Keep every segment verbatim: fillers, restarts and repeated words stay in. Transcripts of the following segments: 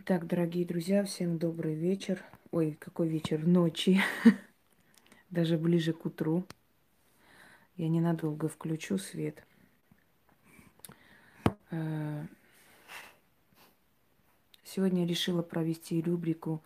Так, дорогие друзья, всем добрый вечер. Ой, какой вечер? Ночи. Даже ближе к утру. Я ненадолго включу свет. Э, Сегодня решила провести рубрику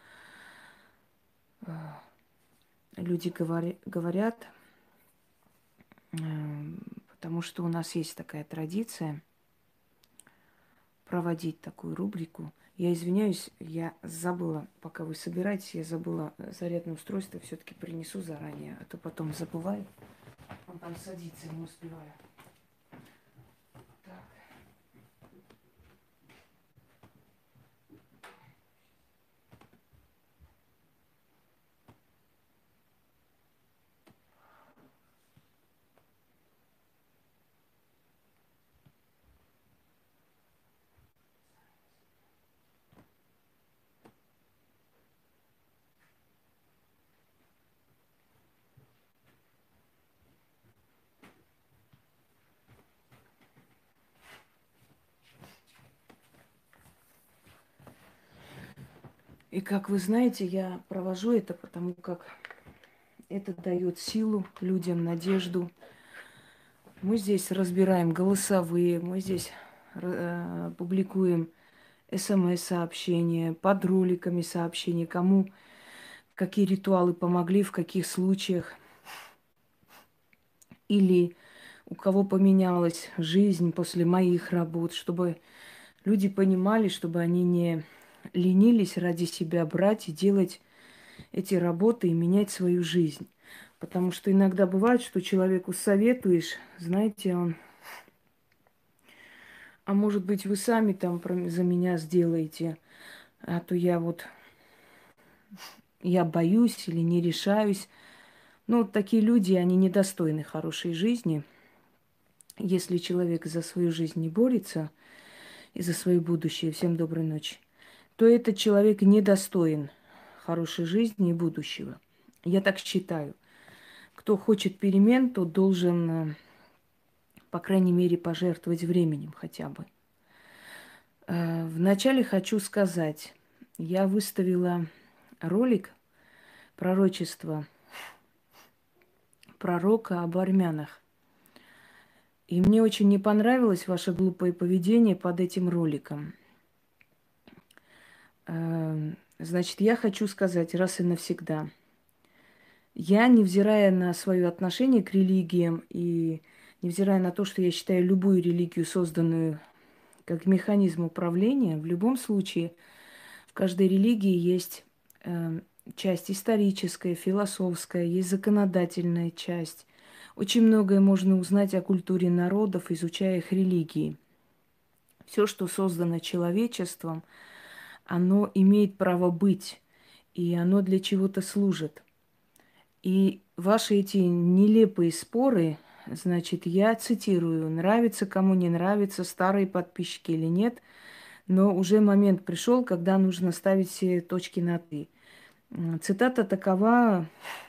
«Люди говори- говорят», э, потому что у нас есть такая традиция проводить такую рубрику. Я извиняюсь, я забыла, пока вы собираетесь, я забыла зарядное устройство, все-таки принесу заранее, а то потом забываю. Он там садится, не успеваю. Так. И как вы знаете, я провожу это, потому как это дает силу людям, надежду. Мы здесь разбираем голосовые, мы здесь э, публикуем эс эм эс-сообщения, под роликами сообщения, кому какие ритуалы помогли, в каких случаях, или у кого поменялась жизнь после моих работ, чтобы люди понимали, чтобы они не ленились ради себя брать и делать эти работы и менять свою жизнь. Потому что иногда бывает, что человеку советуешь, знаете, он, а может быть, вы сами там про- за меня сделаете, а то я вот, я боюсь или не решаюсь. Ну, вот такие люди, они недостойны хорошей жизни. Если человек за свою жизнь не борется и за свое будущее, всем доброй ночи, то этот человек недостоин хорошей жизни и будущего. Я так считаю. Кто хочет перемен, тот должен, э, по крайней мере, пожертвовать временем хотя бы. Э, Вначале хочу сказать, я выставила ролик пророчества пророка об армянах. И мне очень не понравилось ваше глупое поведение под этим роликом. Э, Значит, я хочу сказать раз и навсегда. Я, невзирая на свое отношение к религиям и невзирая на то, что я считаю любую религию, созданную как механизм управления, в любом случае в каждой религии есть э, часть историческая, философская, есть законодательная часть. Очень многое можно узнать о культуре народов, изучая их религии. Все, что создано человечеством, оно имеет право быть, и оно для чего-то служит. И ваши эти нелепые споры, значит, я цитирую, нравится кому не нравится, старые подписчики или нет, но уже момент пришел, когда нужно ставить все точки над «и». М, Цитата такова,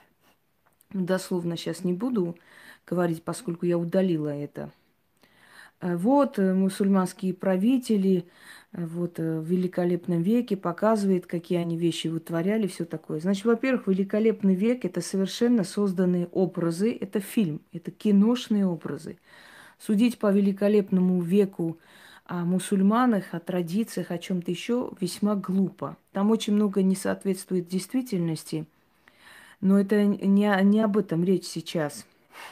дословно сейчас не буду говорить, поскольку я удалила это. Э, Вот э, мусульманские правители э, вот, э, в великолепном веке показывают, какие они вещи вытворяли, все такое. Значит, во-первых, великолепный век – это совершенно созданные образы, это фильм, это киношные образы. Судить по великолепному веку о мусульманах, о традициях, о чем-то еще весьма глупо. Там очень много не соответствует действительности, но это не, о- не об этом речь сейчас.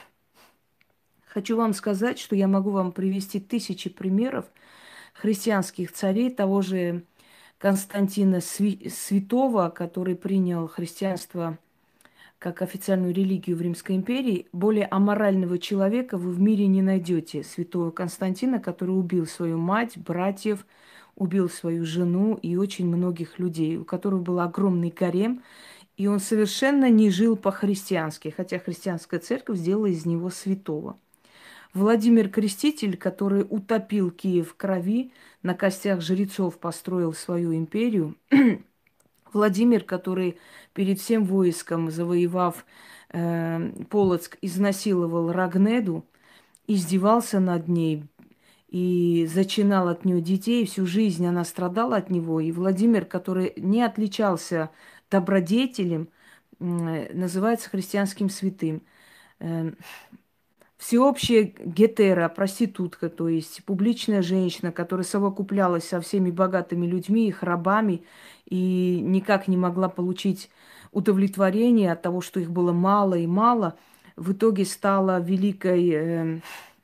Хочу вам сказать, что я могу вам привести тысячи примеров христианских царей, того же Константина Сви- Святого, который принял христианство как официальную религию в Римской империи. Более аморального человека вы в мире не найдете. Святого Константина, который убил свою мать, братьев, убил свою жену и очень многих людей, у которого был огромный гарем, и он совершенно не жил по-христиански, хотя христианская церковь сделала из него святого. Владимир Креститель, который утопил Киев в крови, на костях жрецов построил свою империю. Владимир, который перед всем войском, завоевав э, Полоцк, изнасиловал Рагнеду, издевался над ней, и зачинал от нее детей. Всю жизнь она страдала от него. И Владимир, который не отличался добродетелем, м, э, называется христианским святым. Э, Всеобщая гетера, проститутка, то есть публичная женщина, которая совокуплялась со всеми богатыми людьми, их рабами, и никак не могла получить удовлетворение от того, что их было мало и мало, в итоге стала великой, э,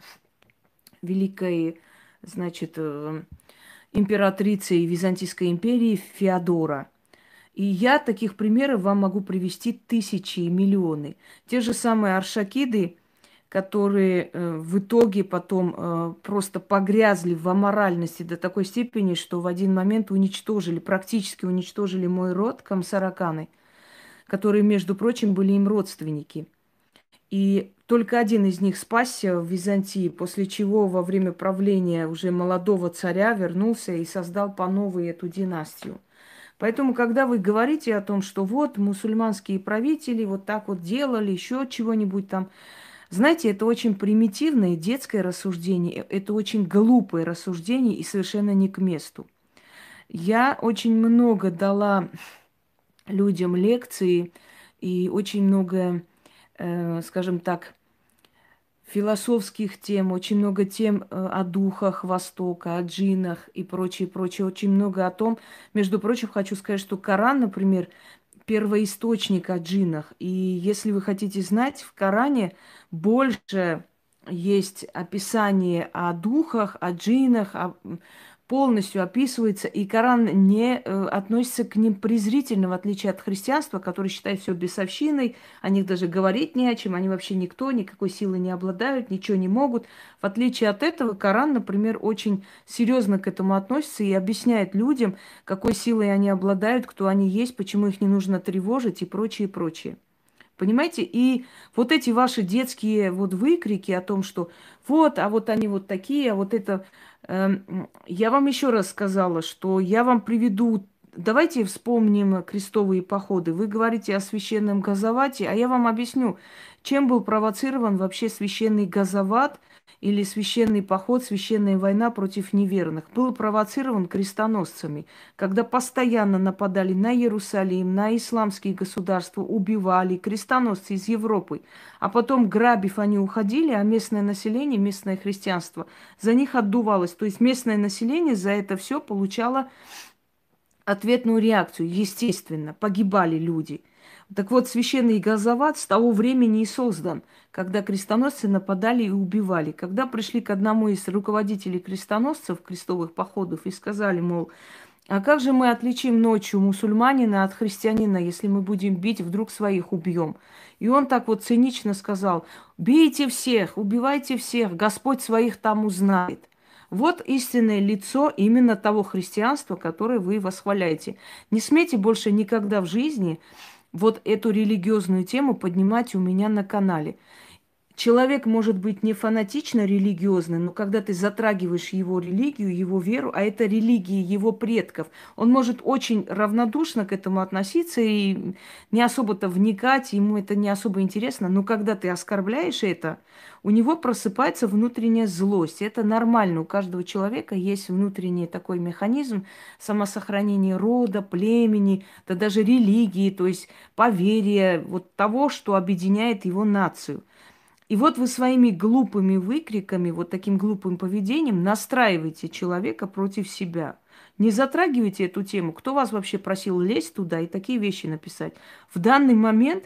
великой, значит, э, императрицей Византийской империи Феодора. И я таких примеров вам могу привести тысячи и миллионы. Те же самые аршакиды, которые э, в итоге потом э, просто погрязли в аморальности до такой степени, что в один момент уничтожили, практически уничтожили мой род, Камсараканы, которые, между прочим, были им родственники. И только один из них спасся в Византии, после чего во время правления уже молодого царя вернулся и создал по новой эту династию. Поэтому, когда вы говорите о том, что вот мусульманские правители вот так вот делали, еще чего-нибудь там, знаете, это очень примитивное детское рассуждение, это очень глупое рассуждение и совершенно не к месту. Я очень много дала людям лекции и очень много, э, скажем так, философских тем, очень много тем э, о духах Востока, о джиннах и прочее, прочее. Очень много о том. Между прочим, хочу сказать, что Коран, например, первоисточник о джиннах. И если вы хотите знать, в Коране больше есть описание о духах, о джиннах, о- полностью описывается, и Коран не э, относится к ним презрительно, в отличие от христианства, которое считает все бесовщиной, о них даже говорить не о чем, они вообще никто, никакой силы не обладают, ничего не могут. В отличие от этого, Коран, например, очень серьезно к этому относится и объясняет людям, какой силой они обладают, кто они есть, почему их не нужно тревожить и прочее, прочее. Понимаете? И вот эти ваши детские вот выкрики о том, что вот, а вот они вот такие, а вот это... эм, я вам еще раз сказала, что я вам приведу... Давайте вспомним крестовые походы. Вы говорите о священном Газовате, а я вам объясню, чем был провоцирован вообще священный Газоват или священный поход, священная война против неверных. Был провоцирован крестоносцами, когда постоянно нападали на Иерусалим, на исламские государства, убивали крестоносцы из Европы. А потом, грабив, они уходили, а местное население, местное христианство за них отдувалось. То есть местное население за это все получало ответную реакцию, естественно, погибали люди. Так вот, священный Газоват с того времени и создан, когда крестоносцы нападали и убивали. Когда пришли к одному из руководителей крестоносцев, крестовых походов, и сказали, мол, а как же мы отличим ночью мусульманина от христианина, если мы будем бить, вдруг своих убьем? И он так вот цинично сказал, бейте всех, убивайте всех, Господь своих там узнает. Вот истинное лицо именно того христианства, которое вы восхваляете. Не смейте больше никогда в жизни вот эту религиозную тему поднимать у меня на канале. Человек может быть не фанатично религиозный, но когда ты затрагиваешь его религию, его веру, а это религии его предков, он может очень равнодушно к этому относиться и не особо-то вникать, ему это не особо интересно. Но когда ты оскорбляешь это, у него просыпается внутренняя злость. Это нормально. У каждого человека есть внутренний такой механизм самосохранения рода, племени, да даже религии, то есть поверия, вот того, что объединяет его нацию. И вот вы своими глупыми выкриками, вот таким глупым поведением настраиваете человека против себя. Не затрагивайте эту тему. Кто вас вообще просил лезть туда и такие вещи написать? В данный момент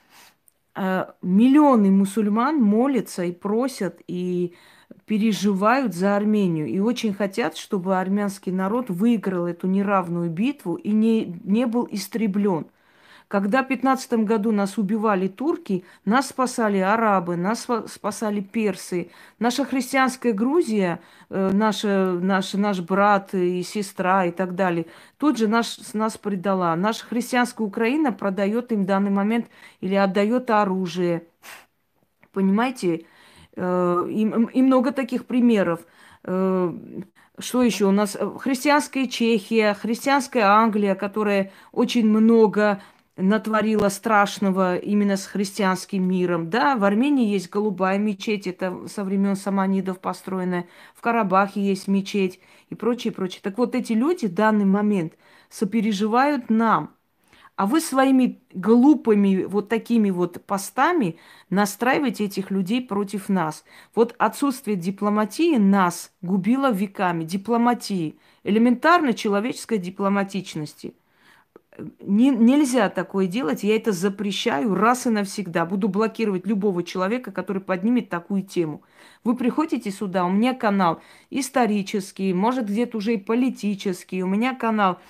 э, миллионы мусульман молятся и просят, и переживают за Армению. И очень хотят, чтобы армянский народ выиграл эту неравную битву и не, не был истреблен. Когда в пятнадцатом году нас убивали турки, нас спасали арабы, нас спа- спасали персы. Наша христианская Грузия, э, наша, наша, наш брат и сестра и так далее, тут же наш, нас предала. Наша христианская Украина продает им в данный момент или отдает оружие. Понимаете? Э, И, и много таких примеров. Э, Что еще у нас? Э, Христианская Чехия, христианская Англия, которая очень много натворила страшного именно с христианским миром. Да, в Армении есть голубая мечеть, это со времен саманидов построенная. В Карабахе есть мечеть и прочее, прочее. Так вот, эти люди в данный момент сопереживают нам. А вы своими глупыми вот такими вот постами настраиваете этих людей против нас. Вот отсутствие дипломатии нас губило веками. Дипломатии. Элементарно человеческой дипломатичности. Не, нельзя такое делать, я это запрещаю раз и навсегда. Буду блокировать любого человека, который поднимет такую тему. Вы приходите сюда, у меня канал исторический, может где-то уже и политический, у меня канал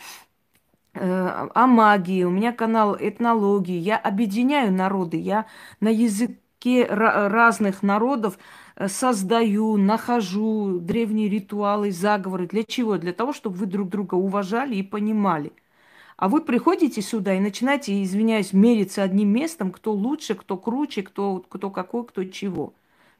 э, о магии, у меня канал этнологии. Я объединяю народы, я на языке ra- разных народов э, создаю, нахожу древние ритуалы, заговоры. Для чего? Для того, чтобы вы друг друга уважали и понимали. А вы приходите сюда и начинаете, извиняюсь, мериться одним местом, кто лучше, кто круче, кто, кто какой, кто чего.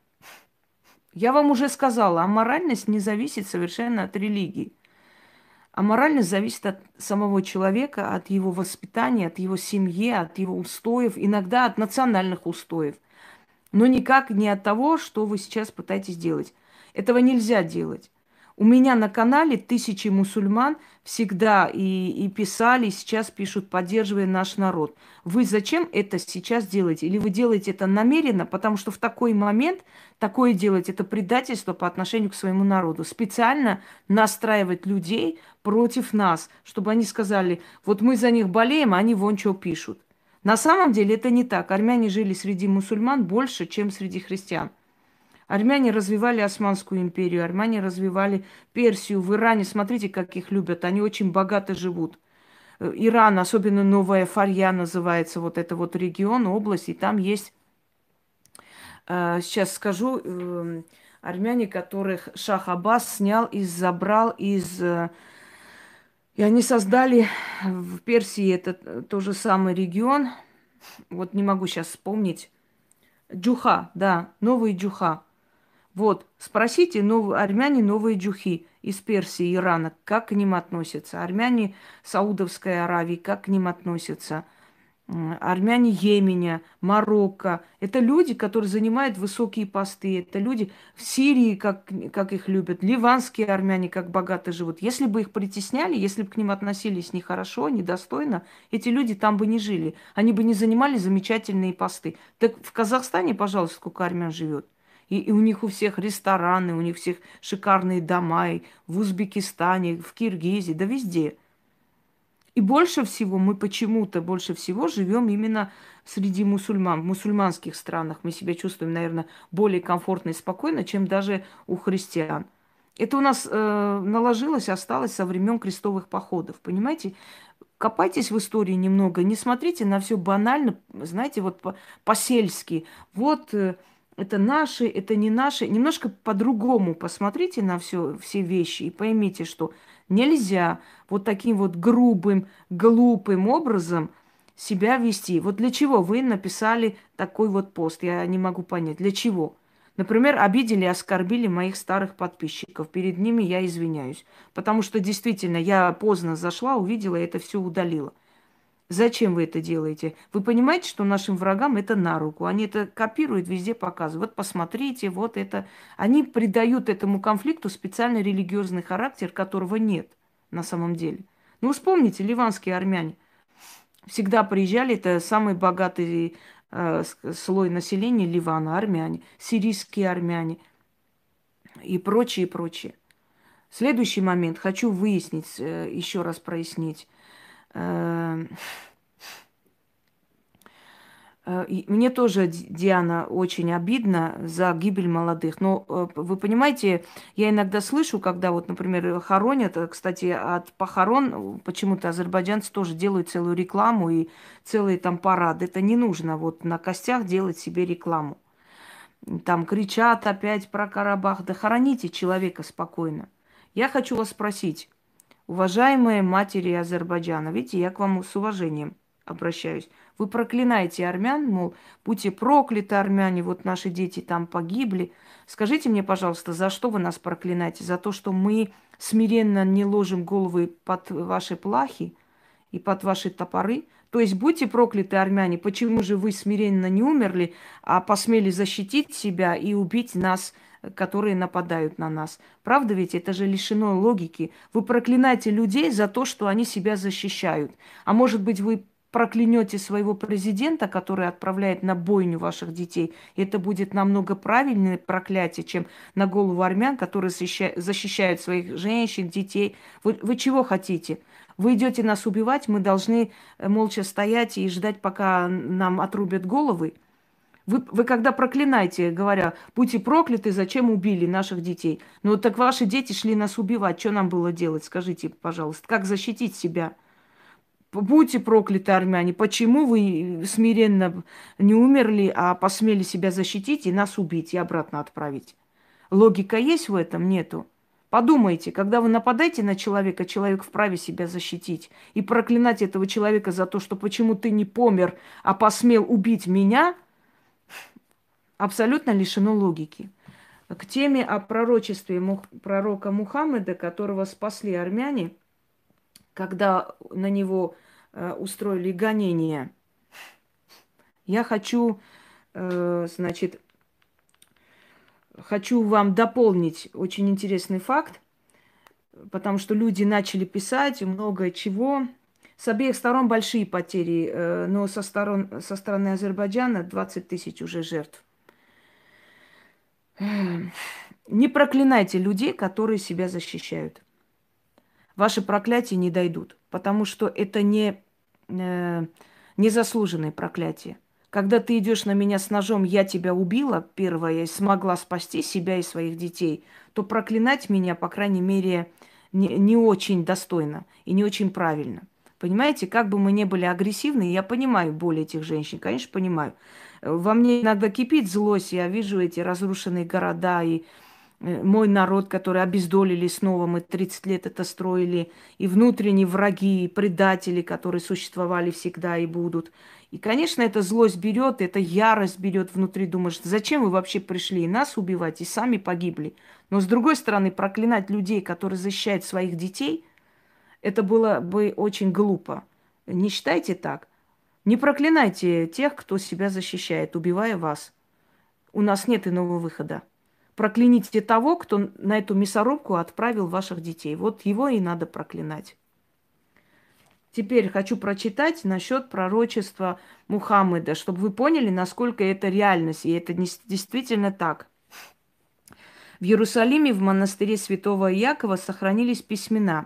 Я вам уже сказала, аморальность не зависит совершенно от религии. Аморальность зависит от самого человека, от его воспитания, от его семьи, от его устоев, иногда от национальных устоев. Но никак не от того, что вы сейчас пытаетесь делать. Этого нельзя делать. У меня на канале тысячи мусульман всегда и, и писали, и сейчас пишут, поддерживая наш народ. Вы зачем это сейчас делаете? Или вы делаете это намеренно, потому что в такой момент такое делать это предательство по отношению к своему народу. Специально настраивать людей против нас, чтобы они сказали, вот мы за них болеем, а они вон что пишут. На самом деле это не так. Армяне жили среди мусульман больше, чем среди христиан. Армяне развивали Османскую империю, армяне развивали Персию. В Иране, смотрите, как их любят. Они очень богато живут. Э, Иран, особенно Новая Фарья называется, вот это вот регион, область, и там есть, э, сейчас скажу, э, армяне, которых Шах Аббас снял и забрал из... э, и они создали в Персии этот тот же самый регион, вот не могу сейчас вспомнить, Джуха, да, Новый Джуха. Вот, спросите нов... армяне Новые Джухи из Персии, Ирана, как к ним относятся? Армяне Саудовской Аравии, как к ним относятся? М, Армяне Йеменя, Марокко. Это люди, которые занимают высокие посты. Это люди в Сирии, как, как их любят. Ливанские армяне, как богато живут. Если бы их притесняли, если бы к ним относились нехорошо, недостойно, эти люди там бы не жили. Они бы не занимали замечательные посты. Так в Казахстане, пожалуйста, сколько армян живет. И, и у них у всех рестораны, у них всех шикарные дома, и в Узбекистане, в Киргизии, да везде. И больше всего, мы почему-то больше всего живем именно среди мусульман, в мусульманских странах. Мы себя чувствуем, наверное, более комфортно и спокойно, чем даже у христиан. Это у нас э, наложилось, осталось со времен крестовых походов, понимаете? Копайтесь в истории немного, не смотрите на все банально, знаете, вот по- по-сельски. Вот э, это наши, это не наши. Немножко по-другому посмотрите на все, все вещи и поймите, что нельзя вот таким вот грубым, глупым образом себя вести. Вот для чего вы написали такой вот пост? Я не могу понять. Для чего? Например, обидели, оскорбили моих старых подписчиков. Перед ними я извиняюсь. Потому что действительно я поздно зашла, увидела и это все удалила. Зачем вы это делаете? Вы понимаете, что нашим врагам это на руку. Они это копируют, везде показывают. Вот посмотрите, вот это. Они придают этому конфликту специальный религиозный характер, которого нет на самом деле. Ну, вспомните, ливанские армяне всегда приезжали, это самый богатый э, с- слой населения Ливана, армяне, сирийские армяне и прочее, прочее. Следующий момент хочу выяснить, э, еще раз прояснить. Э, Э, и Мне тоже, Ди- Диана, очень обидно за гибель молодых. Но э, вы понимаете, я иногда слышу, когда вот, например, хоронят, э, кстати, от похорон э, почему-то азербайджанцы тоже делают целую рекламу и целые там парады. Это не нужно вот на костях делать себе рекламу. Там кричат опять про Карабах. Да хороните человека спокойно. Я хочу вас спросить, уважаемые матери Азербайджана, видите, я к вам с уважением обращаюсь. Вы проклинаете армян, мол, будьте прокляты, армяне, вот наши дети там погибли. Скажите мне, пожалуйста, за что вы нас проклинаете? За то, что мы смиренно не ложим головы под ваши плахи и под ваши топоры? То есть будьте прокляты, армяне, почему же вы смиренно не умерли, а посмели защитить себя и убить нас, которые нападают на нас? Правда ведь? Это же лишено логики. Вы проклинаете людей за то, что они себя защищают. А может быть, вы проклянете своего президента, который отправляет на бойню ваших детей. И это будет намного правильнее проклятие, чем на голову армян, которые защища- защищают своих женщин, детей. Вы, вы чего хотите? Вы идете нас убивать, мы должны э, молча стоять и ждать, пока нам отрубят головы. Вы, вы когда проклинаете, говоря, будьте прокляты, зачем убили наших детей? Ну так ваши дети шли нас убивать. Что нам было делать? Скажите, пожалуйста, как защитить себя? Будьте прокляты, армяне. Почему вы смиренно не умерли, а посмели себя защитить и нас убить и обратно отправить? Логика есть в этом? Нету. Подумайте, когда вы нападаете на человека, человек вправе себя защитить. И проклинать этого человека за то, что почему ты не помер, а посмел убить меня, абсолютно лишено логики. К теме о пророчестве Мух- пророка Мухаммеда, которого спасли армяне, когда на него э, устроили гонения. Я хочу, э, значит, хочу вам дополнить очень интересный факт, потому что люди начали писать много чего. С обеих сторон большие потери, э, но со, сторон, со стороны Азербайджана двадцать тысяч уже жертв. Не проклинайте людей, которые себя защищают. Ваши проклятия не дойдут, потому что это не э, незаслуженное проклятие. Когда ты идешь на меня с ножом, я тебя убила, первое, и смогла спасти себя и своих детей, то проклинать меня, по крайней мере, не, не очень достойно и не очень правильно. Понимаете, как бы мы ни были агрессивны, я понимаю боль этих женщин, конечно, понимаю. Э, Во мне иногда кипит злость, я вижу эти разрушенные города и э, мой народ, который обездолили снова, мы тридцать лет это строили, и внутренние враги, и предатели, которые существовали всегда и будут. И, конечно, эта злость берет, эта ярость берет внутри, думаешь, зачем вы вообще пришли и нас убивать, и сами погибли. Но, с другой стороны, проклинать людей, которые защищают своих детей, это было бы очень глупо. Не считайте так. Не проклинайте тех, кто себя защищает, убивая вас. У нас нет иного выхода. Прокляните того, кто на эту мясорубку отправил ваших детей. Вот его и надо проклинать. Теперь хочу прочитать насчет пророчества Мухаммеда, чтобы вы поняли, насколько это реальность, и это действительно так. В Иерусалиме, в монастыре святого Якова сохранились письмена.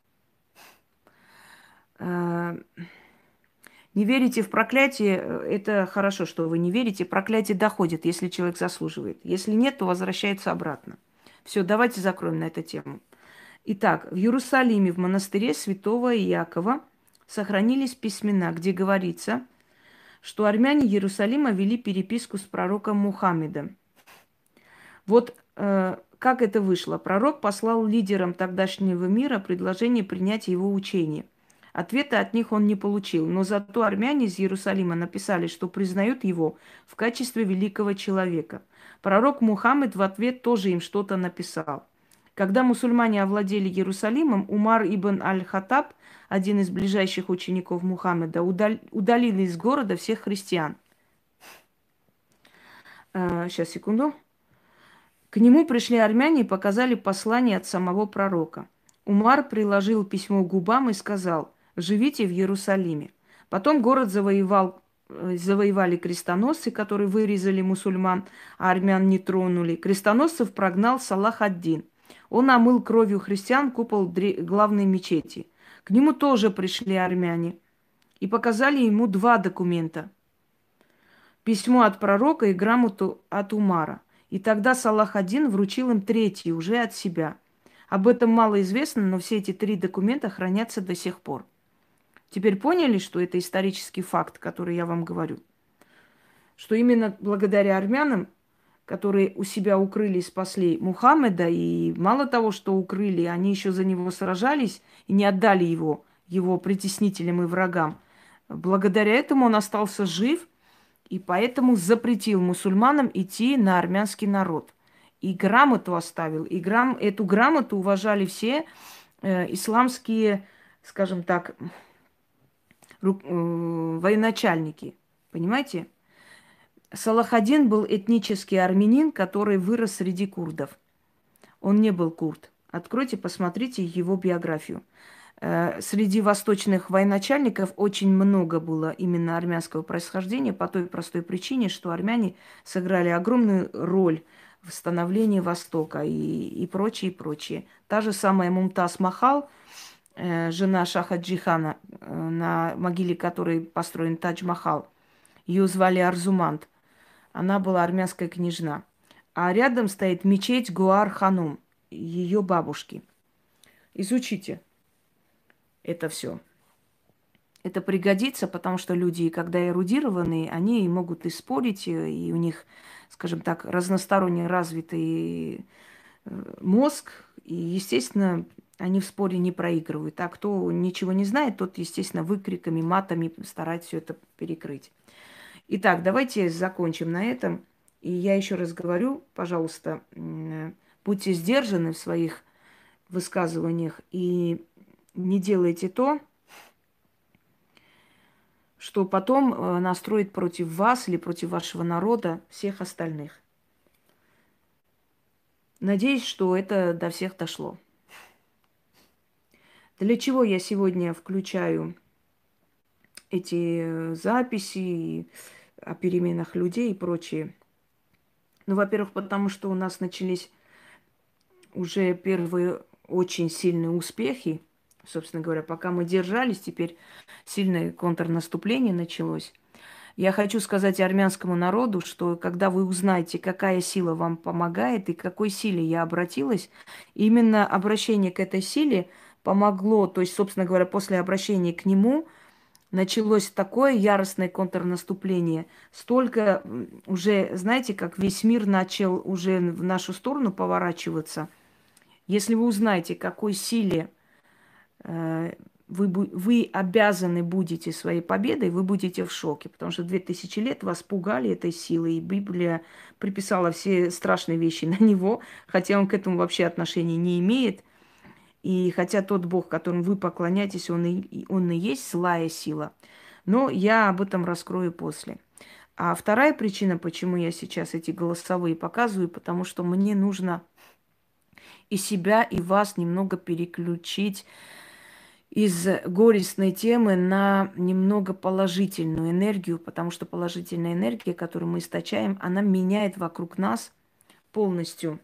Э, Не верите в проклятие, э, это хорошо, что вы не верите. Проклятие доходит, если человек заслуживает. Если нет, то возвращается обратно. Все, давайте закроем на эту тему. Итак, в Иерусалиме, в монастыре святого Иакова сохранились письмена, где говорится, что армяне Иерусалима вели переписку с пророком Мухаммедом. Вот э, как это вышло. Пророк послал лидерам тогдашнего мира предложение принять его учение. Ответа от них он не получил, но зато армяне из Иерусалима написали, что признают его в качестве великого человека. Пророк Мухаммед в ответ тоже им что-то написал. Когда мусульмане овладели Иерусалимом, Умар ибн аль-Хаттаб, один из ближайших учеников Мухаммеда, удал- удалил из города всех христиан. Э, сейчас, секунду. К нему пришли армяне и показали послание от самого пророка. Умар приложил письмо к губам и сказал: «Живите в Иерусалиме». Потом город завоевал, э, завоевали крестоносцы, которые вырезали мусульман, а армян не тронули. Крестоносцев прогнал Салах ад-Дин. Он омыл кровью христиан купол дре- главной мечети. К нему тоже пришли армяне и показали ему два документа: письмо от пророка и грамоту от Умара. И тогда Салах ад-Дин вручил им третий, уже от себя. Об этом мало известно, но все эти три документа хранятся до сих пор. Теперь поняли, что это исторический факт, который я вам говорю? Что именно благодаря армянам, которые у себя укрыли и спасли Мухаммеда, и мало того, что укрыли, они еще за него сражались и не отдали его, его притеснителям и врагам. Благодаря этому он остался жив, и поэтому запретил мусульманам идти на армянский народ. И грамоту оставил. И грам... эту грамоту уважали все э, исламские, скажем так, ру- э, военачальники. Понимаете? Салахадин был этнический армянин, который вырос среди курдов. Он не был курд. Откройте, посмотрите его биографию. Э, Среди восточных военачальников очень много было именно армянского происхождения по той простой причине, что армяне сыграли огромную роль в становлении Востока и, и прочее, и прочее. Та же самая Мумтаз Махал, э, жена Шаха Джихана, э, на могиле которой построен Тадж-Махал, ее звали Арзумант. Она была армянская княжна. А рядом стоит мечеть Гуар-Ханум, ее бабушки. Изучите это все. Это пригодится, потому что люди, когда эрудированные, они могут и спорить, и у них, скажем так, разносторонне развитый э, мозг, и, естественно, они в споре не проигрывают. А кто ничего не знает, тот, естественно, выкриками, матами старается все это перекрыть. Итак, давайте закончим на этом. И я еще раз говорю, пожалуйста, м, будьте сдержаны в своих высказываниях и не делайте то, что потом э, настроит против вас или против вашего народа всех остальных. Надеюсь, что это до всех дошло. Для чего я сегодня включаю эти э, записи о переменах людей и прочее? Ну, во-первых, потому что у нас начались уже первые очень сильные успехи. Собственно говоря, пока мы держались, теперь сильное контрнаступление началось. Я хочу сказать армянскому народу, что когда вы узнаете, какая сила вам помогает и к какой силе я обратилась, именно обращение к этой силе помогло, то есть, собственно говоря, после обращения к нему началось такое яростное контрнаступление. Столько м, уже, знаете, как весь мир начал уже в нашу сторону поворачиваться. Если вы узнаете, какой силе э, вы, бу- вы обязаны будете своей победой, вы будете в шоке, потому что две тысячи лет вас пугали этой силой, и Библия приписала все страшные вещи на него, хотя он к этому вообще отношения не имеет. И хотя тот Бог, которому вы поклоняетесь, он и, он и есть злая сила. Но я об этом раскрою после. А вторая причина, почему я сейчас эти голосовые показываю, потому что мне нужно и себя, и вас немного переключить из горестной темы на немного положительную энергию, потому что положительная энергия, которую мы источаем, она меняет вокруг нас полностью,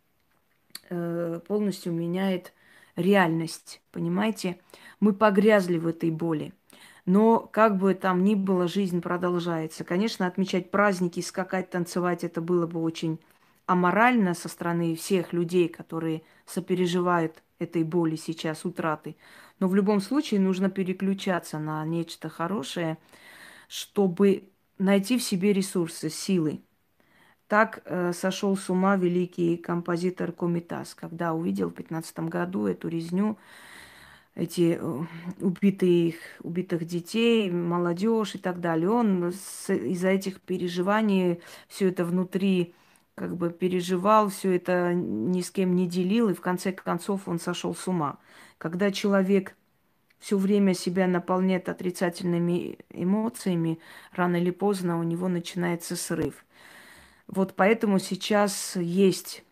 э, полностью меняет реальность, понимаете? Мы погрязли в этой боли. Но как бы там ни было, жизнь продолжается. Конечно, отмечать праздники, скакать, танцевать, это было бы очень аморально со стороны всех людей, которые сопереживают этой боли сейчас, утраты. Но в любом случае нужно переключаться на нечто хорошее, чтобы найти в себе ресурсы, силы. Так э, сошел с ума великий композитор Комитас, когда увидел в пятнадцатом году эту резню, эти э, убитых, убитых детей, молодежь и так далее. Он с- из-за этих переживаний все это внутри как бы переживал, все это ни с кем не делил, и в конце концов он сошел с ума. Когда человек все время себя наполняет отрицательными эмоциями, рано или поздно у него начинается срыв. Вот поэтому сейчас есть,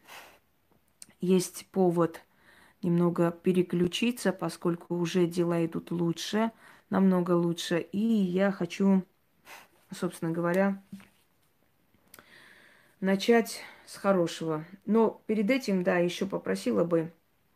есть повод немного переключиться, поскольку уже дела идут лучше, намного лучше. И я хочу, собственно говоря, начать с хорошего. Но перед этим, да, еще попросила бы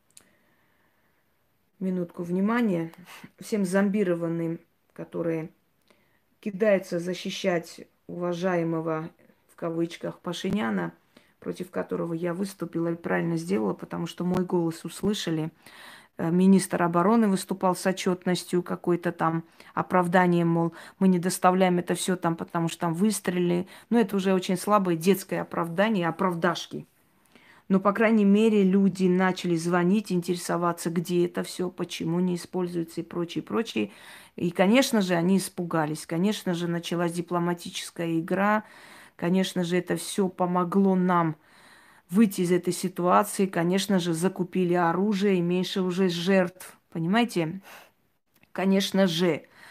минутку внимания всем зомбированным, которые кидаются защищать уважаемого, в кавычках, Пашиняна, против которого я выступила и правильно сделала, потому что мой голос услышали. Э, Министр обороны выступал с отчетностью какой-то там, оправданием, мол, мы не доставляем это все там, потому что там выстрелили. Но это уже очень слабое детское оправдание, оправдашки. Но, по крайней мере, люди начали звонить, интересоваться, где это все, почему не используется и прочее, прочее. И, конечно же, они испугались. Конечно же, началась дипломатическая игра. Конечно же, это все помогло нам выйти из этой ситуации. Конечно же, закупили оружие и меньше уже жертв. Понимаете? Конечно же.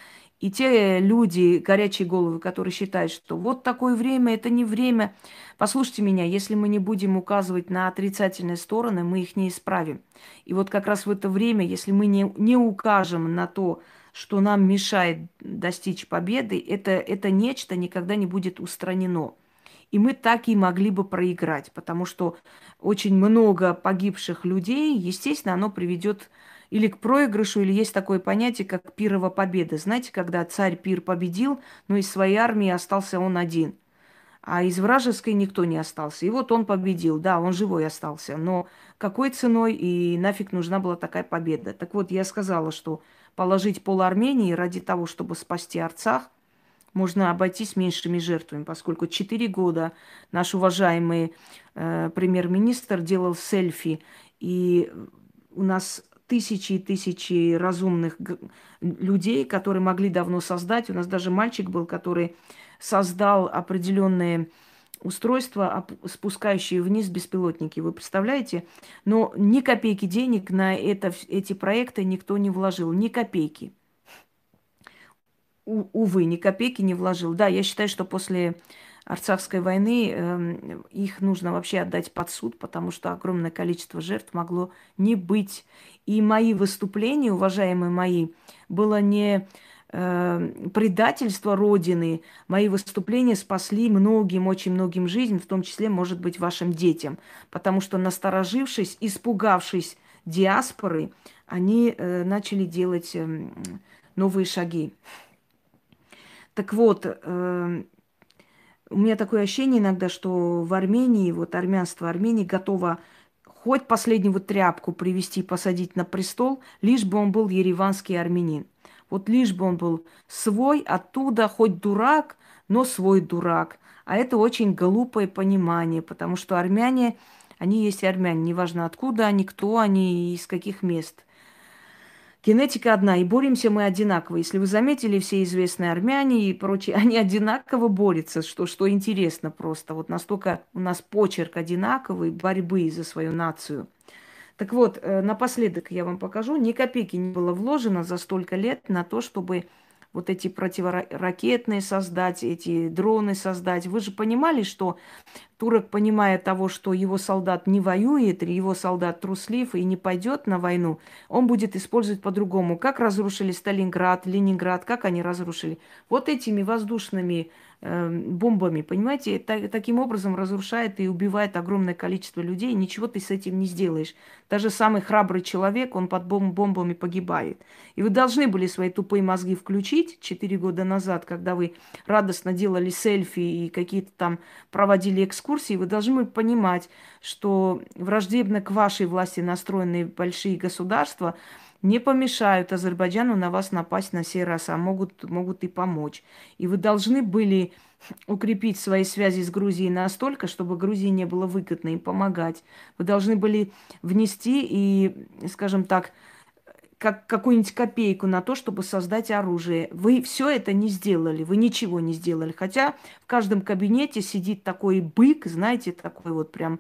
И те люди, горячие головы, которые считают, что вот такое время, это не время. Послушайте меня, если мы не будем указывать на отрицательные стороны, мы их не исправим. И вот как раз в это время, если мы не, не укажем на то, что нам мешает достичь победы, это, это нечто никогда не будет устранено. И мы так и могли бы проиграть, потому что очень много погибших людей, естественно, оно приведет или к проигрышу, или есть такое понятие, как пирова победа. Знаете, когда царь пир победил, но из своей армии остался он один, а из вражеской никто не остался. И вот он победил, да, он живой остался, но какой ценой и нафиг нужна была такая победа? Так вот, я сказала, что положить пол Армении ради того, чтобы спасти Арцах, можно обойтись меньшими жертвами, поскольку четыре года наш уважаемый э, премьер-министр делал селфи, и у нас тысячи и тысячи разумных г- людей, которые могли давно создать. У нас даже мальчик был, который создал определенные устройства, оп- спускающие вниз беспилотники. Вы представляете? Но ни копейки денег на это, эти проекты никто не вложил. Ни копейки. У- увы, ни копейки не вложил. Да, я считаю, что после Арцахской войны эм, их нужно вообще отдать под суд, потому что огромное количество жертв могло не быть. И мои выступления, уважаемые мои, было не э, предательство Родины. Мои выступления спасли многим, очень многим жизнь, в том числе, может быть, вашим детям. Потому что, насторожившись, испугавшись диаспоры, они э, начали делать э, новые шаги. Так вот, э, у меня такое ощущение иногда, что в Армении, вот армянство Армении готово хоть последнюю вот тряпку привести, посадить на престол, лишь бы он был ереванский армянин. Вот лишь бы он был свой, оттуда хоть дурак, но свой дурак. А это очень глупое понимание, потому что армяне, они есть армяне, неважно откуда они, кто они и из каких мест. Генетика одна, и боремся мы одинаково. Если вы заметили, все известные армяне и прочие, они одинаково борются, что, что интересно просто. Вот настолько у нас почерк одинаковый борьбы за свою нацию. Так вот, э, напоследок я вам покажу. Ни копейки не было вложено за столько лет на то, чтобы вот эти противоракетные создать, эти дроны создать. Вы же понимали, что турок, понимая того, что его солдат не воюет, или его солдат труслив и не пойдет на войну, он будет использовать по-другому. Как разрушили Сталинград, Ленинград, как они разрушили? Вот этими воздушными э, бомбами, понимаете, та- таким образом разрушает и убивает огромное количество людей, ничего ты с этим не сделаешь. Даже самый храбрый человек, он под бом- бомбами погибает. И вы должны были свои тупые мозги включить четыре года назад, когда вы радостно делали селфи и какие-то там проводили экскурсии, вы должны понимать, что враждебно к вашей власти настроенные большие государства не помешают Азербайджану на вас напасть на сей раз, а могут, могут и помочь. И вы должны были укрепить свои связи с Грузией настолько, чтобы Грузии не было выгодно им помогать. Вы должны были внести и, скажем так, как какую-нибудь копейку на то, чтобы создать оружие. Вы все это не сделали, вы ничего не сделали. Хотя в каждом кабинете сидит такой бык, знаете, такой вот прям,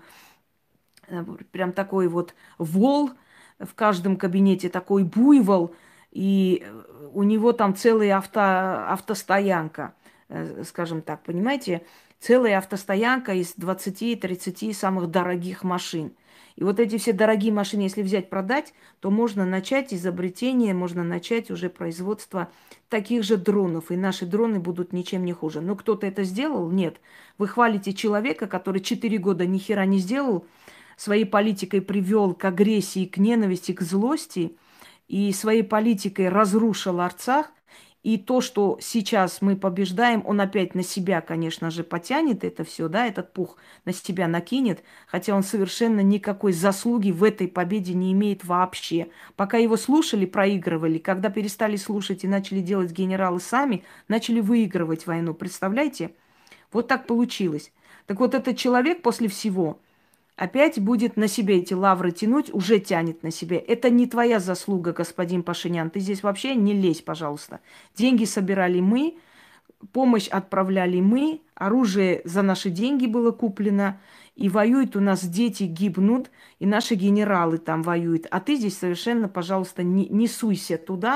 э, прям такой вот вол, в каждом кабинете такой буйвол, и э, у него там целая авто, автостоянка, э, скажем так, понимаете? Целая автостоянка из двадцати-тридцати самых дорогих машин. И вот эти все дорогие машины, если взять продать, то можно начать изобретение, можно начать уже производство таких же дронов. И наши дроны будут ничем не хуже. Но кто-то это сделал? Нет. Вы хвалите человека, который четыре года ни хера не сделал, своей политикой привел к агрессии, к ненависти, к злости, и своей политикой разрушил Арцах. И то, что сейчас мы побеждаем, он опять на себя, конечно же, потянет это все, да, этот пух на себя накинет, хотя он совершенно никакой заслуги в этой победе не имеет вообще. Пока его слушали, проигрывали. Когда перестали слушать и начали делать генералы сами, начали выигрывать войну. Представляете? Вот так получилось. Так вот, этот человек после всего опять будет на себе эти лавры тянуть, уже тянет на себе. Это не твоя заслуга, господин Пашинян. Ты здесь вообще не лезь, пожалуйста. Деньги собирали мы, помощь отправляли мы, оружие за наши деньги было куплено, и воюют у нас дети, гибнут, и наши генералы там воюют. А ты здесь совершенно, пожалуйста, не, не суйся туда,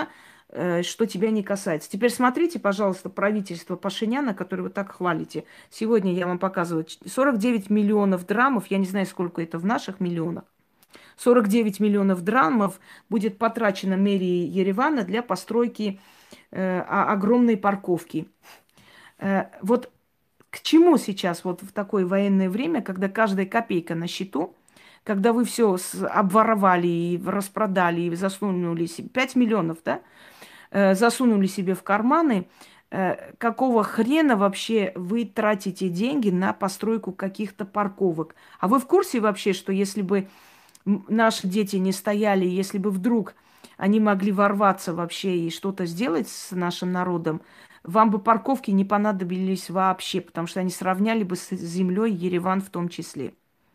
э, что тебя не касается. Теперь смотрите, пожалуйста, правительство Пашиняна, которое вы так хвалите. Сегодня я вам показываю сорок девять миллионов драмов, я не знаю, сколько это в наших миллионах. сорок девять миллионов драмов будет потрачено мэрии Еревана для постройки э, о- огромной парковки. Э, вот к чему сейчас вот в такое военное время, когда каждая копейка на счету, когда вы все обворовали и распродали, и засунули себе пять миллионов, да, э, засунули себе в карманы, э, какого хрена вообще вы тратите деньги на постройку каких-то парковок? А вы в курсе вообще, что если бы м, наши дети не стояли, если бы вдруг они могли ворваться вообще и что-то сделать с нашим народом, вам бы парковки не понадобились вообще, потому что они сравняли бы с землей Ереван в том числе.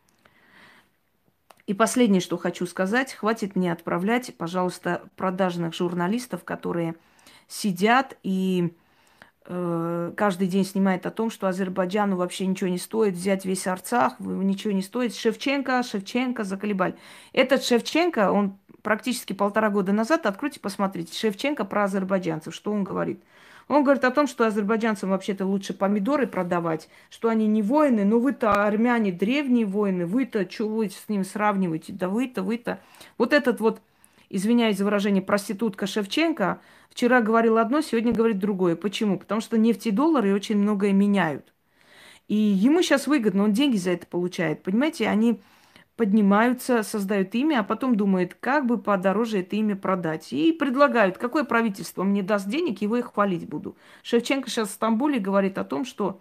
И последнее, что хочу сказать, хватит мне отправлять, пожалуйста, продажных журналистов, которые сидят и э, каждый день снимают о том, что Азербайджану вообще ничего не стоит взять весь Арцах, ничего не стоит. Шевченко, Шевченко заколебали. Этот Шевченко, он практически полтора года назад, откройте, посмотрите, Шевченко про азербайджанцев, что он говорит. Он говорит о том, что азербайджанцам вообще-то лучше помидоры продавать, что они не воины, но вы-то армяне, древние воины, вы-то, что вы с ним сравниваете, да вы-то, вы-то. Вот этот вот, извиняюсь за выражение, проститутка Шевченко вчера говорил одно, сегодня говорит другое. Почему? Потому что нефть и доллары очень многое меняют. И ему сейчас выгодно, он деньги за это получает. Понимаете, они поднимаются, создают имя, а потом думают, как бы подороже это имя продать. И предлагают, какое правительство мне даст денег, его их хвалить буду. Шевченко сейчас в Стамбуле говорит о том, что,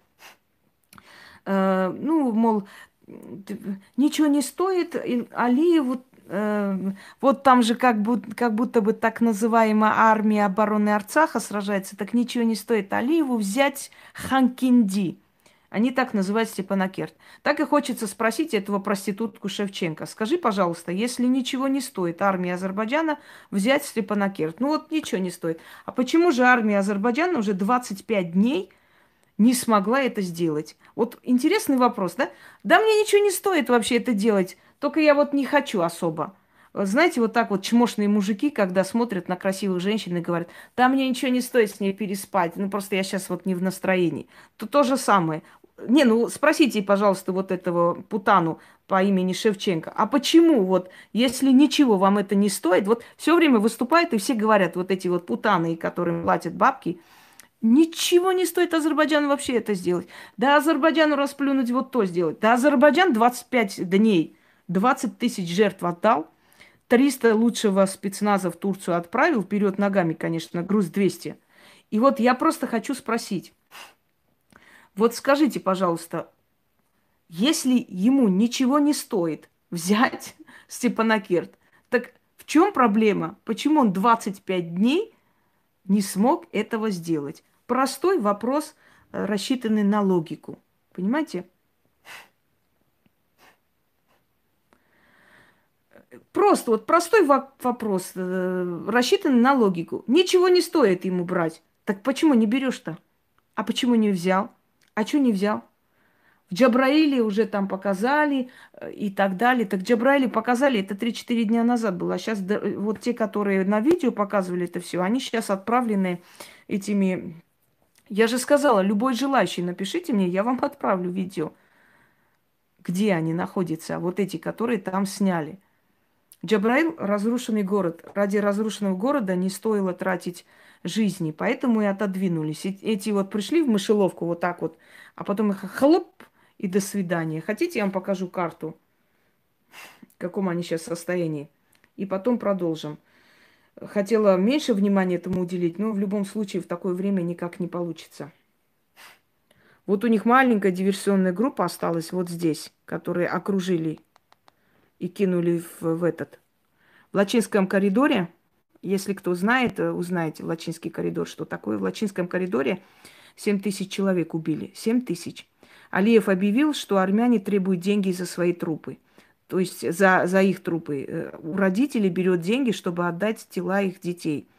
э, ну, мол, ничего не стоит, и Алиеву, э, вот там же как будто, как будто бы так называемая армия обороны Арцаха сражается, так ничего не стоит Алиеву взять Ханкинди. Они так называют Степанакерт. Так и хочется спросить этого проститутку Шевченко. Скажи, пожалуйста, если ничего не стоит армии Азербайджана взять Степанакерт? Ну вот ничего не стоит. А почему же армия Азербайджана уже двадцать пять дней не смогла это сделать? Вот интересный вопрос, да? Да мне ничего не стоит вообще это делать, только я вот не хочу особо. Вот знаете, вот так вот чмошные мужики, когда смотрят на красивых женщин и говорят, да мне ничего не стоит с ней переспать, ну просто я сейчас вот не в настроении. То то же самое. Не, ну спросите, пожалуйста, вот этого путану по имени Шевченко, а почему вот, если ничего вам это не стоит, вот все время выступают и все говорят, вот эти вот путаны, которым платят бабки, ничего не стоит Азербайджану вообще это сделать. Да Азербайджану расплюнуть вот то сделать. Да Азербайджан двадцать пять дней, двадцать тысяч жертв отдал, триста лучшего спецназа в Турцию отправил, вперед ногами, конечно, груз двести. И вот я просто хочу спросить, вот скажите, пожалуйста, если ему ничего не стоит взять Степанакерт, так в чем проблема? Почему он двадцать пять дней не смог этого сделать? Простой вопрос, э, рассчитанный на логику. Понимаете? Просто вот простой во- вопрос, э, рассчитанный на логику. Ничего не стоит ему брать. Так почему не берешь-то? А почему не взял? А что не взял? В Джабраиле уже там показали э, и так далее. Так Джабраиле показали, это три-четыре дня назад было. А сейчас вот те, которые на видео показывали это все, они сейчас отправлены этими... Я же сказала, любой желающий, напишите мне, я вам отправлю видео, где они находятся, вот эти, которые там сняли. Джабраил– разрушенный город. Ради разрушенного города не стоило тратить жизни, поэтому и отодвинулись. И эти вот пришли в мышеловку вот так вот, а потом их хлоп и до свидания. Хотите, я вам покажу карту, в каком они сейчас состоянии? И потом продолжим. Хотела меньше внимания этому уделить, но в любом случае в такое время никак не получится. Вот у них маленькая диверсионная группа осталась вот здесь, которые окружили и кинули в, в этот. В Лачинском коридоре, если кто знает, э, узнаете Лачинский коридор, что такое. В Лачинском коридоре семь тысяч человек убили. семь тысяч. Алиев объявил, что армяне требуют деньги за свои трупы. То есть за, за их трупы. Э, У родителей берет деньги, чтобы отдать тела их детей.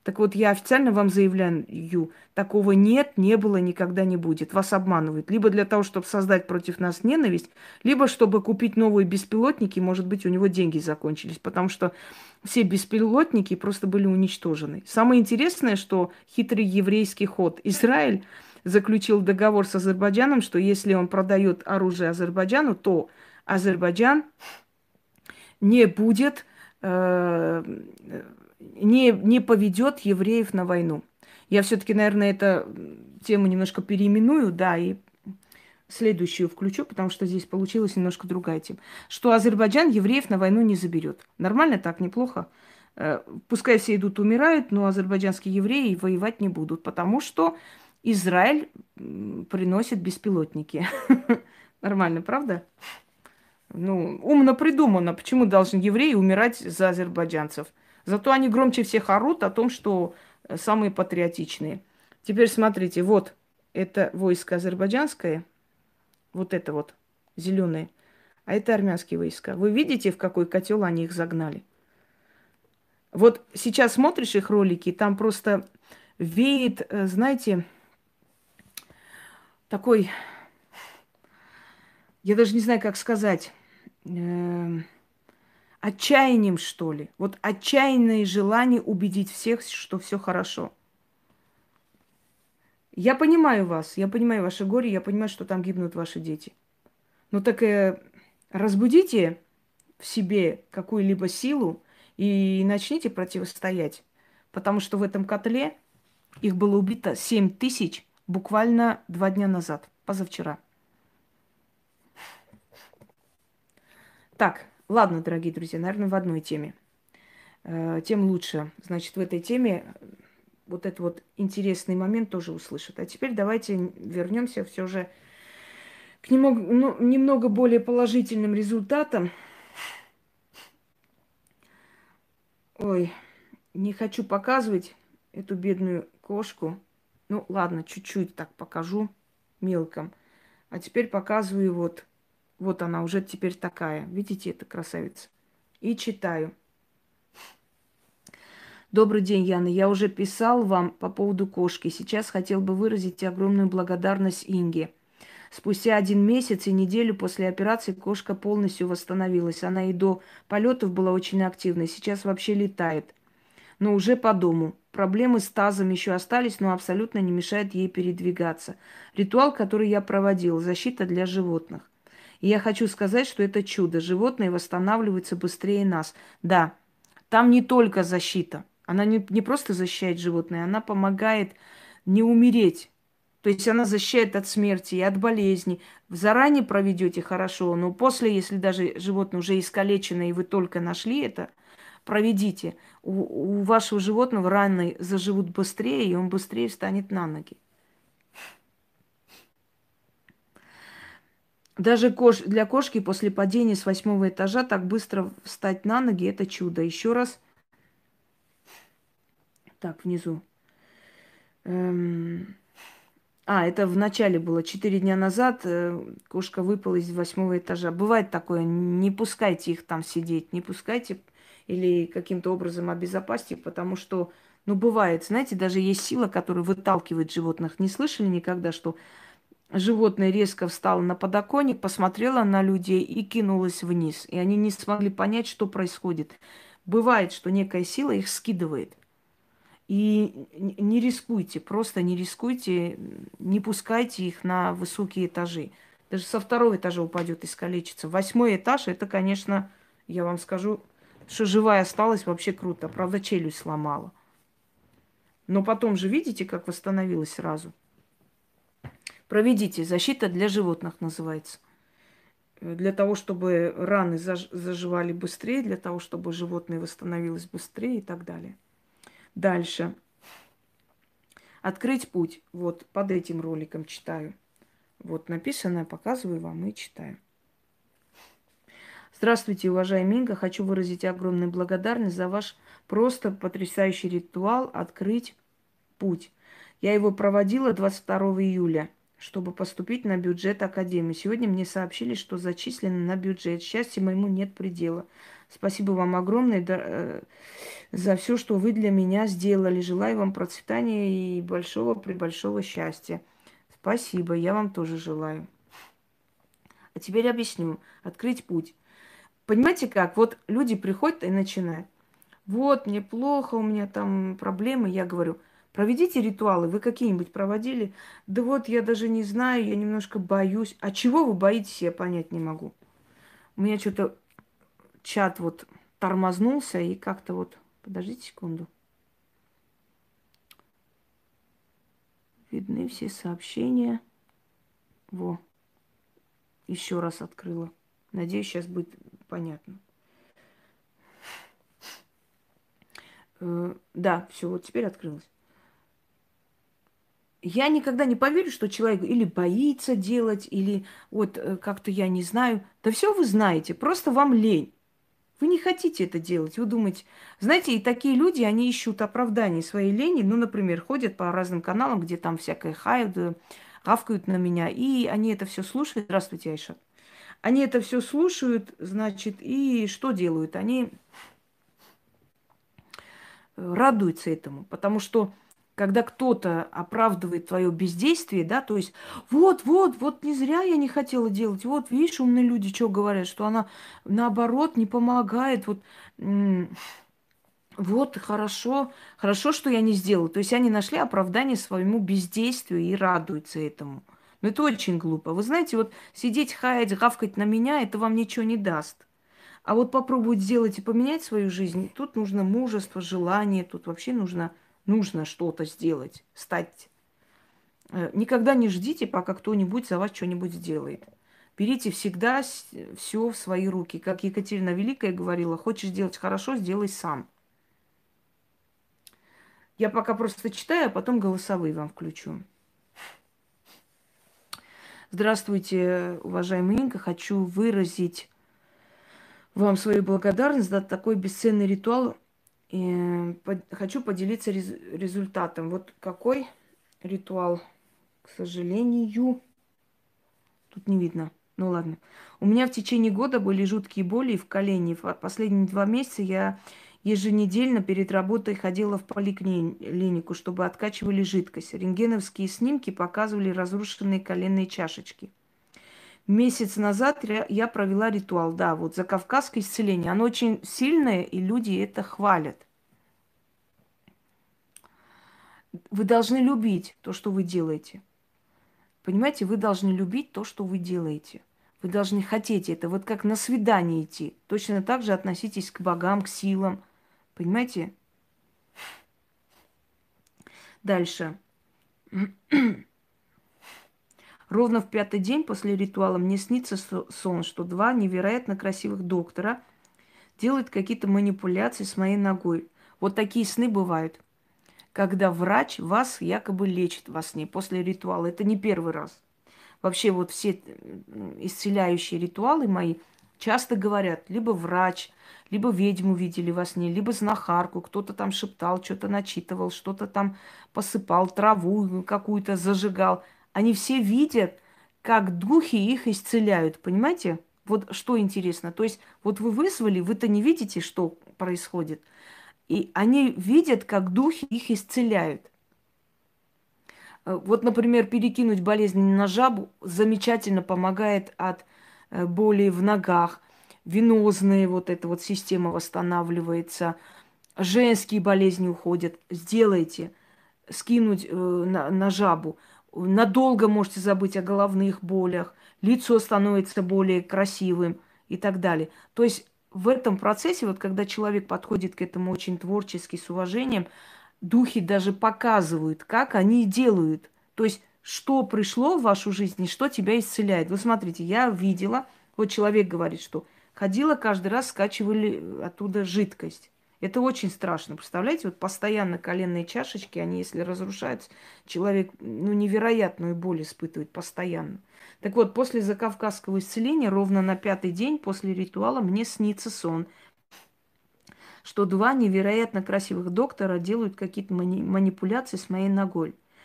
Так вот, я официально вам заявляю, такого нет, не было, никогда не будет. Вас обманывают. Либо для того, чтобы создать против нас ненависть, либо чтобы купить новые беспилотники, может быть, у него деньги закончились. Потому что все беспилотники просто были уничтожены. Самое интересное, что хитрый еврейский ход. Израиль заключил договор с Азербайджаном, что если он продает оружие Азербайджану, то Азербайджан не будет, э, не, не поведет евреев на войну. Я все-таки, наверное, эту тему немножко переименую, да, и следующую включу, потому что здесь получилась немножко другая тема. Что Азербайджан евреев на войну не заберет. Нормально так, неплохо. Э, Пускай все идут, умирают, но азербайджанские евреи воевать не будут, потому что Израиль м, приносит беспилотники. Нормально, правда? Ну, умно придумано. Почему должны евреи умирать за азербайджанцев? Зато они громче всех орут о том, что э, самые патриотичные. Теперь смотрите, вот это войско азербайджанское, вот это вот зеленое, а это армянские войска. Вы видите, в какой котел они их загнали? Вот сейчас смотришь их ролики, там просто веет, э, знаете, такой, я даже не знаю, как сказать, эм, отчаянием, что ли. Вот отчаянное желание убедить всех, что все хорошо. Я понимаю вас, я понимаю ваше горе, я понимаю, что там гибнут ваши дети. Ну так э, разбудите в себе какую-либо силу и начните противостоять. Потому что в этом котле их было убито семь тысяч буквально два дня назад, позавчера. Так, ладно, дорогие друзья, наверное, в одной теме. Э, тем лучше. Значит, в этой теме вот этот вот интересный момент тоже услышат. А теперь давайте вернемся все же к немного, ну, немного более положительным результатам. Ой, не хочу показывать эту бедную кошку. Ну, ладно, чуть-чуть так покажу мелком. А теперь показываю вот, вот она уже теперь такая. Видите, это красавица. И читаю. Добрый день, Яна. Я уже писал вам по поводу кошки. Сейчас хотел бы выразить огромную благодарность Инге. Спустя один месяц и неделю после операции кошка полностью восстановилась. Она и до полетов была очень активной. Сейчас вообще летает. Но уже по дому. Проблемы с тазом еще остались, но абсолютно не мешает ей передвигаться. Ритуал, который я проводил, защита для животных. И я хочу сказать, что это чудо. Животные восстанавливаются быстрее нас. Да, там не только защита. Она не, не просто защищает животное, она помогает не умереть. То есть она защищает от смерти и от болезни. Заранее проведете хорошо, но после, если даже животное уже искалечено, и вы только нашли это, проведите. У, у вашего животного раны заживут быстрее, и он быстрее встанет на ноги. Даже кош... для кошки после падения с восьмого этажа так быстро встать на ноги – это чудо. Еще раз. Так, внизу. Эм... А, это в начале было. Четыре дня назад э, кошка выпала из восьмого этажа. Бывает такое. Не пускайте их там сидеть. Не пускайте или каким-то образом обезопасьте, потому что, ну, бывает, знаете, даже есть сила, которая выталкивает животных. Не слышали никогда, что животное резко встало на подоконник, посмотрело на людей и кинулось вниз. И они не смогли понять, что происходит. Бывает, что некая сила их скидывает. И не рискуйте, просто не рискуйте, не пускайте их на высокие этажи. Даже со второго этажа упадет и искалечится. Восьмой этаж, это, конечно, я вам скажу, что живая осталась, вообще круто. Правда, челюсть сломала. Но потом же видите, как восстановилась сразу. Проведите. Защита для животных называется. Для того, чтобы раны заж- заживали быстрее, для того, чтобы животное восстановилось быстрее и так далее. Дальше. Открыть путь. Вот под этим роликом читаю. Вот написано, показываю вам и читаю. Здравствуйте, уважаемый Инга. Хочу выразить огромную благодарность за ваш просто потрясающий ритуал «Открыть путь». Я его проводила двадцать второго июля, чтобы поступить на бюджет академии. Сегодня мне сообщили, что зачислены на бюджет. Счастья моему нет предела. Спасибо вам огромное да, э, за все, что вы для меня сделали. Желаю вам процветания и большого-пребольшого счастья. Спасибо, я вам тоже желаю. А теперь объясню. Открыть путь. Понимаете как? Вот люди приходят и начинают. Вот, мне плохо, у меня там проблемы. Я говорю, проведите ритуалы. Вы какие-нибудь проводили? Да вот, я даже не знаю, я немножко боюсь. А чего вы боитесь, я понять не могу. У меня что-то чат вот тормознулся и как-то вот... Подождите секунду. Видны все сообщения. Во. Еще раз открыла. Надеюсь, сейчас будет понятно. Э, да, все, вот теперь открылось. Я никогда не поверю, что человек или боится делать, или вот э, как-то я не знаю. Да все вы знаете, просто вам лень. Вы не хотите это делать. Вы думаете, знаете, и такие люди, они ищут оправдание своей лени. Ну, например, ходят по разным каналам, где там всякое хают, э, гавкают на меня, и они это все слушают. Здравствуйте, Айша. Они это все слушают, значит, и что делают? Они радуются этому, потому что когда кто-то оправдывает твое бездействие, да, то есть вот, вот, вот не зря я не хотела делать, вот, видишь, умные люди что говорят, что она наоборот не помогает, вот, м, вот, хорошо, хорошо, что я не сделала. То есть они нашли оправдание своему бездействию и радуются этому. Но это очень глупо. Вы знаете, вот сидеть, хаять, гавкать на меня, это вам ничего не даст. А вот попробовать сделать и поменять свою жизнь, тут нужно мужество, желание, тут вообще нужно, нужно что-то сделать, стать. Э, Никогда не ждите, пока кто-нибудь за вас что-нибудь сделает. Берите всегда все в свои руки. Как Екатерина Великая говорила, хочешь делать хорошо, сделай сам. Я пока просто читаю, а потом голосовые вам включу. Здравствуйте, уважаемый Инга. Хочу выразить вам свою благодарность за такой бесценный ритуал. И под- хочу поделиться рез- результатом. Вот какой ритуал, к сожалению, тут не видно. Ну ладно. У меня в течение года были жуткие боли в колене. В последние два месяца я еженедельно перед работой ходила в поликлинику, чтобы откачивали жидкость. Рентгеновские снимки показывали разрушенные коленные чашечки. Месяц назад ре- я провела ритуал, да, вот за кавказское исцеление. Оно очень сильное, и люди это хвалят. Вы должны любить то, что вы делаете. Понимаете, вы должны любить то, что вы делаете. Вы должны хотеть это. Вот как на свидание идти. Точно так же относитесь к богам, к силам. Понимаете? Дальше. Ровно в пятый день после ритуала мне снится со- сон, что два невероятно красивых доктора делают какие-то манипуляции с моей ногой. Вот такие сны бывают, когда врач вас якобы лечит во сне после ритуала. Это не первый раз. Вообще вот все э, исцеляющие ритуалы мои часто говорят, либо врач, либо ведьму видели во сне, либо знахарку, кто-то там шептал, что-то начитывал, что-то там посыпал, траву какую-то зажигал. Они все видят, как духи их исцеляют, понимаете? Вот что интересно. То есть вот вы вызвали, вы-то не видите, что происходит. И они видят, как духи их исцеляют. Э, Вот, например, перекинуть болезнь на жабу замечательно помогает от э, боли в ногах. Венозная вот эта вот система восстанавливается. Женские болезни уходят. Сделайте. Скинуть э, на, на жабу. Надолго можете забыть о головных болях. Лицо становится более красивым и так далее. То есть в этом процессе, вот когда человек подходит к этому очень творчески, с уважением, духи даже показывают, как они делают. То есть, что пришло в вашу жизнь и что тебя исцеляет. Вы смотрите, я видела, вот человек говорит, что ходила каждый раз, скачивали оттуда жидкость. Это очень страшно. Представляете, вот постоянно коленные чашечки, они если разрушаются, человек ну, невероятную боль испытывает постоянно. Так вот, после закавказского исцеления, ровно на пятый день после ритуала, мне снится сон, что два невероятно красивых доктора делают какие-то мани- манипуляции с моей ногой.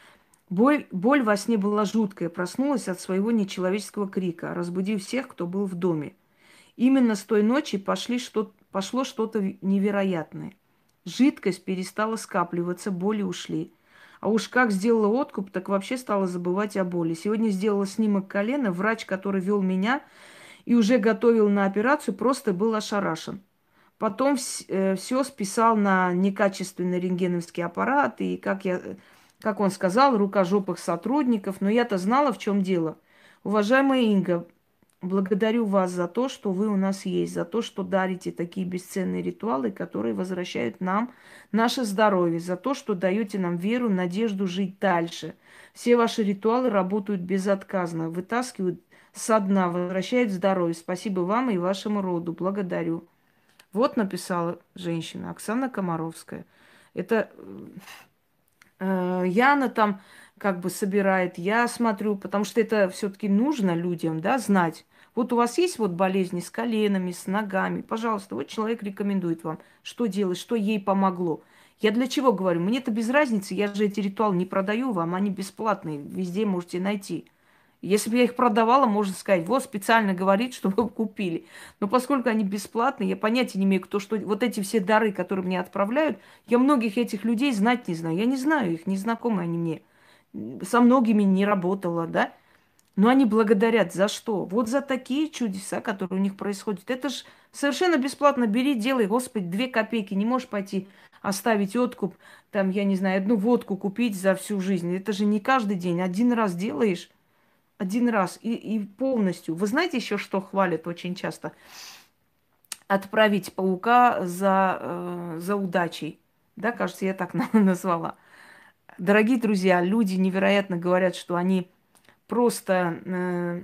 Боль, боль во сне была жуткая. Проснулась от своего нечеловеческого крика, разбудив всех, кто был в доме. Именно с той ночи пошли что, пошло что-то невероятное. Жидкость перестала скапливаться, боли ушли. А уж как сделала откуп, так вообще стала забывать о боли. Сегодня сделала снимок колена. Врач, который вел меня и уже готовил на операцию, просто был ошарашен. Потом все списал на некачественный рентгеновский аппарат. И, как, я, как он сказал, рукожопых сотрудников. Но я-то знала, в чем дело. Уважаемая Инга, благодарю вас за то, что вы у нас есть, за то, что дарите такие бесценные ритуалы, которые возвращают нам наше здоровье, за то, что даете нам веру, надежду жить дальше. Все ваши ритуалы работают безотказно, вытаскивают со дна, возвращают здоровье. Спасибо вам и вашему роду. Благодарю. Вот написала женщина Оксана Комаровская. Это э, Яна там как бы собирает, я смотрю, потому что это все-таки нужно людям, да, знать. Вот у вас есть вот болезни с коленами, с ногами, пожалуйста, вот человек рекомендует вам, что делать, что ей помогло. Я для чего говорю? Мне это без разницы, я же эти ритуалы не продаю вам, они бесплатные, везде можете найти. Если бы я их продавала, можно сказать, вот специально говорит, чтобы вы купили. Но поскольку они бесплатные, я понятия не имею, кто что... Вот эти все дары, которые мне отправляют, я многих этих людей знать не знаю. Я не знаю их, не знакомы они мне. Со многими не работала, да? Но они благодарят за что? Вот за такие чудеса, которые у них происходят. Это ж совершенно бесплатно. Бери, делай, Господи, две копейки. Не можешь пойти оставить откуп, там, я не знаю, одну водку купить за всю жизнь. Это же не каждый день. Один раз делаешь, один раз и, и полностью. Вы знаете еще, что хвалят очень часто? Отправить паука за, э, за удачей. Да, кажется, я так назвала. Дорогие друзья, люди невероятно говорят, что они просто, э,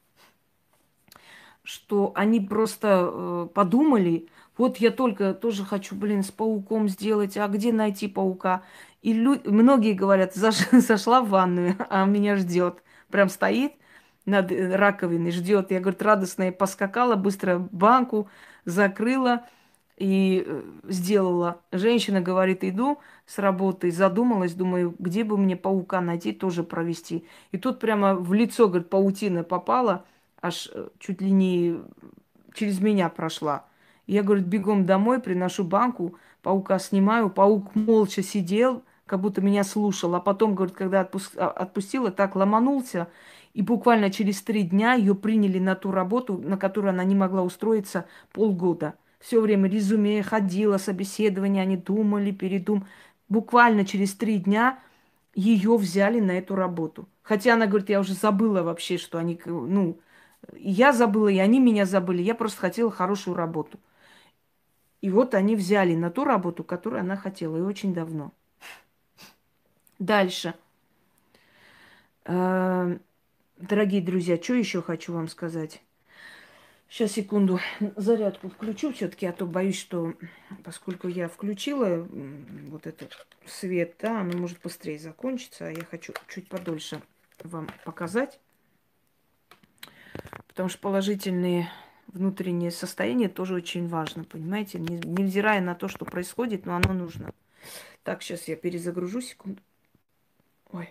что они просто э, подумали, вот я только тоже хочу, блин, с пауком сделать, а где найти паука? И лю- многие говорят, заш- зашла в ванную, а меня ждет. Прям стоит над э, раковиной, ждет. Я, говорит, радостная поскакала, быстро банку закрыла и э, сделала. Женщина говорит, иду с работы, задумалась, думаю, где бы мне паука найти, тоже провести. И тут прямо в лицо, говорит, паутина попала, аж э, чуть ли не через меня прошла. Я, говорит, бегом домой, приношу банку, паука снимаю, паук молча сидел, как будто меня слушал, а потом, говорит, когда отпус- а, отпустила, так ломанулся, и буквально через три дня ее приняли на ту работу, на которую она не могла устроиться полгода. Все время резюме ходила, собеседование, они думали, передум. Буквально через три дня ее взяли на эту работу. Хотя она говорит, я уже забыла вообще, что они, ну, и я забыла, и они меня забыли. Я просто хотела хорошую работу. И вот они взяли на ту работу, которую она хотела, и очень давно. Дальше. Э, Дорогие друзья, что еще хочу вам сказать? Сейчас, секунду, зарядку включу все-таки, а то боюсь, что поскольку я включила м, вот этот свет, да, оно может быстрее закончиться, а я хочу чуть подольше вам показать, потому что положительные внутреннее состояние тоже очень важно, понимаете, Не- невзирая на то, что происходит, но оно нужно. Так, сейчас я перезагружу, секунду. Ой.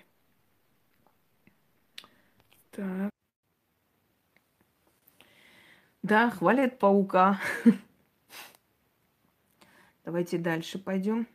Так. Да, хвалят паука. Давайте дальше пойдем.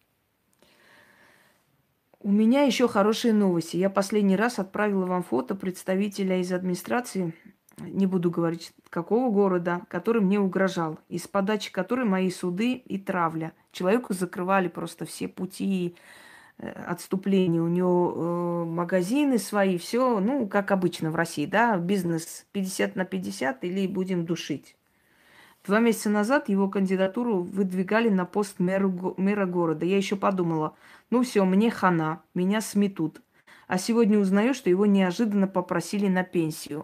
У меня еще хорошие новости. Я последний раз отправила вам фото представителя из администрации, не буду говорить какого города, который мне угрожал, из подачи которой мои суды и травля. Человеку закрывали просто все пути э, отступления. У него э, магазины свои, все, ну, как обычно в России, да, бизнес пятьдесят на пятьдесят или будем душить. Два месяца назад его кандидатуру выдвигали на пост мэра, го- мэра города. Я еще подумала, ну все, мне хана, меня сметут. А сегодня узнаю, что его неожиданно попросили на пенсию.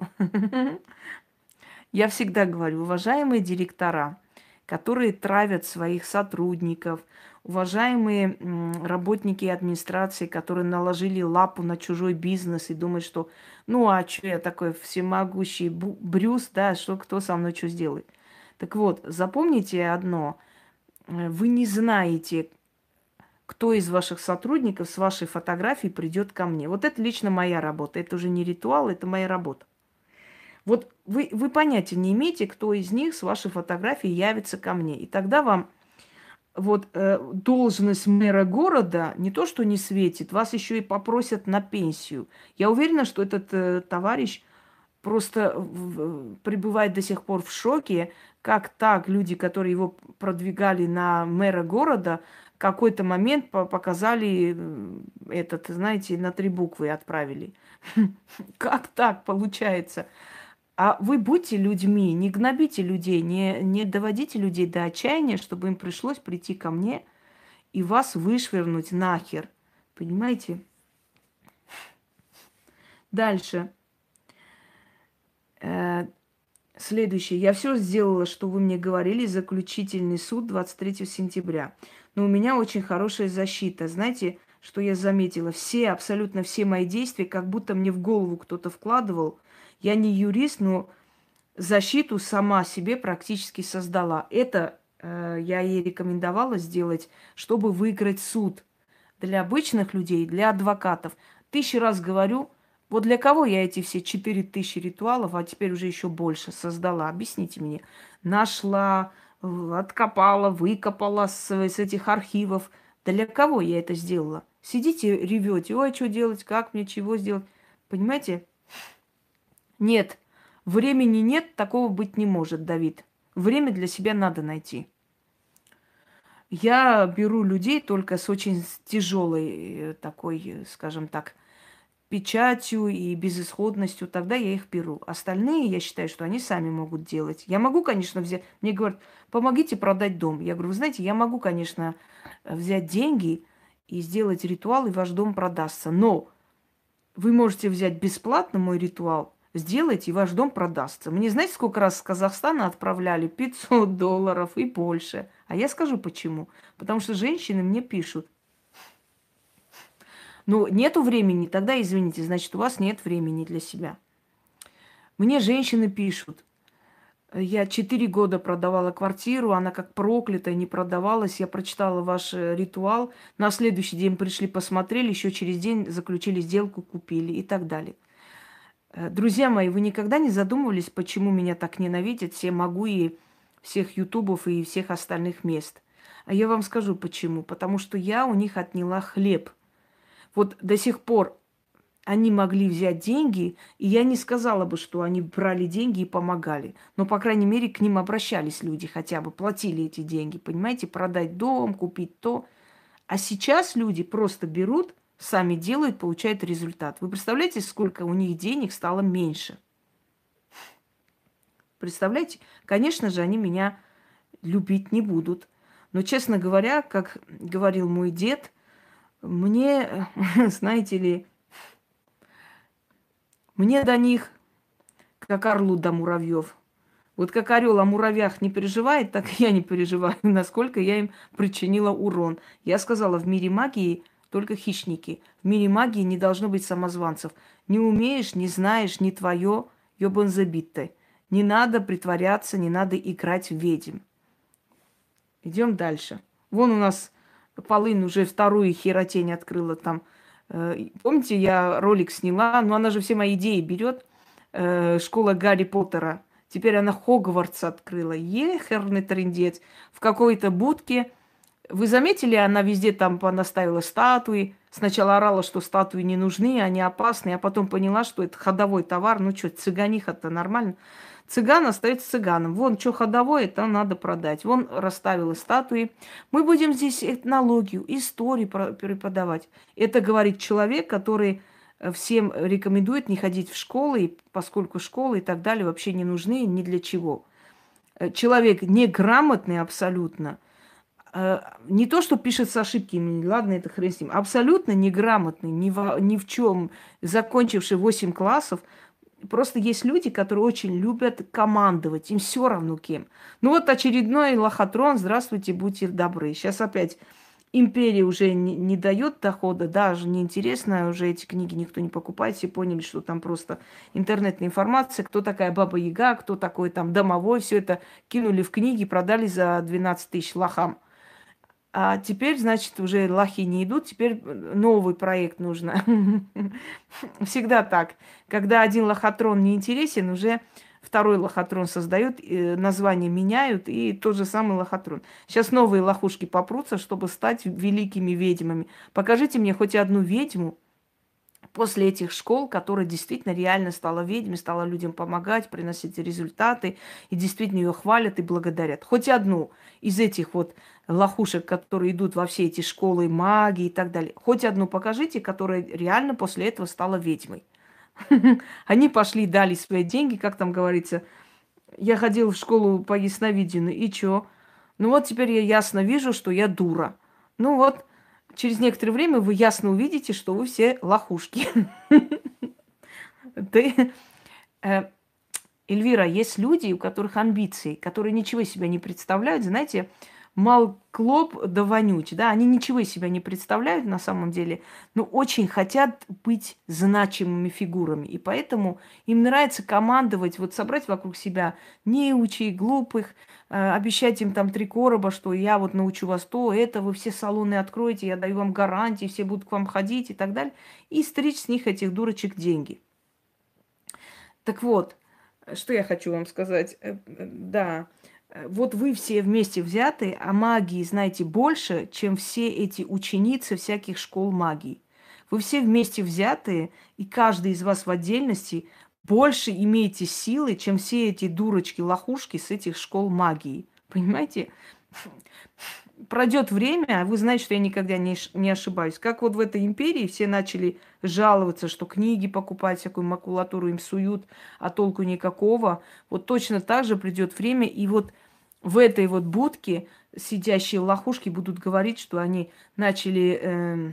Я всегда говорю, уважаемые директора, которые травят своих сотрудников, уважаемые м, работники администрации, которые наложили лапу на чужой бизнес и думают, что ну а что я такой всемогущий бу- Брюс, да, что кто со мной что сделает. Так вот, запомните одно, э, вы не знаете, кто из ваших сотрудников с вашей фотографией придет ко мне. Вот это лично моя работа. Это уже не ритуал, это моя работа. Вот вы, вы понятия не имеете, кто из них с вашей фотографией явится ко мне. И тогда вам вот э, должность мэра города не то, что не светит, вас еще и попросят на пенсию. Я уверена, что этот э, товарищ просто в- пребывает до сих пор в шоке, как так люди, которые его продвигали на мэра города, в какой-то момент по- показали э, этот, знаете, на три буквы отправили. Как так получается? А вы будьте людьми, не гнобите людей, не, не доводите людей до отчаяния, чтобы им пришлось прийти ко мне и вас вышвырнуть нахер. Понимаете? Дальше. Э, Следующее. Я все сделала, что вы мне говорили, заключительный суд двадцать третьего сентября. Но у меня очень хорошая защита. Знаете, что я заметила? Все, абсолютно все мои действия, как будто мне в голову кто-то вкладывал. Я не юрист, но защиту сама себе практически создала. Это э, я ей рекомендовала сделать, чтобы выиграть суд. Для обычных людей, для адвокатов. Тысячу раз говорю, вот для кого я эти все четыре тысячи ритуалов, а теперь уже еще больше создала? Объясните мне. Нашла, в- откопала, выкопала с, с этих архивов. Для кого я это сделала? Сидите, ревете, ой, что делать, как мне, чего сделать. Понимаете? Нет, времени нет, такого быть не может, Давид. Время для себя надо найти. Я беру людей только с очень тяжелой такой, э, скажем так, печатью и безысходностью, тогда я их беру. Остальные, я считаю, что они сами могут делать. Я могу, конечно, взять... Мне говорят, помогите продать дом. Я говорю, вы знаете, я могу, конечно, взять деньги и сделать ритуал, и ваш дом продастся. Но вы можете взять бесплатно мой ритуал, сделайте, и ваш дом продастся. Мне знаете, сколько раз с Казахстана отправляли? пятьсот долларов и больше. А я скажу почему. Потому что женщины мне пишут. Ну, нету времени, тогда извините, значит, у вас нет времени для себя. Мне женщины пишут. Я четыре года продавала квартиру, она как проклятая, не продавалась. Я прочитала ваш э, ритуал. На следующий день пришли, посмотрели, еще через день заключили сделку, купили и так далее. Э, Друзья мои, вы никогда не задумывались, почему меня так ненавидят все могуи всех ютубов и всех остальных мест? А я вам скажу почему. Потому что я у них отняла хлеб. Вот до сих пор они могли взять деньги, и я не сказала бы, что они брали деньги и помогали. Но, по крайней мере, к ним обращались люди хотя бы, платили эти деньги, понимаете, продать дом, купить то. А сейчас люди просто берут, сами делают, получают результат. Вы представляете, сколько у них денег стало меньше? Представляете? Конечно же, они меня любить не будут. Но, честно говоря, как говорил мой дед, мне, знаете ли, мне до них как орлу до муравьев. Вот как орел о муравьях не переживает, так и я не переживаю, насколько я им причинила урон. Я сказала, в мире магии только хищники. В мире магии не должно быть самозванцев. Не умеешь, не знаешь, не твое, ёбан забитый. Не надо притворяться, не надо играть в ведьм. Идем дальше. Вон у нас Полын уже вторую херотень открыла там. Э, Помните, я ролик сняла, но она же все мои идеи берет. Э, Школа Гарри Поттера. Теперь она Хогвартс открыла. Ехерный трындец. В какой-то будке. Вы заметили, она везде там наставила статуи. Сначала орала, что статуи не нужны, они опасны, а потом поняла, что это ходовой товар. Ну что, цыганиха-то нормально. Цыган остается цыганом. Вон, что ходовое, это надо продать. Вон расставила статуи. Мы будем здесь этнологию, историю преподавать. Это говорит человек, который э, всем рекомендует не ходить в школы, поскольку школы и так далее вообще не нужны ни для чего. Э, Человек неграмотный абсолютно. Э, Не то, что пишет с ошибками, ладно, это хрен с ним. Абсолютно неграмотный, ни, во, ни в чем, закончивший восемь классов. Просто есть люди, которые очень любят командовать, им все равно кем. Ну вот очередной лохотрон, здравствуйте, будьте добры. Сейчас опять империя уже не, не дает дохода, даже неинтересно, уже эти книги никто не покупает, все поняли, что там просто интернетная информация, кто такая Баба Яга, кто такой там домовой, все это кинули в книги, продали за двенадцать тысяч лохам. А теперь, значит, уже лохи не идут, теперь новый проект нужно. Всегда так. Когда один лохотрон не интересен, уже второй лохотрон создают, э, название меняют, и тот же самый лохотрон. Сейчас новые лохушки попрутся, чтобы стать великими ведьмами. Покажите мне хоть одну ведьму после этих школ, которая действительно реально стала ведьмой, стала людям помогать, приносить результаты, и действительно ее хвалят и благодарят. Хоть одну из этих вот лохушек, которые идут во все эти школы магии и так далее. Хоть одну покажите, которая реально после этого стала ведьмой. Они пошли, дали свои деньги, как там говорится. Я ходила в школу по ясновидению, и чё? Ну вот теперь я ясно вижу, что я дура. Ну вот, через некоторое время вы ясно увидите, что вы все лохушки. Ты, э, Эльвира, есть люди, у которых амбиции, которые ничего из себя не представляют. Знаете, мал клоп да вонюч, да, они ничего из себя не представляют на самом деле, но очень хотят быть значимыми фигурами. И поэтому им нравится командовать, вот собрать вокруг себя неучей, глупых, э, обещать им там три короба, что я вот научу вас то, это, вы все салоны откроете, я даю вам гарантии, все будут к вам ходить и так далее. И стричь с них этих дурочек деньги. Так вот, что я хочу вам сказать. Э, э, Да, э, вот вы все вместе взяты, о магии знаете больше, чем все эти ученицы всяких школ магии. Вы все вместе взятые, и каждый из вас в отдельности больше имеете силы, чем все эти дурочки-лохушки с этих школ магии. Понимаете? Пройдет время, а вы знаете, что я никогда не, ш- не ошибаюсь. Как вот в этой империи все начали жаловаться, что книги покупать, всякую макулатуру им суют, а толку никакого. Вот точно так же придет время, и вот в этой вот будке сидящие лохушки будут говорить, что они начали... эм,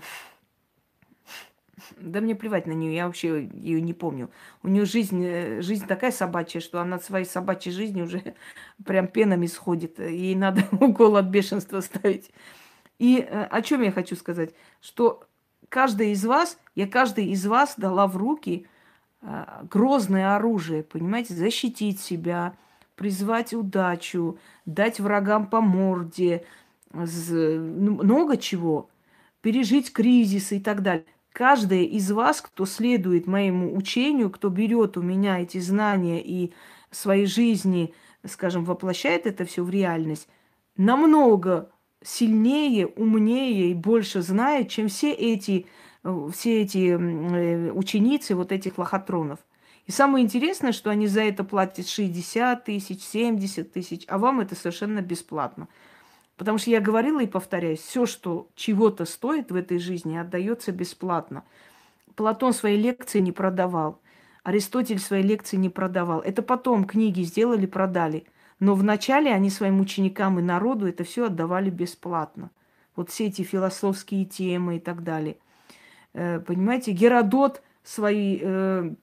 да мне плевать на нее, я вообще ее не помню. У нее жизнь, э, жизнь такая собачья, что она от своей собачьей жизни уже прям пенами сходит. Ей надо укол от бешенства ставить. И э, о чем я хочу сказать? Что каждый из вас, я каждый из вас дала в руки э, грозное оружие, понимаете, защитить себя, призвать удачу, дать врагам по морде, з- ну, много чего, пережить кризисы и так далее. Каждый из вас, кто следует моему учению, кто берет у меня эти знания и в своей жизни, скажем, воплощает это все в реальность, намного сильнее, умнее и больше знает, чем все эти, э, все эти м, э, ученицы вот этих лохотронов. И самое интересное, что они за это платят шестьдесят тысяч, семьдесят тысяч, а вам это совершенно бесплатно. Потому что я говорила и повторяюсь, все, что чего-то стоит в этой жизни, отдается бесплатно. Платон свои лекции не продавал, Аристотель свои лекции не продавал. Это потом книги сделали, продали. Но вначале они своим ученикам и народу это все отдавали бесплатно. Вот все эти философские темы и так далее. Э, Понимаете, Геродот свои э,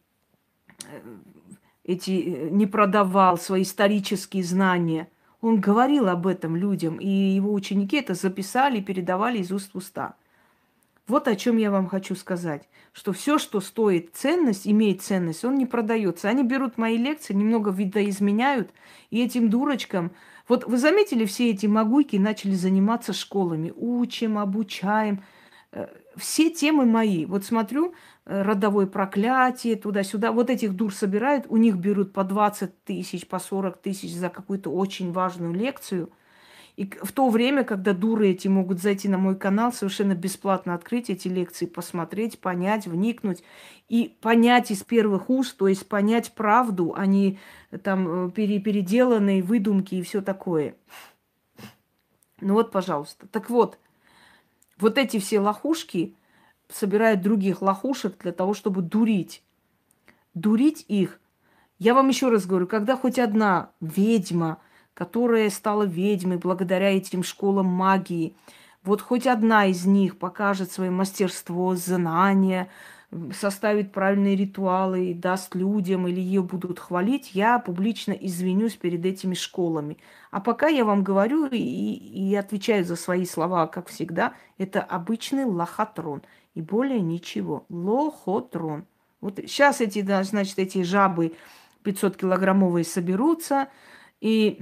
эти э, не продавал, свои исторические знания. Он говорил об этом людям, и его ученики это записали и передавали из уст в уста. Вот о чем я вам хочу сказать, что все, что стоит ценность, имеет ценность, он не продается. Они берут мои лекции, немного видоизменяют, и этим дурочкам... Вот вы заметили, все эти могуйки начали заниматься школами. Учим, обучаем. Э, Все темы мои. Вот смотрю, э, родовое проклятие, туда-сюда. Вот этих дур собирают, у них берут по двадцать тысяч, по сорок тысяч за какую-то очень важную лекцию. И к- в то время, когда дуры эти могут зайти на мой канал, совершенно бесплатно открыть эти лекции, посмотреть, понять, вникнуть и понять из первых уст, то есть понять правду, а не э, там э, пере- переделанные выдумки и все такое. Ну вот, пожалуйста. Так вот, вот эти все лохушки собирают других лохушек для того, чтобы дурить. Дурить их. Я вам еще раз говорю, когда хоть одна ведьма, которая стала ведьмой благодаря этим школам магии, вот хоть одна из них покажет свое мастерство, знания, м, составит правильные ритуалы и даст людям, или ее будут хвалить, я публично извинюсь перед этими школами. А пока я вам говорю и, и отвечаю за свои слова, как всегда, это обычный лохотрон. И более ничего. Лохотрон. Вот сейчас эти, да, значит, эти жабы пятьсот килограммовые соберутся, и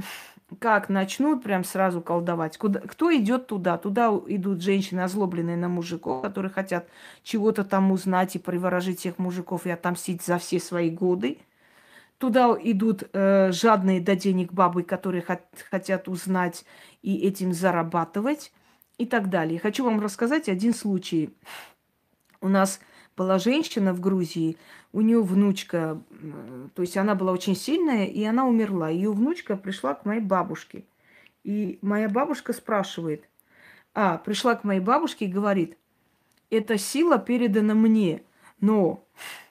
как начнут прям сразу колдовать, куда, кто идет туда? Туда идут женщины, озлобленные на мужиков, которые хотят чего-то там узнать и приворожить всех мужиков и отомстить за все свои годы. Туда идут э, жадные до денег бабы, которые хот- хотят узнать и этим зарабатывать и так далее. Хочу вам рассказать один случай. У нас была женщина в Грузии, у нее внучка, м, то есть она была очень сильная, и она умерла. Ее внучка пришла к моей бабушке. И моя бабушка спрашивает, а, пришла к моей бабушке и говорит, эта сила передана мне, но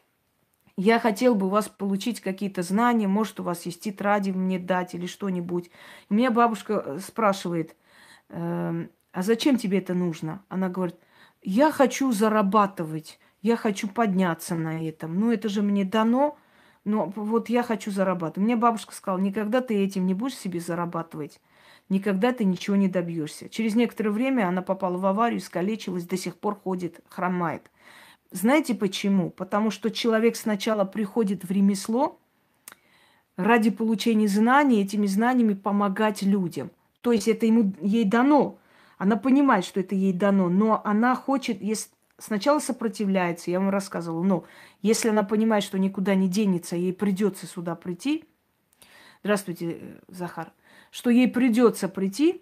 я хотел бы у вас получить какие-то знания, может, у вас есть тетради мне дать или что-нибудь. И меня бабушка э, спрашивает, эм, а зачем тебе это нужно? Она говорит, я хочу зарабатывать, я хочу подняться на этом. Ну, это же мне дано, но вот я хочу зарабатывать. Мне бабушка сказала, никогда ты этим не будешь себе зарабатывать, никогда ты ничего не добьешься. Через некоторое время она попала в аварию, искалечилась, до сих пор ходит, хромает. Знаете почему? Потому что человек сначала приходит в ремесло ради получения знаний, этими знаниями помогать людям. То есть это ему, ей дано. Она понимает, что это ей дано, но она хочет, если сначала сопротивляется, я вам рассказывала, но если она понимает, что никуда не денется, ей придется сюда прийти, здравствуйте, э, Захар, что ей придется прийти,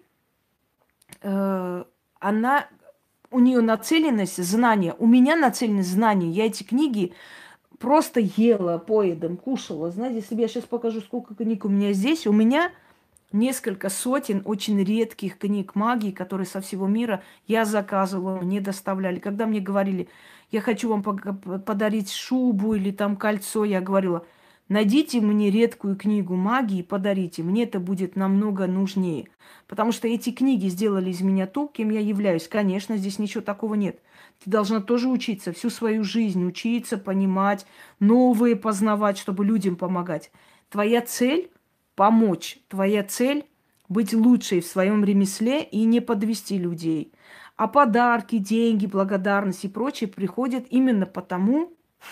э, она, у нее нацеленность, знания, у меня нацеленность знания, я эти книги просто ела поедом, кушала. Знаете, если я сейчас покажу, сколько книг у меня здесь, у меня несколько сотен очень редких книг магии, которые со всего мира я заказывала, мне доставляли. Когда мне говорили, я хочу вам подарить шубу или там кольцо, я говорила, найдите мне редкую книгу магии и подарите. Мне это будет намного нужнее. Потому что эти книги сделали из меня ту, кем я являюсь. Конечно, здесь ничего такого нет. Ты должна тоже учиться, всю свою жизнь учиться, понимать, новые познавать, чтобы людям помогать. Твоя цель – помочь. Твоя цель – быть лучшей в своем ремесле и не подвести людей. А подарки, деньги, благодарность и прочее приходят именно потому,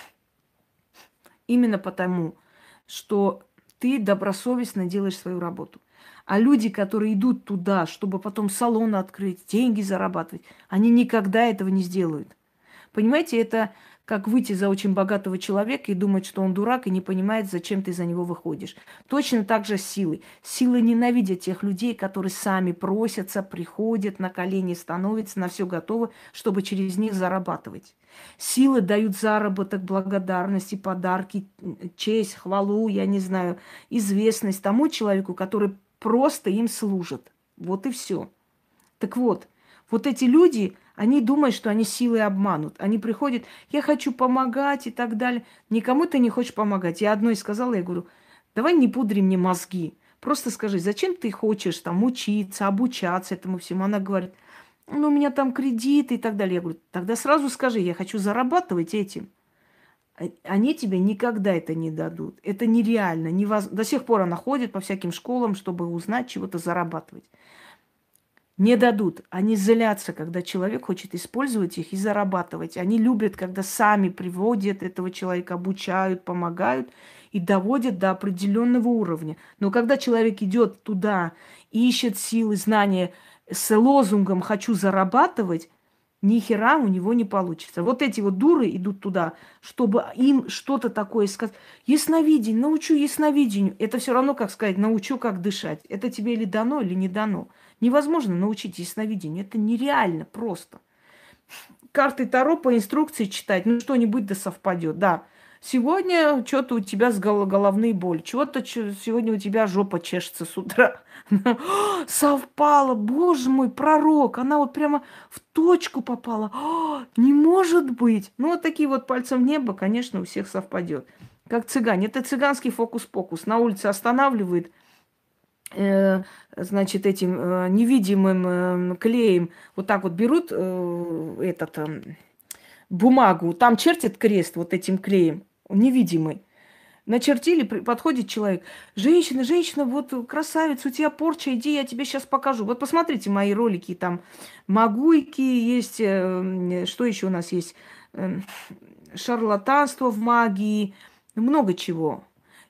именно потому, что ты добросовестно делаешь свою работу. А люди, которые идут туда, чтобы потом салон открыть, деньги зарабатывать, они никогда этого не сделают. Понимаете, это как выйти за очень богатого человека и думать, что он дурак и не понимает, зачем ты за него выходишь. Точно так же с силой. Силы ненавидят тех людей, которые сами просятся, приходят на колени, становятся на все готовы, чтобы через них зарабатывать. Силы дают заработок, благодарность и подарки, честь, хвалу, я не знаю, известность тому человеку, который просто им служит. Вот и все. Так вот, вот эти люди, они думают, что они силой обманут. Они приходят, я хочу помогать и так далее. Никому ты не хочешь помогать. Я одной сказала, я говорю, давай не пудри мне мозги. Просто скажи, зачем ты хочешь там учиться, обучаться этому всему? Она говорит, ну, у меня там кредиты и так далее. Я говорю, тогда сразу скажи, я хочу зарабатывать этим. А- Они тебе никогда это не дадут. Это нереально. Невоз... До сих пор она ходит по всяким школам, чтобы узнать, чего-то зарабатывать. Не дадут. Они злятся, когда человек хочет использовать их и зарабатывать. Они любят, когда сами приводят этого человека, обучают, помогают и доводят до определенного уровня. Но когда человек идет туда, ищет силы, знания с лозунгом «хочу зарабатывать», ни хера у него не получится. Вот эти вот дуры идут туда, чтобы им что-то такое сказать. Ясновидение, научу ясновидению. Это все равно, как сказать, научу, как дышать. Это тебе или дано, или не дано. Невозможно научить ясновидению. Это нереально просто. Карты Таро по инструкции читать, ну что-нибудь да совпадет, да. Сегодня что-то у тебя с гол- головные боли, чего-то чё- сегодня у тебя жопа чешется с утра. Совпало, боже мой, пророк, она вот прямо в точку попала. О, не может быть. Ну вот такие вот пальцем в небо, конечно, у всех совпадет. Как цыгане. Это цыганский фокус-покус. На улице останавливает, э, значит, этим э, невидимым э, клеем вот так вот берут э, этот, э, бумагу, там чертят крест вот этим клеем, он невидимый. Начертили, при- подходит человек. Женщина, женщина, вот красавица, у тебя порча, иди, я тебе сейчас покажу. Вот посмотрите мои ролики, там магуйки есть, э, м, что еще у нас есть? Э, шарлатанство в магии, много чего.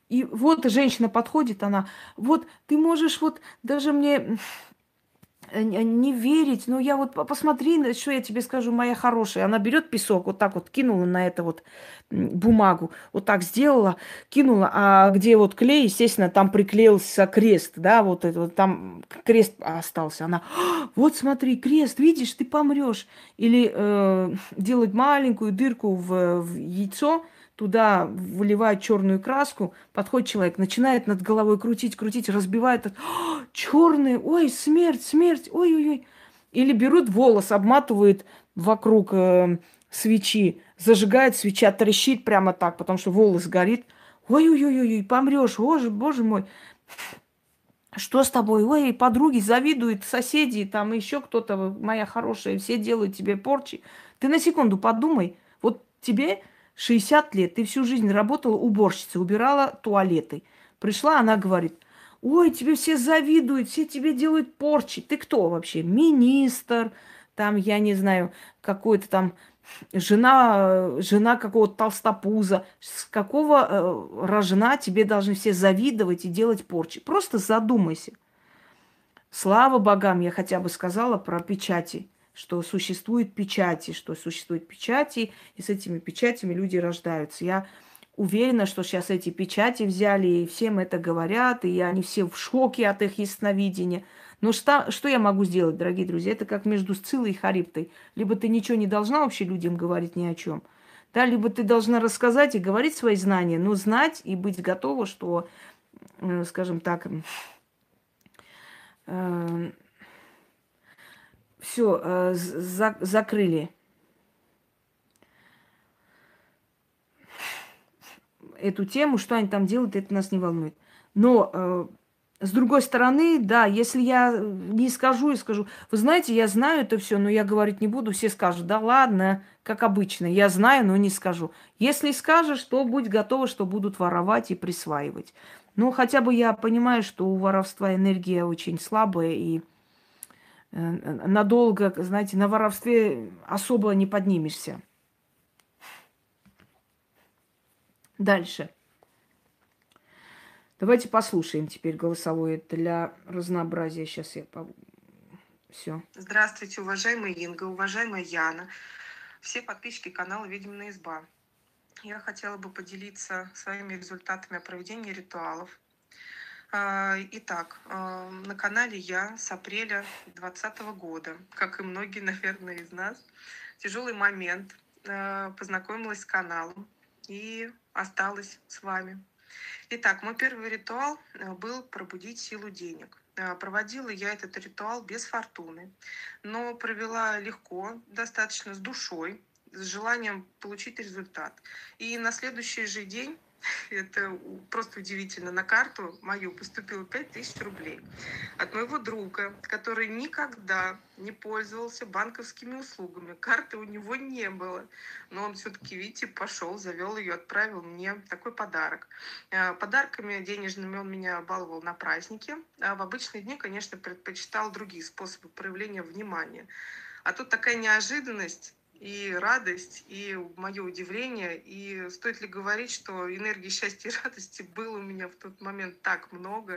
И вот женщина подходит, она, вот ты можешь вот даже мне э, не не верить, но я вот по- посмотри, на- что я тебе скажу, моя хорошая. Она берет песок, вот так вот кинула на это вот м, бумагу, вот так сделала, кинула, а где вот клей, естественно, там приклеился крест, да, вот это вот там крест остался. Она, «А, вот смотри, крест, видишь, ты помрешь. Или э, делать маленькую дырку в, в яйцо, туда выливают черную краску, подходит человек, начинает над головой крутить, крутить, разбивает, черные, ой, смерть, смерть, ой-ой-ой. Или берут волос, обматывают вокруг э, свечи, зажигает, свеча трещит прямо так, потому что волос горит. Ой-ой-ой, помрешь, боже, боже мой. Что с тобой? Ой, подруги завидуют, соседи, там еще кто-то, моя хорошая, все делают тебе порчи. Ты на секунду подумай, вот тебе шестьдесят лет, ты всю жизнь работала уборщицей, убирала туалеты. Пришла, она говорит, ой, тебе все завидуют, все тебе делают порчи. Ты кто вообще? Министр, там, я не знаю, какой-то там жена, э, жена какого-то толстопуза. С какого э, рожна тебе должны все завидовать и делать порчи? Просто задумайся. Слава богам, я хотя бы сказала про печати, что существуют печати, что существуют печати, и с этими печатями люди рождаются. Я уверена, что сейчас эти печати взяли, и всем это говорят, и они все в шоке от их ясновидения. Но что, что я могу сделать, дорогие друзья? Это как между Сциллой и Харибдой. Либо ты ничего не должна вообще людям говорить ни о чем, да, либо ты должна рассказать и говорить свои знания, но знать и быть готова, что, э, скажем так, э, все, закрыли эту тему, что они там делают, это нас не волнует. Но э, с другой стороны, да, если я не скажу и скажу, вы знаете, я знаю это все, но я говорить не буду, все скажут, да ладно, как обычно, я знаю, но не скажу. Если скажешь, то будь готова, что будут воровать и присваивать. Ну, хотя бы я понимаю, что у воровства энергия очень слабая, и э, надолго, знаете, на воровстве особо не поднимешься. Дальше. Давайте послушаем теперь голосовое для разнообразия. Сейчас я по... все. Здравствуйте, уважаемая Инга, уважаемая Яна, все подписчики канала «Ведьмина изба». Я хотела бы поделиться своими результатами проведения ритуалов. А, Итак, а, на канале я с апреля двадцатого года, как и многие, наверное, из нас, в тяжелый момент а, познакомилась с каналом и осталась с вами. Итак, мой первый ритуал э, был пробудить силу денег. Э, Проводила я этот ритуал без фортуны, но провела легко, достаточно с душой, с желанием получить результат. И на следующий же день, это у- просто удивительно, на карту мою поступило пять тысяч рублей от моего друга, который никогда не пользовался банковскими услугами. Карты у него не было, но он все-таки, видите, пошел, завел ее, отправил мне такой подарок. Э, Подарками денежными он меня баловал на праздники, а в обычные дни, конечно, предпочитал другие способы проявления внимания. А тут такая неожиданность и радость, и мое удивление. И стоит ли говорить, что энергии счастья и радости было у меня в тот момент так много.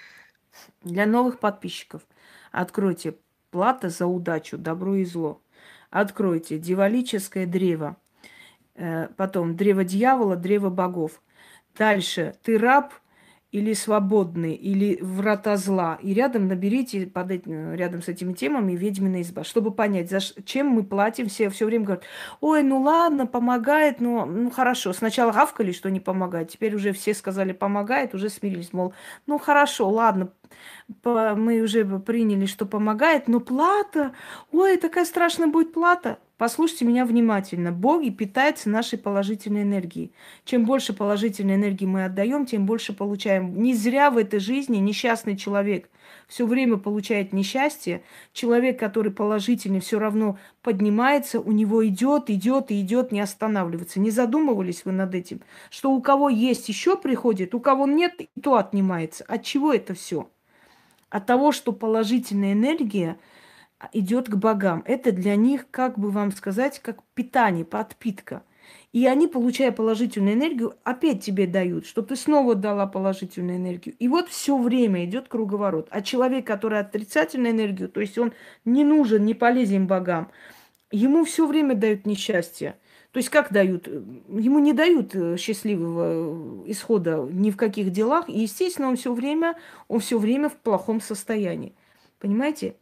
Для новых подписчиков откройте плата за удачу, добро и зло. Откройте дьяволическое древо. Э, потом древо дьявола, древо богов. Дальше ты раб или свободный, или врата зла. И рядом наберите под этим, рядом с этими темами ведьмина изба, чтобы понять, за ш- чем мы платим. Все все время говорят, ой, ну ладно, помогает, ну, ну хорошо. Сначала гавкали, что не помогает, теперь уже все сказали помогает, уже смирились, мол, ну хорошо, ладно, по- мы уже приняли, что помогает, но плата, ой, такая страшная будет плата. Послушайте меня внимательно. Боги питаются нашей положительной энергией. Чем больше положительной энергии мы отдаем, тем больше получаем. Не зря в этой жизни несчастный человек все время получает несчастье. Человек, который положительный, все равно поднимается, у него идет, идет и идет, не останавливается. Не задумывались вы над этим, что у кого есть еще приходит, у кого нет, и то отнимается. От чего это все? От того, что положительная энергия идет к богам. Это для них, как бы вам сказать, как питание, подпитка. И они, получая положительную энергию, опять тебе дают, чтобы ты снова дала положительную энергию. И вот все время идет круговорот. А человек, который отрицательную энергию, то есть он не нужен, не полезен богам, ему все время дают несчастье. То есть как дают? Ему не дают э, счастливого э, исхода ни в каких делах. И, естественно, он все время, он все время в плохом состоянии. Понимаете?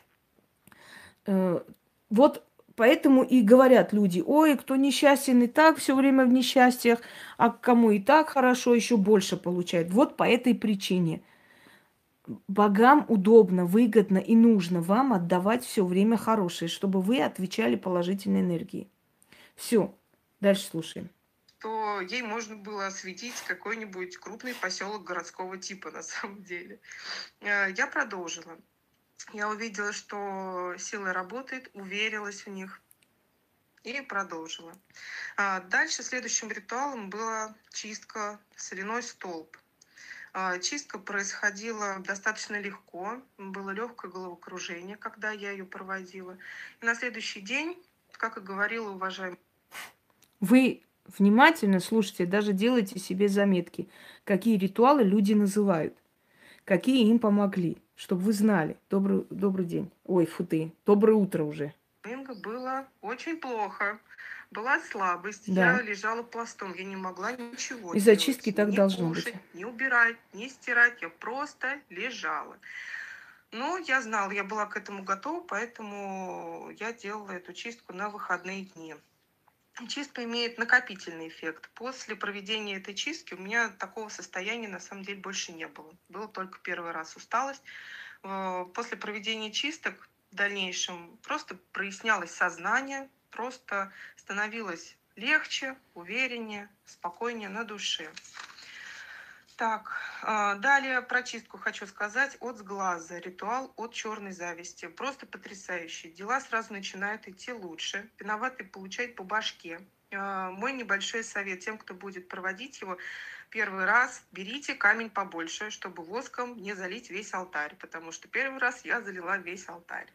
Э, Вот поэтому и говорят люди, ой, кто несчастен и так все время в несчастьях, а кому и так хорошо, еще больше получает. Вот по этой причине. Богам удобно, выгодно и нужно вам отдавать все время хорошее, чтобы вы отвечали положительной энергией. Все. Дальше слушаем. То ей можно было осветить какой-нибудь крупный поселок городского типа на самом деле. Э, Я продолжила. Я увидела, что сила работает, уверилась в них и продолжила. А, Дальше следующим ритуалом была чистка соляной столб. А, Чистка происходила достаточно легко, было легкое головокружение, когда я ее проводила. И на следующий день, как и говорила уважаемая Вы внимательно слушайте, даже делайте себе заметки, какие ритуалы люди называют, какие им помогли, чтобы вы знали. Добрый, добрый день. Ой, фу ты. Доброе утро уже. Инга, было очень плохо. Была слабость, я Да. лежала пластом, я не могла ничего Из-за делать, чистки так ни должно быть. кушать, ни убирать, ни стирать, я просто лежала. Но я знала, я была к этому готова, поэтому я делала эту чистку на выходные дни. Чистка имеет накопительный эффект. После проведения этой чистки у меня такого состояния на самом деле больше не было. Был только первый раз усталость. Э, После проведения чисток в дальнейшем просто прояснялось сознание, просто становилось легче, увереннее, спокойнее на душе. Так, а, далее про чистку хочу сказать. От сглаза. Ритуал от черной зависти. Просто потрясающий. Дела сразу начинают идти лучше. Виноватый получает по башке. А, Мой небольшой совет тем, кто будет проводить его. Первый раз берите камень побольше, чтобы воском не залить весь алтарь. Потому что первый раз я залила весь алтарь.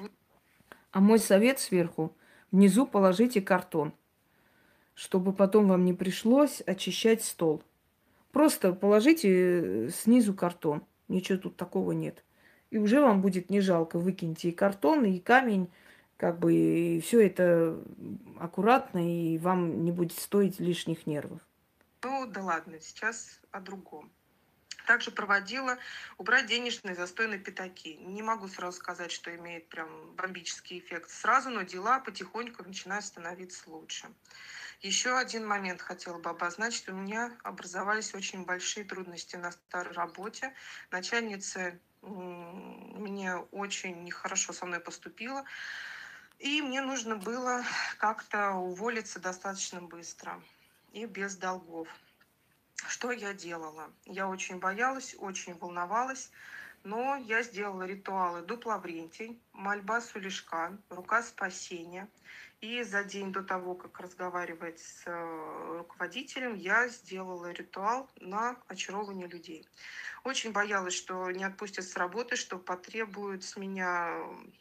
А мой совет сверху. Внизу положите картон, чтобы потом вам не пришлось очищать стол. Просто положите э, снизу картон. Ничего тут такого нет. И уже вам будет не жалко. Выкиньте и картон, и камень. Как бы и все это аккуратно, и вам не будет стоить лишних нервов. Ну да ладно, сейчас о другом. Также проводила убрать денежный застой на пятаки. Не могу сразу сказать, что имеет прям бомбический эффект сразу, но дела потихоньку начинают становиться лучше. Еще один момент хотела бы обозначить. У меня образовались очень большие трудности на старой работе. Начальница м, мне очень нехорошо со мной поступила, и мне нужно было как-то уволиться достаточно быстро и без долгов. Что я делала? Я очень боялась, очень волновалась, но я сделала ритуалы Дуб Лаврентий, мольба Сулешка, рука спасения. И за день до того, как разговаривать с э, руководителем, я сделала ритуал на очаровывание людей. Очень боялась, что не отпустят с работы, что потребуют с меня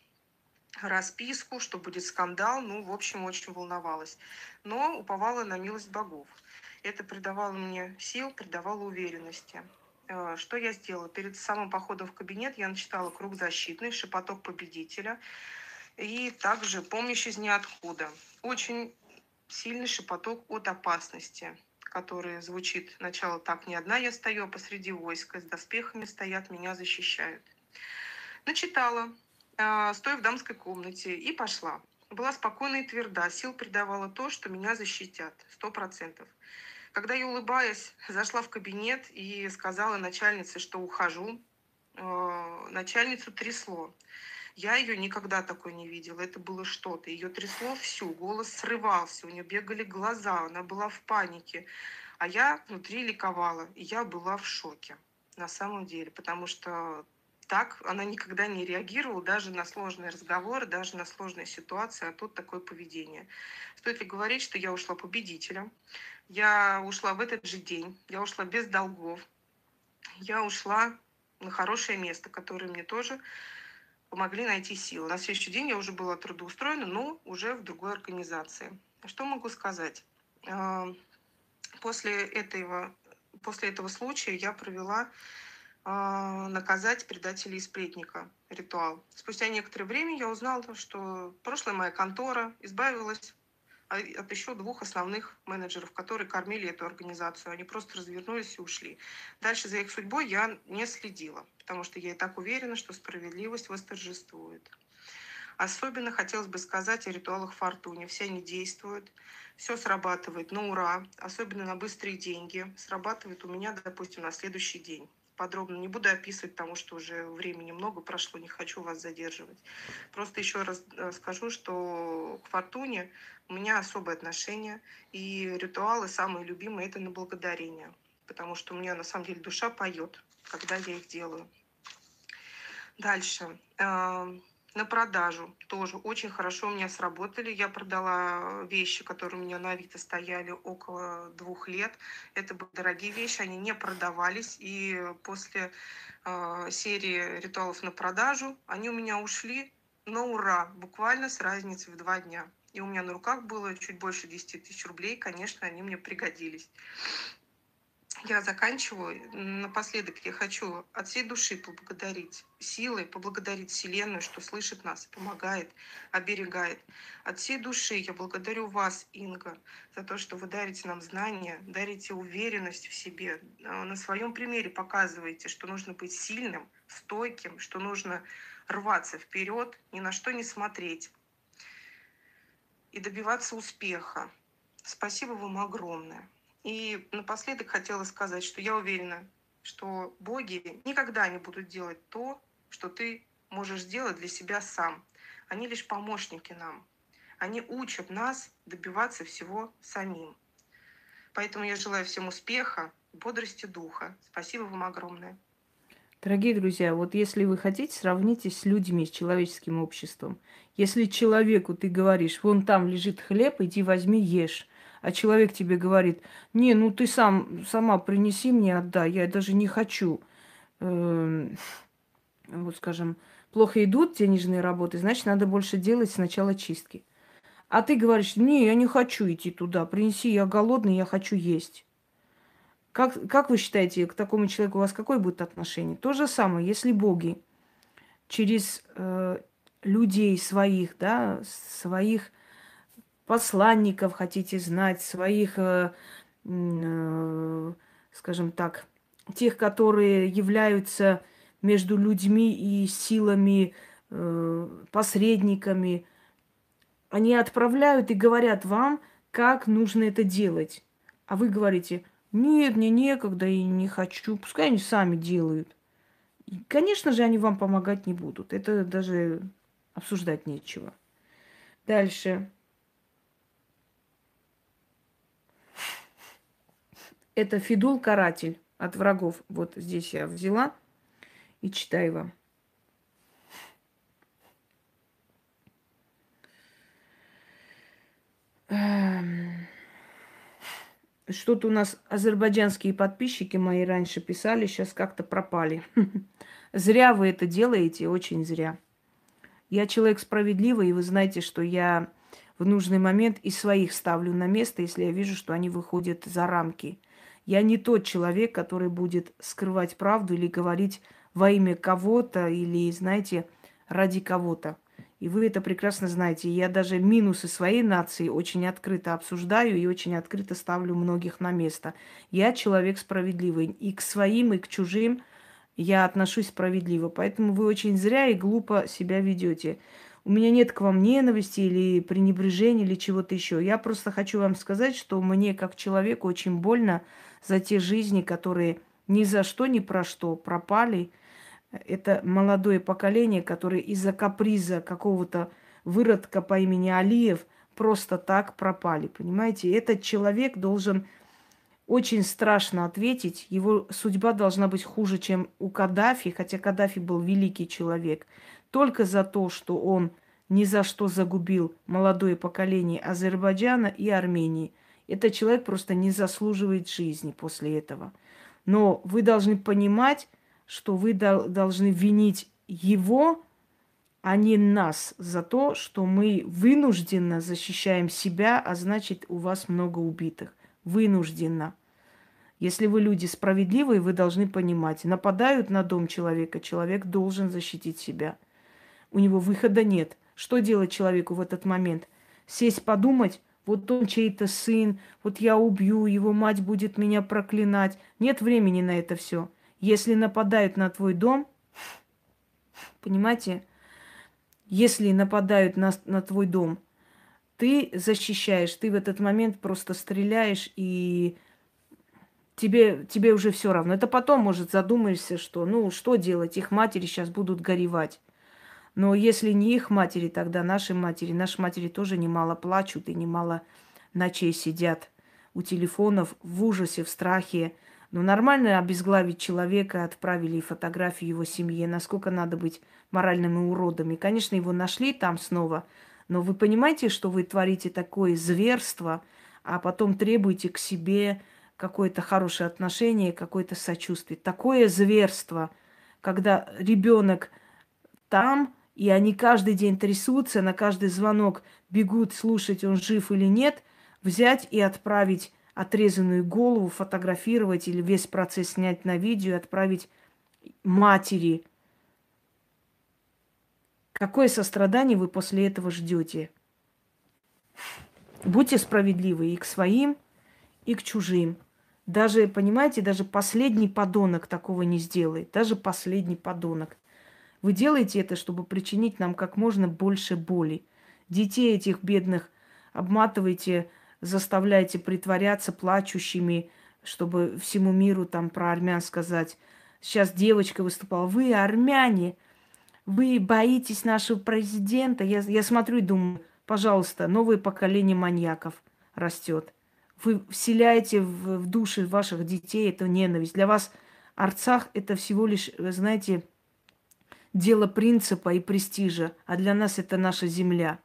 расписку, что будет скандал. Ну, в общем, очень волновалась. Но уповала на милость богов. Это придавало мне сил, придавало уверенности. Э, Что я сделала? Перед самым походом в кабинет я начитала круг защитный, шепоток победителя и также помощь из ниоткуда. Очень сильный шепоток от опасности, который звучит сначала так: не одна я стою, а посреди войска, с доспехами стоят, меня защищают. Начитала, а, стоя в дамской комнате, и пошла. Была спокойна и тверда, сил придавала то, что меня защитят, сто процентов. Когда я, улыбаясь, зашла в кабинет и сказала начальнице, что ухожу, э, начальницу трясло. Я ее никогда такой не видела, это было что-то. Ее трясло всю, голос срывался, у нее бегали глаза, она была в панике. А я внутри ликовала, и я была в шоке на самом деле, потому что так она никогда не реагировала даже на сложные разговоры, даже на сложные ситуации, а тут такое поведение. Стоит ли говорить, что я ушла победителем? Я ушла в этот же день, я ушла без долгов, я ушла на хорошее место, которое мне тоже помогли найти силы. На следующий день я уже была трудоустроена, но уже в другой организации. Что могу сказать? А, После этого, после этого случая я провела а, «Наказать предателя и сплетника» ритуал. Спустя некоторое время я узнала, что прошлая моя контора избавилась а, от еще двух основных менеджеров, которые кормили эту организацию. Они просто развернулись и ушли. Дальше за их судьбой я не следила, потому что я и так уверена, что справедливость восторжествует. Особенно хотелось бы сказать о ритуалах фортуне. Все они действуют, все срабатывает на ура, особенно на быстрые деньги. Срабатывает у меня, допустим, на следующий день. Подробно не буду описывать, потому что уже времени много прошло, не хочу вас задерживать. Просто еще раз э, скажу, что к фортуне у меня особое отношение, и ритуалы самые любимые – это на благодарение, потому что у меня на самом деле душа поет, когда я их делаю. Дальше. Ам, На продажу тоже очень хорошо у меня сработали. Я продала вещи, которые у меня на Авито стояли около двух лет. Это были дорогие вещи, они не продавались. И после а, серии ритуалов на продажу они у меня ушли на ура, буквально с разницей в два дня. И у меня на руках было чуть больше десяти тысяч рублей. Конечно, они мне пригодились. Я заканчиваю. Напоследок я хочу от всей души поблагодарить силой, поблагодарить Вселенную, что слышит нас, помогает, оберегает. От всей души я благодарю вас, Инга, за то, что вы дарите нам знания, дарите уверенность в себе. А, На своем примере показываете, что нужно быть сильным, стойким, что нужно рваться вперед, ни на что не смотреть и добиваться успеха. Спасибо вам огромное. И напоследок хотела сказать, что я уверена, что боги никогда не будут делать то, что ты можешь сделать для себя сам. Они лишь помощники нам. Они учат нас добиваться всего самим. Поэтому я желаю всем успеха, бодрости духа. Спасибо вам огромное. Дорогие друзья, вот если вы хотите, сравнитесь с людьми, с человеческим обществом. Если человеку ты говоришь, вон там лежит хлеб, иди возьми, ешь. А человек тебе говорит, не, ну ты сам, сама принеси мне, отдай, я даже не хочу. Эм, вот скажем, плохо идут денежные работы, значит, надо больше делать сначала чистки. А ты говоришь, не, я не хочу идти туда, принеси, я голодный, я хочу есть. Как, как вы считаете, к такому человеку у вас какое будет отношение? То же самое, если боги через э, людей своих, да, своих посланников, хотите знать, своих, э, м, э, скажем так, тех, которые являются между людьми и силами, э, посредниками, они отправляют и говорят вам, как нужно это делать. А вы говорите, нет, мне некогда и не хочу. Пускай они сами делают. И, конечно же, они вам помогать не будут. Это даже обсуждать нечего. Дальше. Это Фидул Каратель от врагов. Вот здесь я взяла и читаю вам. Эм, Что-то у нас азербайджанские подписчики мои раньше писали, сейчас как-то пропали. Зря вы это делаете, очень зря. Я человек справедливый, и вы знаете, что я в нужный момент и своих ставлю на место, если я вижу, что они выходят за рамки. Я не тот человек, который будет скрывать правду или говорить во имя кого-то, или, знаете, ради кого-то. И вы это прекрасно знаете. Я даже минусы своей нации очень открыто обсуждаю и очень открыто ставлю многих на место. Я человек справедливый. И к своим, и к чужим я отношусь справедливо. Поэтому вы очень зря и глупо себя ведете. У меня нет к вам ненависти или пренебрежения или чего-то еще. Я просто хочу вам сказать, что мне как человеку очень больно за те жизни, которые ни за что, ни про что пропали. Это молодое поколение, которое из-за каприза какого-то выродка по имени Алиев просто так пропали. Понимаете? Этот человек должен очень страшно ответить. Его судьба должна быть хуже, чем у Каддафи, хотя Каддафи был великий человек. Только за то, что он ни за что загубил молодое поколение Азербайджана и Армении. Этот человек просто не заслуживает жизни после этого. Но вы должны понимать, что вы дол- должны винить его а не нас за то, что мы вынужденно защищаем себя, а значит, у вас много убитых. Вынужденно. Если вы люди справедливые, вы должны понимать, нападают на дом человека, человек должен защитить себя. У него выхода нет. Что делать человеку в этот момент? Сесть подумать, вот он чей-то сын, вот я убью, его мать будет меня проклинать. Нет времени на это все. Если нападают на твой дом, понимаете, если нападают на, на твой дом, ты защищаешь, ты в этот момент просто стреляешь, и тебе, тебе уже все равно. Это потом, может, задумаешься, что, ну, что делать, их матери сейчас будут горевать. Но если не их матери, тогда наши матери. Наши матери тоже немало плачут и немало ночей сидят у телефонов в ужасе, в страхе. Но нормально обезглавить человека, отправили фотографии его семье. Насколько надо быть моральными уродами. Конечно, его нашли там снова. Но вы понимаете, что вы творите такое зверство, а потом требуете к себе какое-то хорошее отношение, какое-то сочувствие. Такое зверство, когда ребенок там, и они каждый день трясутся, на каждый звонок бегут слушать, он жив или нет, взять и отправить отрезанную голову, фотографировать или весь процесс снять на видео и отправить матери. Какое сострадание вы после этого ждете? Будьте справедливы и к своим, и к чужим. Даже, понимаете, даже последний подонок такого не сделает. Даже последний подонок. Вы делаете это, чтобы причинить нам как можно больше боли. Детей этих бедных обматываете, заставляете притворяться плачущими, чтобы всему миру там про армян сказать. Сейчас девочка выступала. Вы, армяне, вы боитесь нашего президента. Я, я смотрю и думаю, пожалуйста, новое поколение маньяков растет. Вы вселяете в, в души ваших детей эту ненависть. Для вас Арцах это всего лишь, вы знаете, дело принципа и престижа, а для нас это наша земля.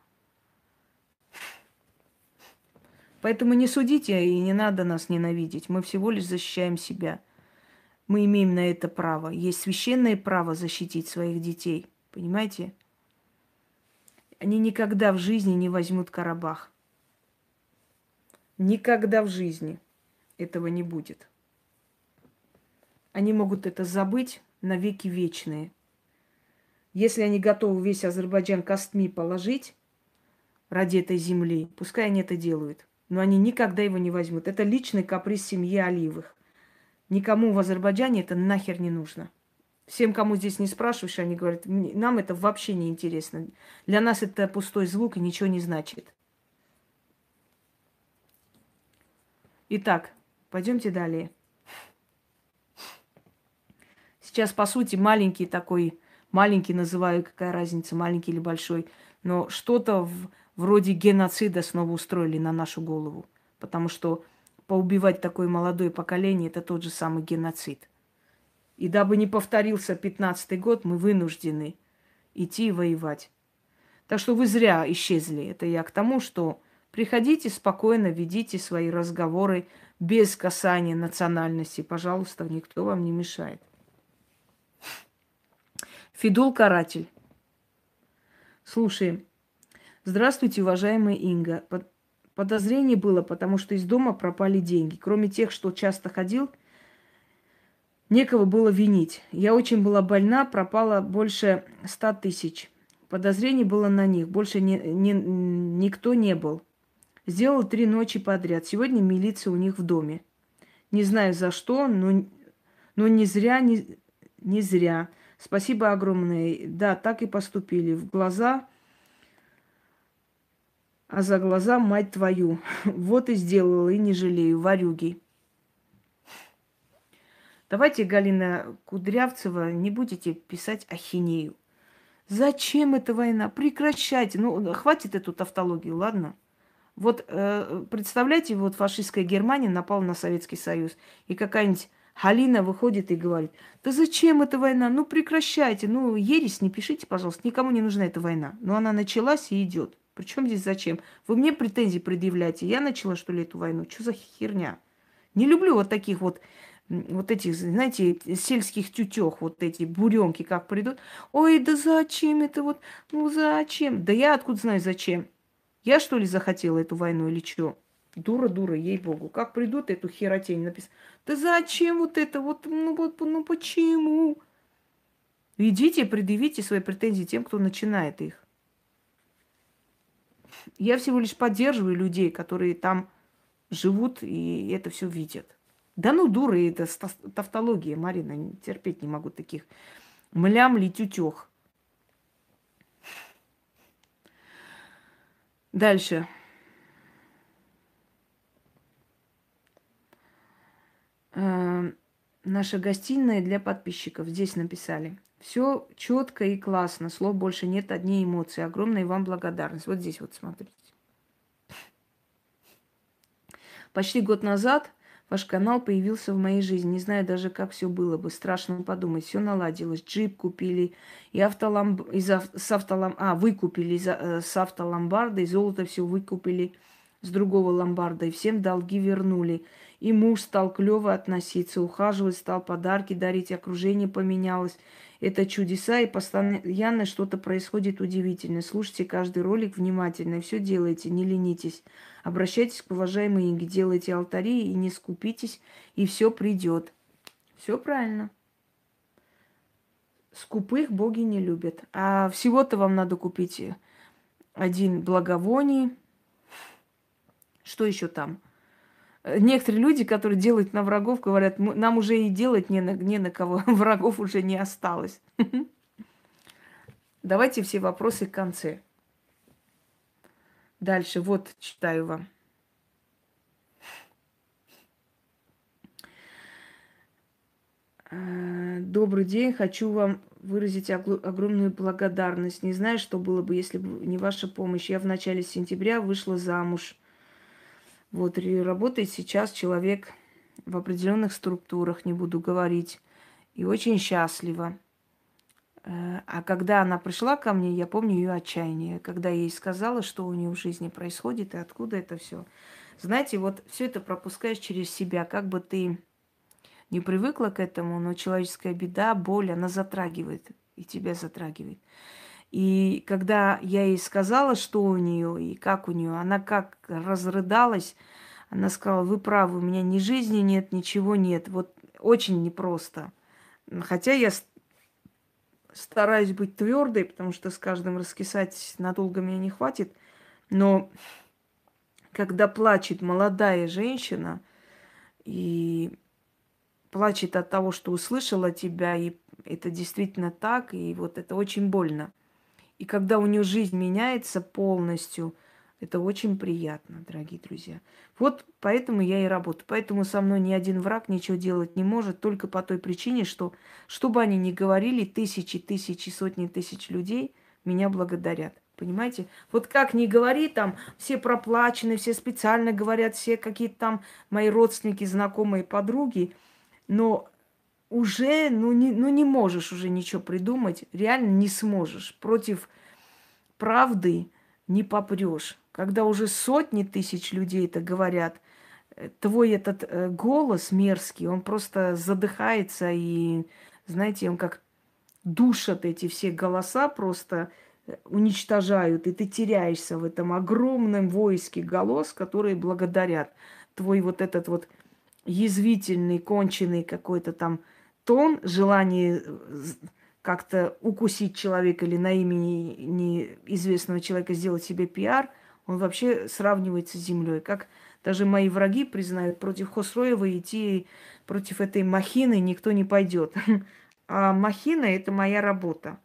Поэтому не судите и не надо нас ненавидеть. Мы всего лишь защищаем себя. Мы имеем на это право. Есть священное право защитить своих детей. Понимаете? Они никогда в жизни не возьмут Карабах. Никогда в жизни этого не будет. Они могут это забыть навеки вечные. Если они готовы весь Азербайджан костьми положить ради этой земли, пускай они это делают. Но они никогда его не возьмут. Это личный каприз семьи Алиевых. Никому в Азербайджане это нахер не нужно. Всем, кому здесь не спрашиваешь, они говорят, нам это вообще не интересно. Для нас это пустой звук и ничего не значит. Итак, пойдемте далее. Сейчас, по сути, маленький такой, маленький называю, какая разница, маленький или большой, но что-то в, вроде геноцида снова устроили на нашу голову. Потому что поубивать такое молодое поколение – это тот же самый геноцид. И дабы не повторился пятнадцатый год, мы вынуждены идти и воевать. Так что вы зря исчезли. Это я к тому, что приходите спокойно, ведите свои разговоры без касания национальности. Пожалуйста, никто вам не мешает. Фидул Каратель. Слушай, здравствуйте, уважаемая Инга. Подозрение было, потому что из дома пропали деньги. Кроме тех, что часто ходил, некого было винить. Я очень была больна, пропало больше ста тысяч. Подозрение было на них, больше не, не, никто не был. Сделал три ночи подряд. Сегодня милиция у них в доме. Не знаю за что, но, но не зря, не, не зря. Спасибо огромное. Да, так и поступили. В глаза, а за глаза мать твою. Вот и сделала, и не жалею. Ворюги. Давайте, Галина Кудрявцева, не будете писать ахинею. Зачем эта война? Прекращайте. Ну, хватит эту тавтологию, ладно? Вот э, представляете, вот фашистская Германия напала на Советский Союз, и какая-нибудь Халина выходит и говорит, да зачем эта война? Ну, прекращайте. Ну, ересь не пишите, пожалуйста. Никому не нужна эта война. Но она началась и идет. Причем здесь зачем? Вы мне претензии предъявляете. Я начала, что ли, эту войну? Что за херня? Не люблю вот таких вот вот эти, знаете, сельских тютёх, вот эти буренки как придут. Ой, да зачем это вот? Ну зачем? Да я откуда знаю зачем? Я что ли захотела эту войну или что? Дура, дура, ей-богу. Как придут эту херотень написать? Да зачем вот это? Вот, ну вот, ну почему? Идите, предъявите свои претензии тем, кто начинает их. Я всего лишь поддерживаю людей, которые там живут и это все видят. Да ну, дуры, это тавтология, Марина, терпеть не могу таких. Млям ли тютёх. Дальше. Э, наша гостиная для подписчиков. Здесь написали. Все четко и классно. Слов больше нет, одни эмоции. Огромная вам благодарность. Вот здесь вот смотрите. Почти год назад ваш канал появился в моей жизни. Не знаю даже, как все было бы. Страшно подумать. Все наладилось. Джип купили. И автоломб... из ав... с автолом... А, выкупили из... э, с автоломбарда. И золото все выкупили с другого ломбарда. И всем долги вернули. И муж стал клево относиться. Ухаживать стал, подарки дарить. Окружение поменялось. Это чудеса. И постоянно что-то происходит удивительное. Слушайте каждый ролик внимательно. И все делайте. Не ленитесь. Обращайтесь к уважаемой Инге, делайте алтари и не скупитесь, и все придет. Все правильно. Скупых боги не любят. А всего-то вам надо купить один благовоний. Что еще там? Некоторые люди, которые делают на врагов, говорят, нам уже и делать не на, не на кого, врагов уже не осталось. Давайте все вопросы в конце. Дальше, вот читаю вам. Добрый день, хочу вам выразить огромную благодарность. Не знаю, что было бы, если бы не ваша помощь. Я в начале сентября вышла замуж. Вот, и работает сейчас человек в определенных структурах, не буду говорить, и очень счастлива. А когда она пришла ко мне, я помню ее отчаяние, когда я ей сказала, что у нее в жизни происходит и откуда это все. Знаете, вот все это пропускаешь через себя, как бы ты не привыкла к этому, но человеческая беда, боль, она затрагивает, и тебя затрагивает. И когда я ей сказала, что у нее и как у нее, она как разрыдалась, она сказала, вы правы, у меня ни жизни нет, ничего нет. Вот очень непросто. Хотя я стараюсь быть твердой, потому что с каждым раскисать надолго меня не хватит. Но когда плачет молодая женщина и плачет от того, что услышала тебя, и это действительно так, и вот это очень больно. И когда у нее жизнь меняется полностью, это очень приятно, дорогие друзья. Вот поэтому я и работаю. Поэтому со мной ни один враг ничего делать не может, только по той причине, что, что бы они ни говорили, тысячи, тысячи, сотни тысяч людей меня благодарят. Понимаете? Вот как ни говори, там все проплачены, все специально говорят, все какие-то там мои родственники, знакомые, подруги, но уже, ну не, ну не можешь уже ничего придумать, реально не сможешь. Против правды не попрешь. Когда уже сотни тысяч людей это говорят, твой этот э, голос мерзкий, он просто задыхается и, знаете, он как душат эти все голоса, просто уничтожают, и ты теряешься в этом огромном войске голос, которые благодарят. Твой вот этот вот язвительный, конченый какой-то там тон, желание как-то укусить человека или на имени неизвестного человека сделать себе пиар, он вообще сравнивается с землей. Как даже мои враги признают, против Хосроева идти, против этой махины никто не пойдет. А махина – это моя работа.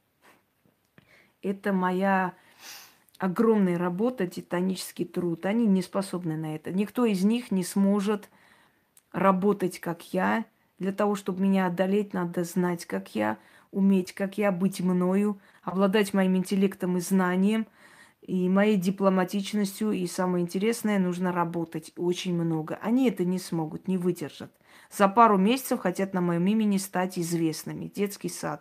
Это моя огромная работа, титанический труд. Они не способны на это. Никто из них не сможет работать, как я. Для того, чтобы меня одолеть, надо знать, как я, уметь, как я, быть мною, обладать моим интеллектом и знанием, и моей дипломатичностью. И самое интересное, нужно работать очень много. Они это не смогут, не выдержат. За пару месяцев хотят на моем имени стать известными. Детский сад.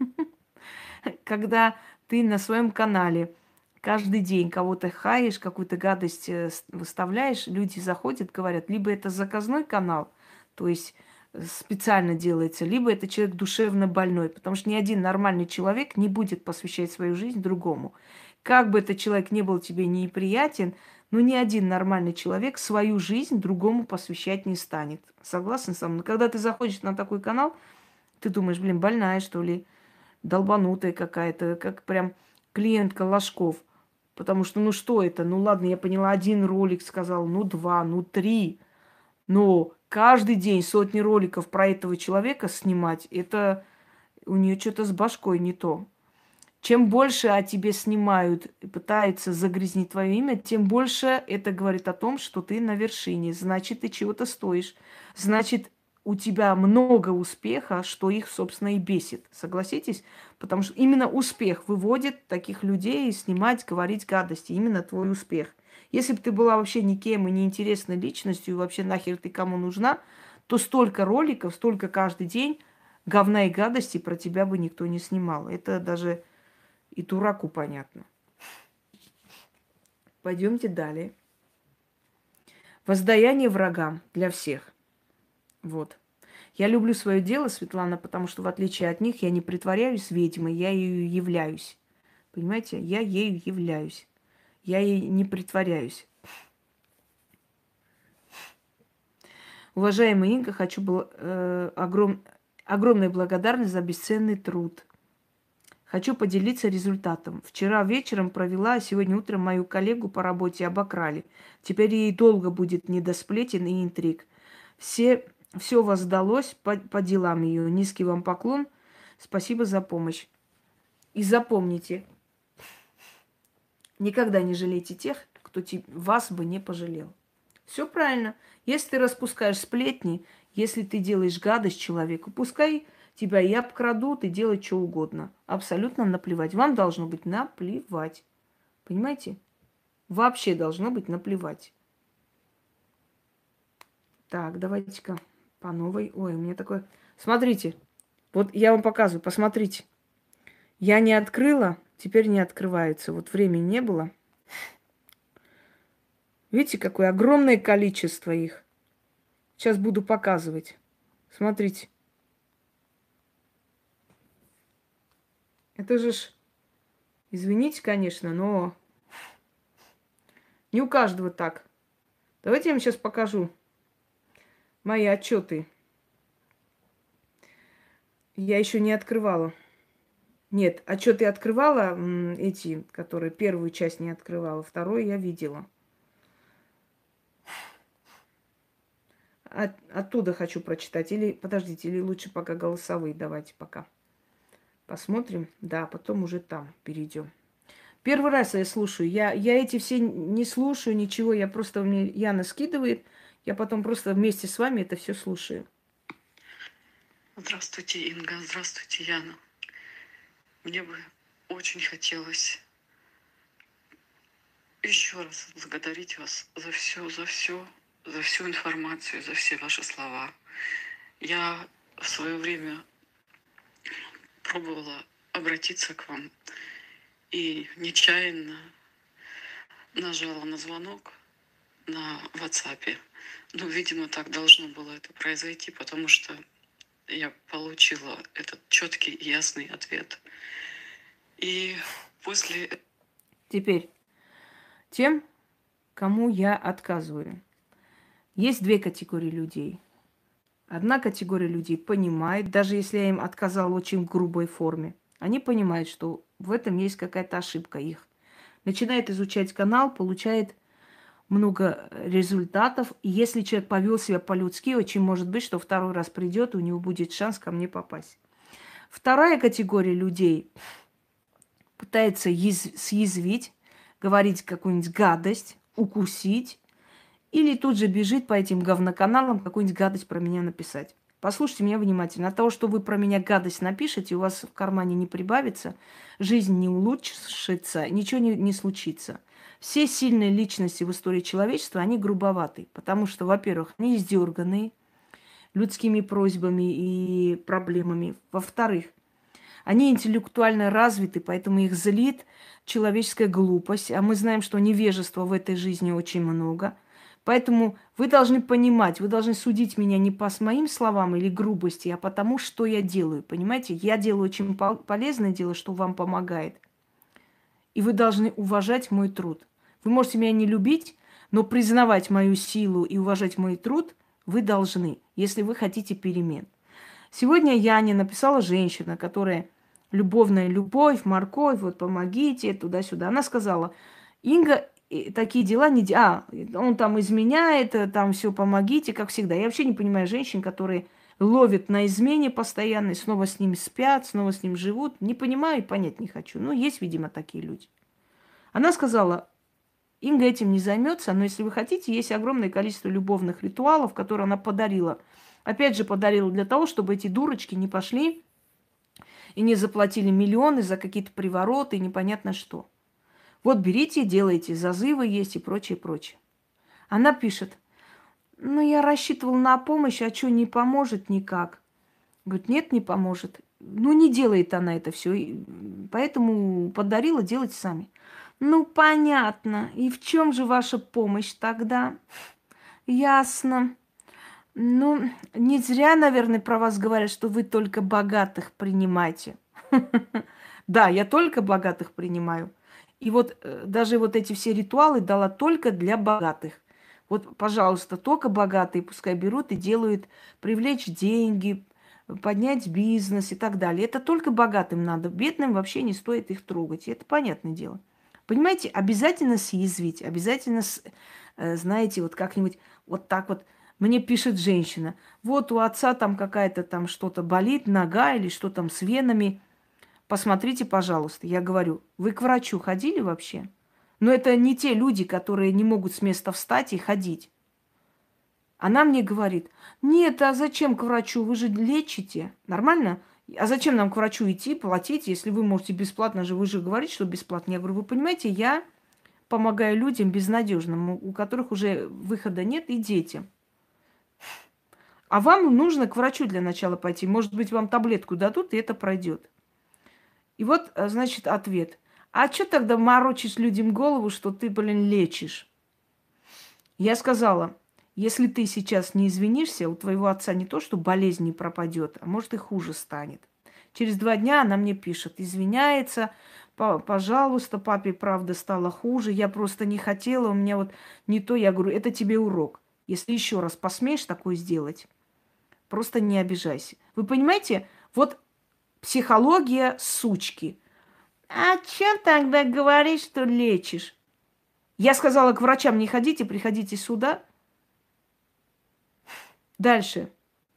Когда ты на своем канале каждый день кого-то хаешь, какую-то гадость выставляешь, люди заходят, говорят, либо это заказной канал, то есть специально делается, либо это человек душевно больной, потому что ни один нормальный человек не будет посвящать свою жизнь другому. Как бы этот человек не был тебе неприятен, но ни один нормальный человек свою жизнь другому посвящать не станет. Согласен со мной? Когда ты заходишь на такой канал, ты думаешь, блин, больная, что ли, долбанутая какая-то, как прям клиентка Ложков. Потому что, ну что это? Ну ладно, я поняла, один ролик сказал, ну два, ну три. Но каждый день сотни роликов про этого человека снимать, это у нее что-то с башкой не то. Чем больше о тебе снимают и пытаются загрязнить твое имя, тем больше это говорит о том, что ты на вершине. Значит, ты чего-то стоишь. Значит, у тебя много успеха, что их, собственно, и бесит. Согласитесь? Потому что именно успех выводит таких людей снимать, говорить гадости. Именно твой успех. Если бы ты была вообще никем и неинтересной личностью, и вообще нахер ты кому нужна, то столько роликов, столько каждый день говна и гадости про тебя бы никто не снимал. Это даже и дураку понятно. Пойдемте далее. Воздаяние врагам для всех. Вот. Я люблю свое дело, Светлана, потому что, в отличие от них, я не притворяюсь ведьмой, я ею являюсь. Понимаете? Я ею являюсь. Я ей не притворяюсь. Уважаемая Инга, хочу был, э, огром, огромная благодарность за бесценный труд. Хочу поделиться результатом. Вчера вечером провела, а сегодня утром мою коллегу по работе обокрали. Теперь ей долго будет не до сплетен и интриг. Все, все воздалось по, по делам ее. Низкий вам поклон. Спасибо за помощь. И запомните, никогда не жалейте тех, кто те, вас бы не пожалел. Все правильно. Если ты распускаешь сплетни, если ты делаешь гадость человеку, пускай тебя и обкрадут, и делать что угодно. Абсолютно наплевать. Вам должно быть наплевать. Понимаете? Вообще должно быть наплевать. Так, давайте-ка по новой. Ой, у меня такое... Смотрите. Вот я вам показываю. Посмотрите. Я не открыла, теперь не открывается. Вот времени не было. Видите, какое огромное количество их. Сейчас буду показывать. Смотрите. Это же ж, извините, конечно, но не у каждого так. Давайте я вам сейчас покажу мои отчеты. Я еще не открывала. Нет, отчеты открывала, эти, которые первую часть не открывала, вторую я видела. От, оттуда хочу прочитать. Или, подождите, или лучше пока голосовые давайте пока. Посмотрим. Да, потом уже там перейдем. Первый раз я слушаю. Я, я эти все не слушаю, ничего. Я просто, мне Яна скидывает. Я потом просто вместе с вами это все слушаю. Здравствуйте, Инга. Здравствуйте, Яна. Мне бы очень хотелось еще раз благодарить вас за все, за все, за всю информацию, за все ваши слова. Я в свое время пробовала обратиться к вам и нечаянно нажала на звонок на WhatsApp. Ну, видимо, так должно было это произойти, потому что я получила этот четкий и ясный ответ. И после... Теперь, тем, кому я отказываю. Есть две категории людей. Одна категория людей понимает, даже если я им отказала в очень грубой форме, они понимают, что в этом есть какая-то ошибка их. Начинает изучать канал, получает много результатов. И если человек повел себя по-людски, очень может быть, что второй раз придет, у него будет шанс ко мне попасть. Вторая категория людей пытается яз- съязвить, говорить какую-нибудь гадость, укусить, или тут же бежит по этим говноканалам какую-нибудь гадость про меня написать. Послушайте меня внимательно. От того, что вы про меня гадость напишете, у вас в кармане не прибавится, жизнь не улучшится, ничего не, не случится. Все сильные личности в истории человечества, они грубоваты. Потому что, во-первых, они издерганные людскими просьбами и проблемами. Во-вторых, они интеллектуально развиты, поэтому их злит человеческая глупость. А мы знаем, что невежества в этой жизни очень много. Поэтому вы должны понимать, вы должны судить меня не по моим словам или грубости, а по тому, что я делаю. Понимаете? Я делаю очень полезное дело, что вам помогает. И вы должны уважать мой труд. Вы можете меня не любить, но признавать мою силу и уважать мой труд вы должны, если вы хотите перемен. Сегодня Яне написала женщина, которая любовная любовь, морковь, вот помогите, туда-сюда. Она сказала, Инга, такие дела не... А, он там изменяет, там все помогите, как всегда. Я вообще не понимаю женщин, которые ловят на измене постоянно, снова с ним спят, снова с ним живут. Не понимаю и понять не хочу. Но есть, видимо, такие люди. Она сказала, Инга этим не займется, но если вы хотите, есть огромное количество любовных ритуалов, которые она подарила. Опять же, подарила для того, чтобы эти дурочки не пошли и не заплатили миллионы за какие-то привороты и непонятно что. Вот берите и делайте, зазывы есть и прочее, прочее. Она пишет, ну я рассчитывала на помощь, а что, не поможет никак? Говорит, нет, не поможет. Ну не делает она это все, поэтому подарила, делать сами. Ну понятно, и в чем же ваша помощь тогда? Ясно. Ну, не зря, наверное, про вас говорят, что вы только богатых принимаете. Да, я только богатых принимаю. И вот э, даже вот эти все ритуалы дала только для богатых. Вот, пожалуйста, только богатые пускай берут и делают, привлечь деньги, поднять бизнес и так далее. Это только богатым надо. Бедным вообще не стоит их трогать. И это понятное дело. Понимаете, обязательно съязвить, обязательно, э, знаете, вот как-нибудь вот так вот. Мне пишет женщина, вот у отца там какая-то там что-то болит, нога или что там с венами. Посмотрите, пожалуйста. Я говорю, вы к врачу ходили вообще? Но это не те люди, которые не могут с места встать и ходить. Она мне говорит, нет, а зачем к врачу? Вы же лечите. Нормально? А зачем нам к врачу идти, платить, если вы можете бесплатно же? Вы же говорите, что бесплатно. Я говорю, вы понимаете, я помогаю людям безнадежным, у которых уже выхода нет, и детям. А вам нужно к врачу для начала пойти. Может быть, вам таблетку дадут, и это пройдет. И вот, значит, ответ. А что тогда морочишь людям голову, что ты, блин, лечишь? Я сказала, если ты сейчас не извинишься, у твоего отца не то, что болезнь не пропадет, а может и хуже станет. Через два дня она мне пишет, извиняется, пожалуйста, папе правда стало хуже, я просто не хотела, у меня вот не то. Я говорю, это тебе урок. Если еще раз посмеешь такое сделать, просто не обижайся. Вы понимаете, вот психология сучки. А чем тогда говоришь, что лечишь? Я сказала, к врачам не ходите, приходите сюда. Дальше.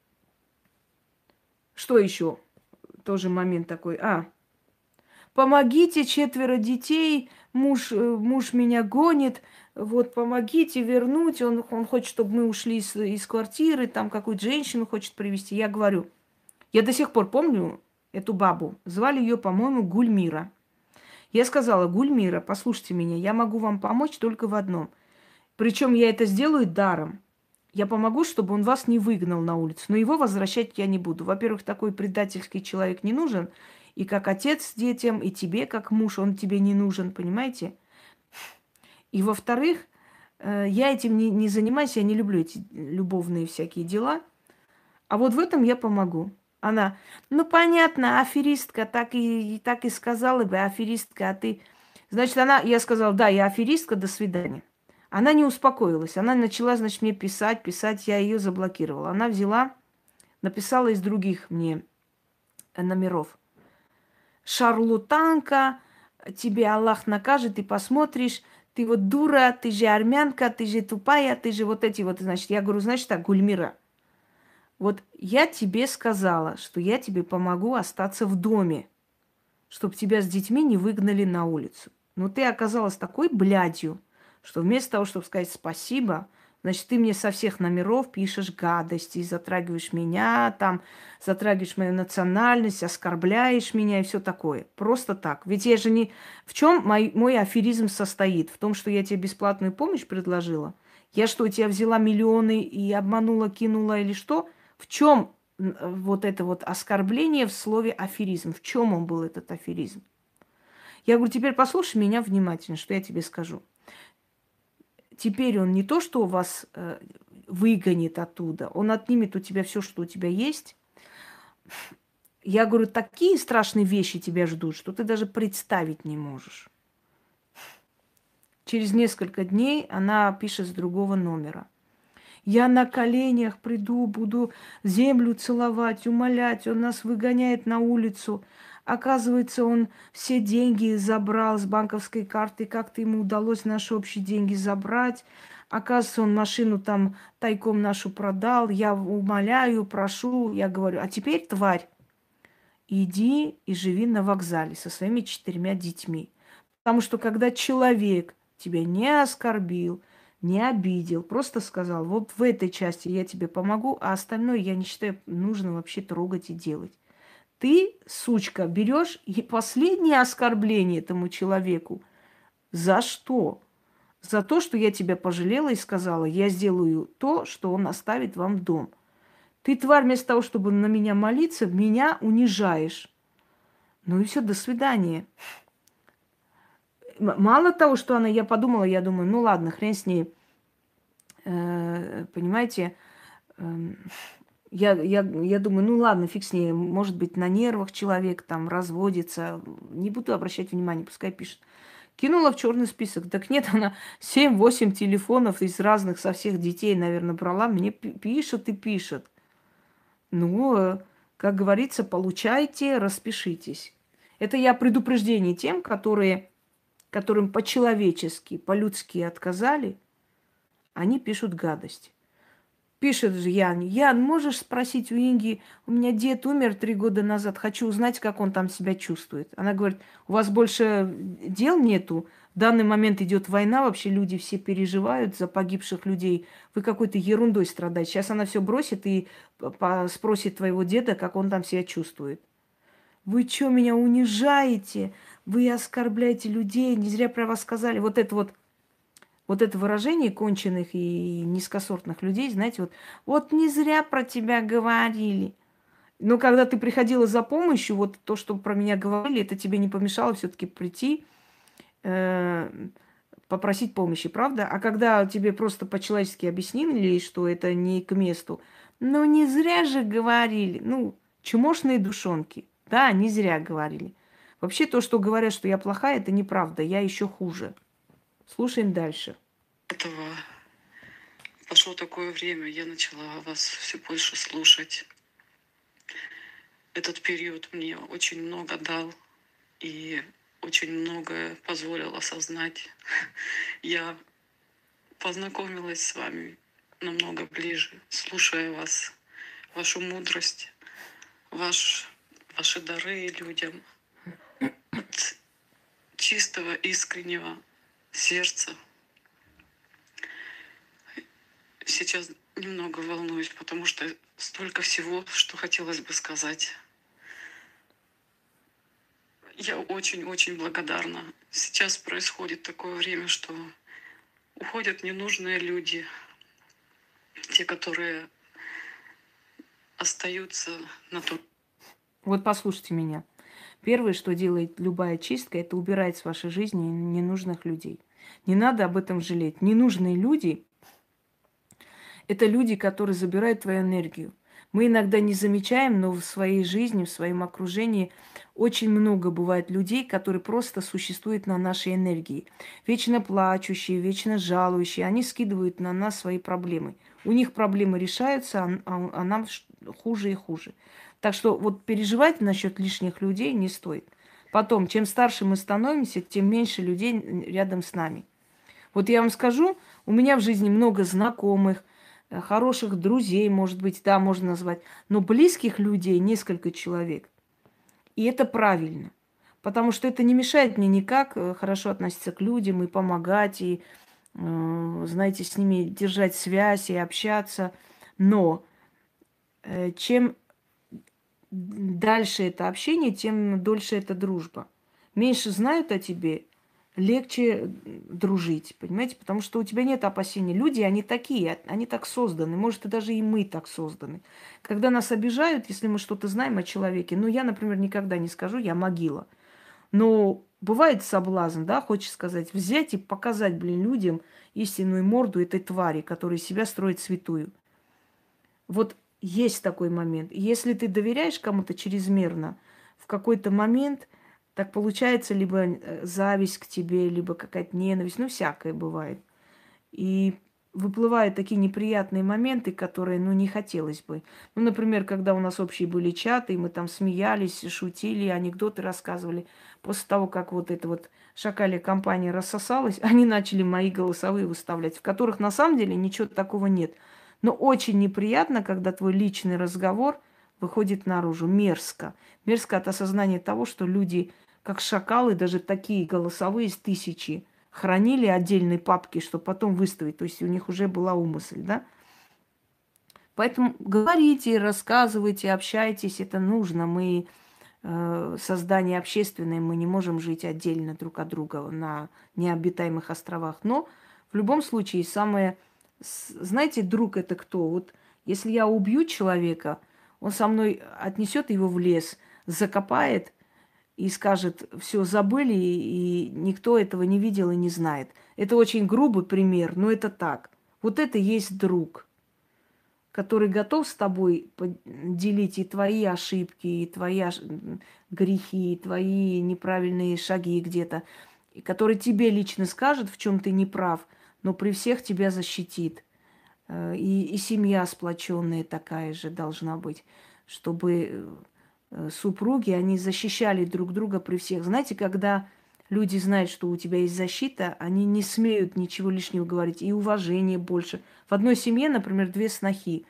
Что еще? Тоже момент такой. А, помогите, четверо детей, муж, муж меня гонит, вот помогите вернуть, он, он хочет, чтобы мы ушли из, из квартиры, там какую-то женщину хочет привезти. Я говорю, я до сих пор помню эту бабу, звали ее, по-моему, Гульмира. Я сказала, Гульмира, послушайте меня, я могу вам помочь только в одном. Причем я это сделаю даром. Я помогу, чтобы он вас не выгнал на улицу, но его возвращать я не буду. Во-первых, такой предательский человек не нужен, и как отец детям, и тебе, как муж, он тебе не нужен, понимаете? И во-вторых, я этим не, не занимаюсь, я не люблю эти любовные всякие дела. А вот в этом я помогу. Она, ну понятно, аферистка, так и, так и сказала бы, аферистка, а ты... Значит, она, я сказала, да, я аферистка, до свидания. Она не успокоилась, она начала, значит, мне писать, писать, я ее заблокировала. Она взяла, написала из других мне номеров. Шарлатанка, тебе Аллах накажет, ты посмотришь, ты вот дура, ты же армянка, ты же тупая, ты же вот эти вот, значит, я говорю, значит так, Гульмира, вот я тебе сказала, что я тебе помогу остаться в доме, чтобы тебя с детьми не выгнали на улицу. Но ты оказалась такой блядью, что вместо того, чтобы сказать спасибо, значит, ты мне со всех номеров пишешь гадости, затрагиваешь меня, там, затрагиваешь мою национальность, оскорбляешь меня и все такое. Просто так. Ведь я же не... В чем мой, мой аферизм состоит? В том, что я тебе бесплатную помощь предложила? Я что, тебя взяла миллионы и обманула, кинула или что? В чем вот это вот оскорбление в слове аферизм? В чем он был, этот аферизм? Я говорю, теперь послушай меня внимательно, что я тебе скажу. теперь он не то, что вас э, выгонит оттуда, он отнимет у тебя все, что у тебя есть. Я говорю, такие страшные вещи тебя ждут, что ты даже представить не можешь. Через несколько дней она пишет с другого номера. Я на коленях приду, буду землю целовать, умолять. Он нас выгоняет на улицу. Оказывается, он все деньги забрал с банковской карты. Как-то ему удалось наши общие деньги забрать. Оказывается, он машину там тайком нашу продал. Я умоляю, прошу. Я говорю, а теперь, тварь, иди и живи на вокзале со своими четырьмя детьми. Потому что когда человек тебя не оскорбил, не обидел, просто сказал, вот в этой части я тебе помогу, а остальное я не считаю нужно вообще трогать и делать. Ты, сучка, берешь и последнее оскорбление этому человеку. За что? За то, что я тебя пожалела и сказала, я сделаю то, что он оставит вам дом. Ты, тварь, вместо того, чтобы на меня молиться, меня унижаешь. Ну и все, до свидания. Мало того, что она, я подумала, я думаю, ну ладно, хрен с ней. Э, понимаете, э, я, я, я думаю, ну ладно, фиг с ней. Может быть, на нервах человек там разводится. Не буду обращать внимания, пускай пишет. Кинула в черный список. Так нет, она семь-восемь телефонов из разных, со всех детей, наверное, брала. Мне пишет и пишет. Ну, как говорится, получайте, распишитесь. Это я предупреждение тем, которые, которым по-человечески, по-людски отказали, они пишут гадость. Пишет же Ян, Ян, можешь спросить у Инги, у меня дед умер три года назад, хочу узнать, как он там себя чувствует. Она говорит, у вас больше дел нету, в данный момент идет война, вообще люди все переживают за погибших людей, вы какой-то ерундой страдаете. Сейчас она все бросит и спросит твоего деда, как он там себя чувствует. Вы что, меня унижаете? Вы оскорбляете людей, не зря про вас сказали. Вот это вот Вот это выражение конченых и низкосортных людей, знаете, вот, вот не зря про тебя говорили. Но когда ты приходила за помощью, вот то, что про меня говорили, это тебе не помешало все-таки прийти, э, попросить помощи, правда? А когда тебе просто по-человечески объяснили, что это не к месту, ну не зря же говорили, ну, чмошные душонки, да, не зря говорили. Вообще то, что говорят, что я плохая, это неправда, я еще хуже. Слушаем дальше. Этого пошло такое время, я начала вас все больше слушать. Этот период мне очень много дал и очень многое позволил осознать. Я познакомилась с вами намного ближе, слушая вас, вашу мудрость, ваш, ваши дары людям от чистого, искреннего сердца. Сейчас немного волнуюсь, потому что столько всего, что хотелось бы сказать. Я очень-очень благодарна. Сейчас происходит такое время, что уходят ненужные люди, те, которые остаются на том. Вот послушайте меня. Первое, что делает любая чистка, это убирать с вашей жизни ненужных людей. Не надо об этом жалеть. Ненужные люди – это люди, которые забирают твою энергию. Мы иногда не замечаем, но в своей жизни, в своем окружении очень много бывает людей, которые просто существуют на нашей энергии. Вечно плачущие, вечно жалующие. Они скидывают на нас свои проблемы. У них проблемы решаются, а, а нам хуже и хуже. Так что вот переживать насчет лишних людей не стоит. Потом, чем старше мы становимся, тем меньше людей рядом с нами. Вот я вам скажу, у меня в жизни много знакомых, хороших друзей, может быть, да, можно назвать, но близких людей несколько человек. И это правильно, потому что это не мешает мне никак хорошо относиться к людям и помогать, и, знаете, с ними держать связь и общаться. Но чем дальше это общение, тем дольше это дружба. Меньше знают о тебе, легче дружить, понимаете? Потому что у тебя нет опасений. Люди, они такие, они так созданы. Может, и даже и мы так созданы. Когда нас обижают, если мы что-то знаем о человеке, ну, я, например, никогда не скажу, я могила. Но бывает соблазн, да, хочешь сказать, взять и показать, блин, людям истинную морду этой твари, которая из себя строит святую. Вот есть такой момент. И если ты доверяешь кому-то чрезмерно, в какой-то момент так получается либо э, зависть к тебе, либо какая-то ненависть, ну, всякое бывает. И выплывают такие неприятные моменты, которые, ну, не хотелось бы. Ну, например, когда у нас общие были чаты, и мы там смеялись, шутили, анекдоты рассказывали. После того, как вот эта вот шакалья компания рассосалась, они начали мои голосовые выставлять, в которых на самом деле ничего такого нет. Но очень неприятно, когда твой личный разговор выходит наружу. Мерзко. Мерзко от осознания того, что люди, как шакалы, даже такие голосовые с тысячи, хранили отдельные папки, чтобы потом выставить. То есть у них уже была умысль, да? Поэтому говорите, рассказывайте, общайтесь, это нужно. Мы э, создание общественное, мы не можем жить отдельно друг от друга на необитаемых островах. Но в любом случае самое... Знаете, друг это кто? Вот если я убью человека, он со мной отнесет его в лес, закопает и скажет, все забыли, и никто этого не видел и не знает. Это очень грубый пример, но это так. Вот это и есть друг, который готов с тобой делить и твои ошибки, и твои ош... грехи, и твои неправильные шаги где-то, и который тебе лично скажет, в чем ты не прав, но при всех тебя защитит. И, и семья сплоченная такая же должна быть, чтобы супруги, они защищали друг друга при всех. Знаете, когда люди знают, что у тебя есть защита, они не смеют ничего лишнего говорить, и уважение больше. В одной семье, например, две снохи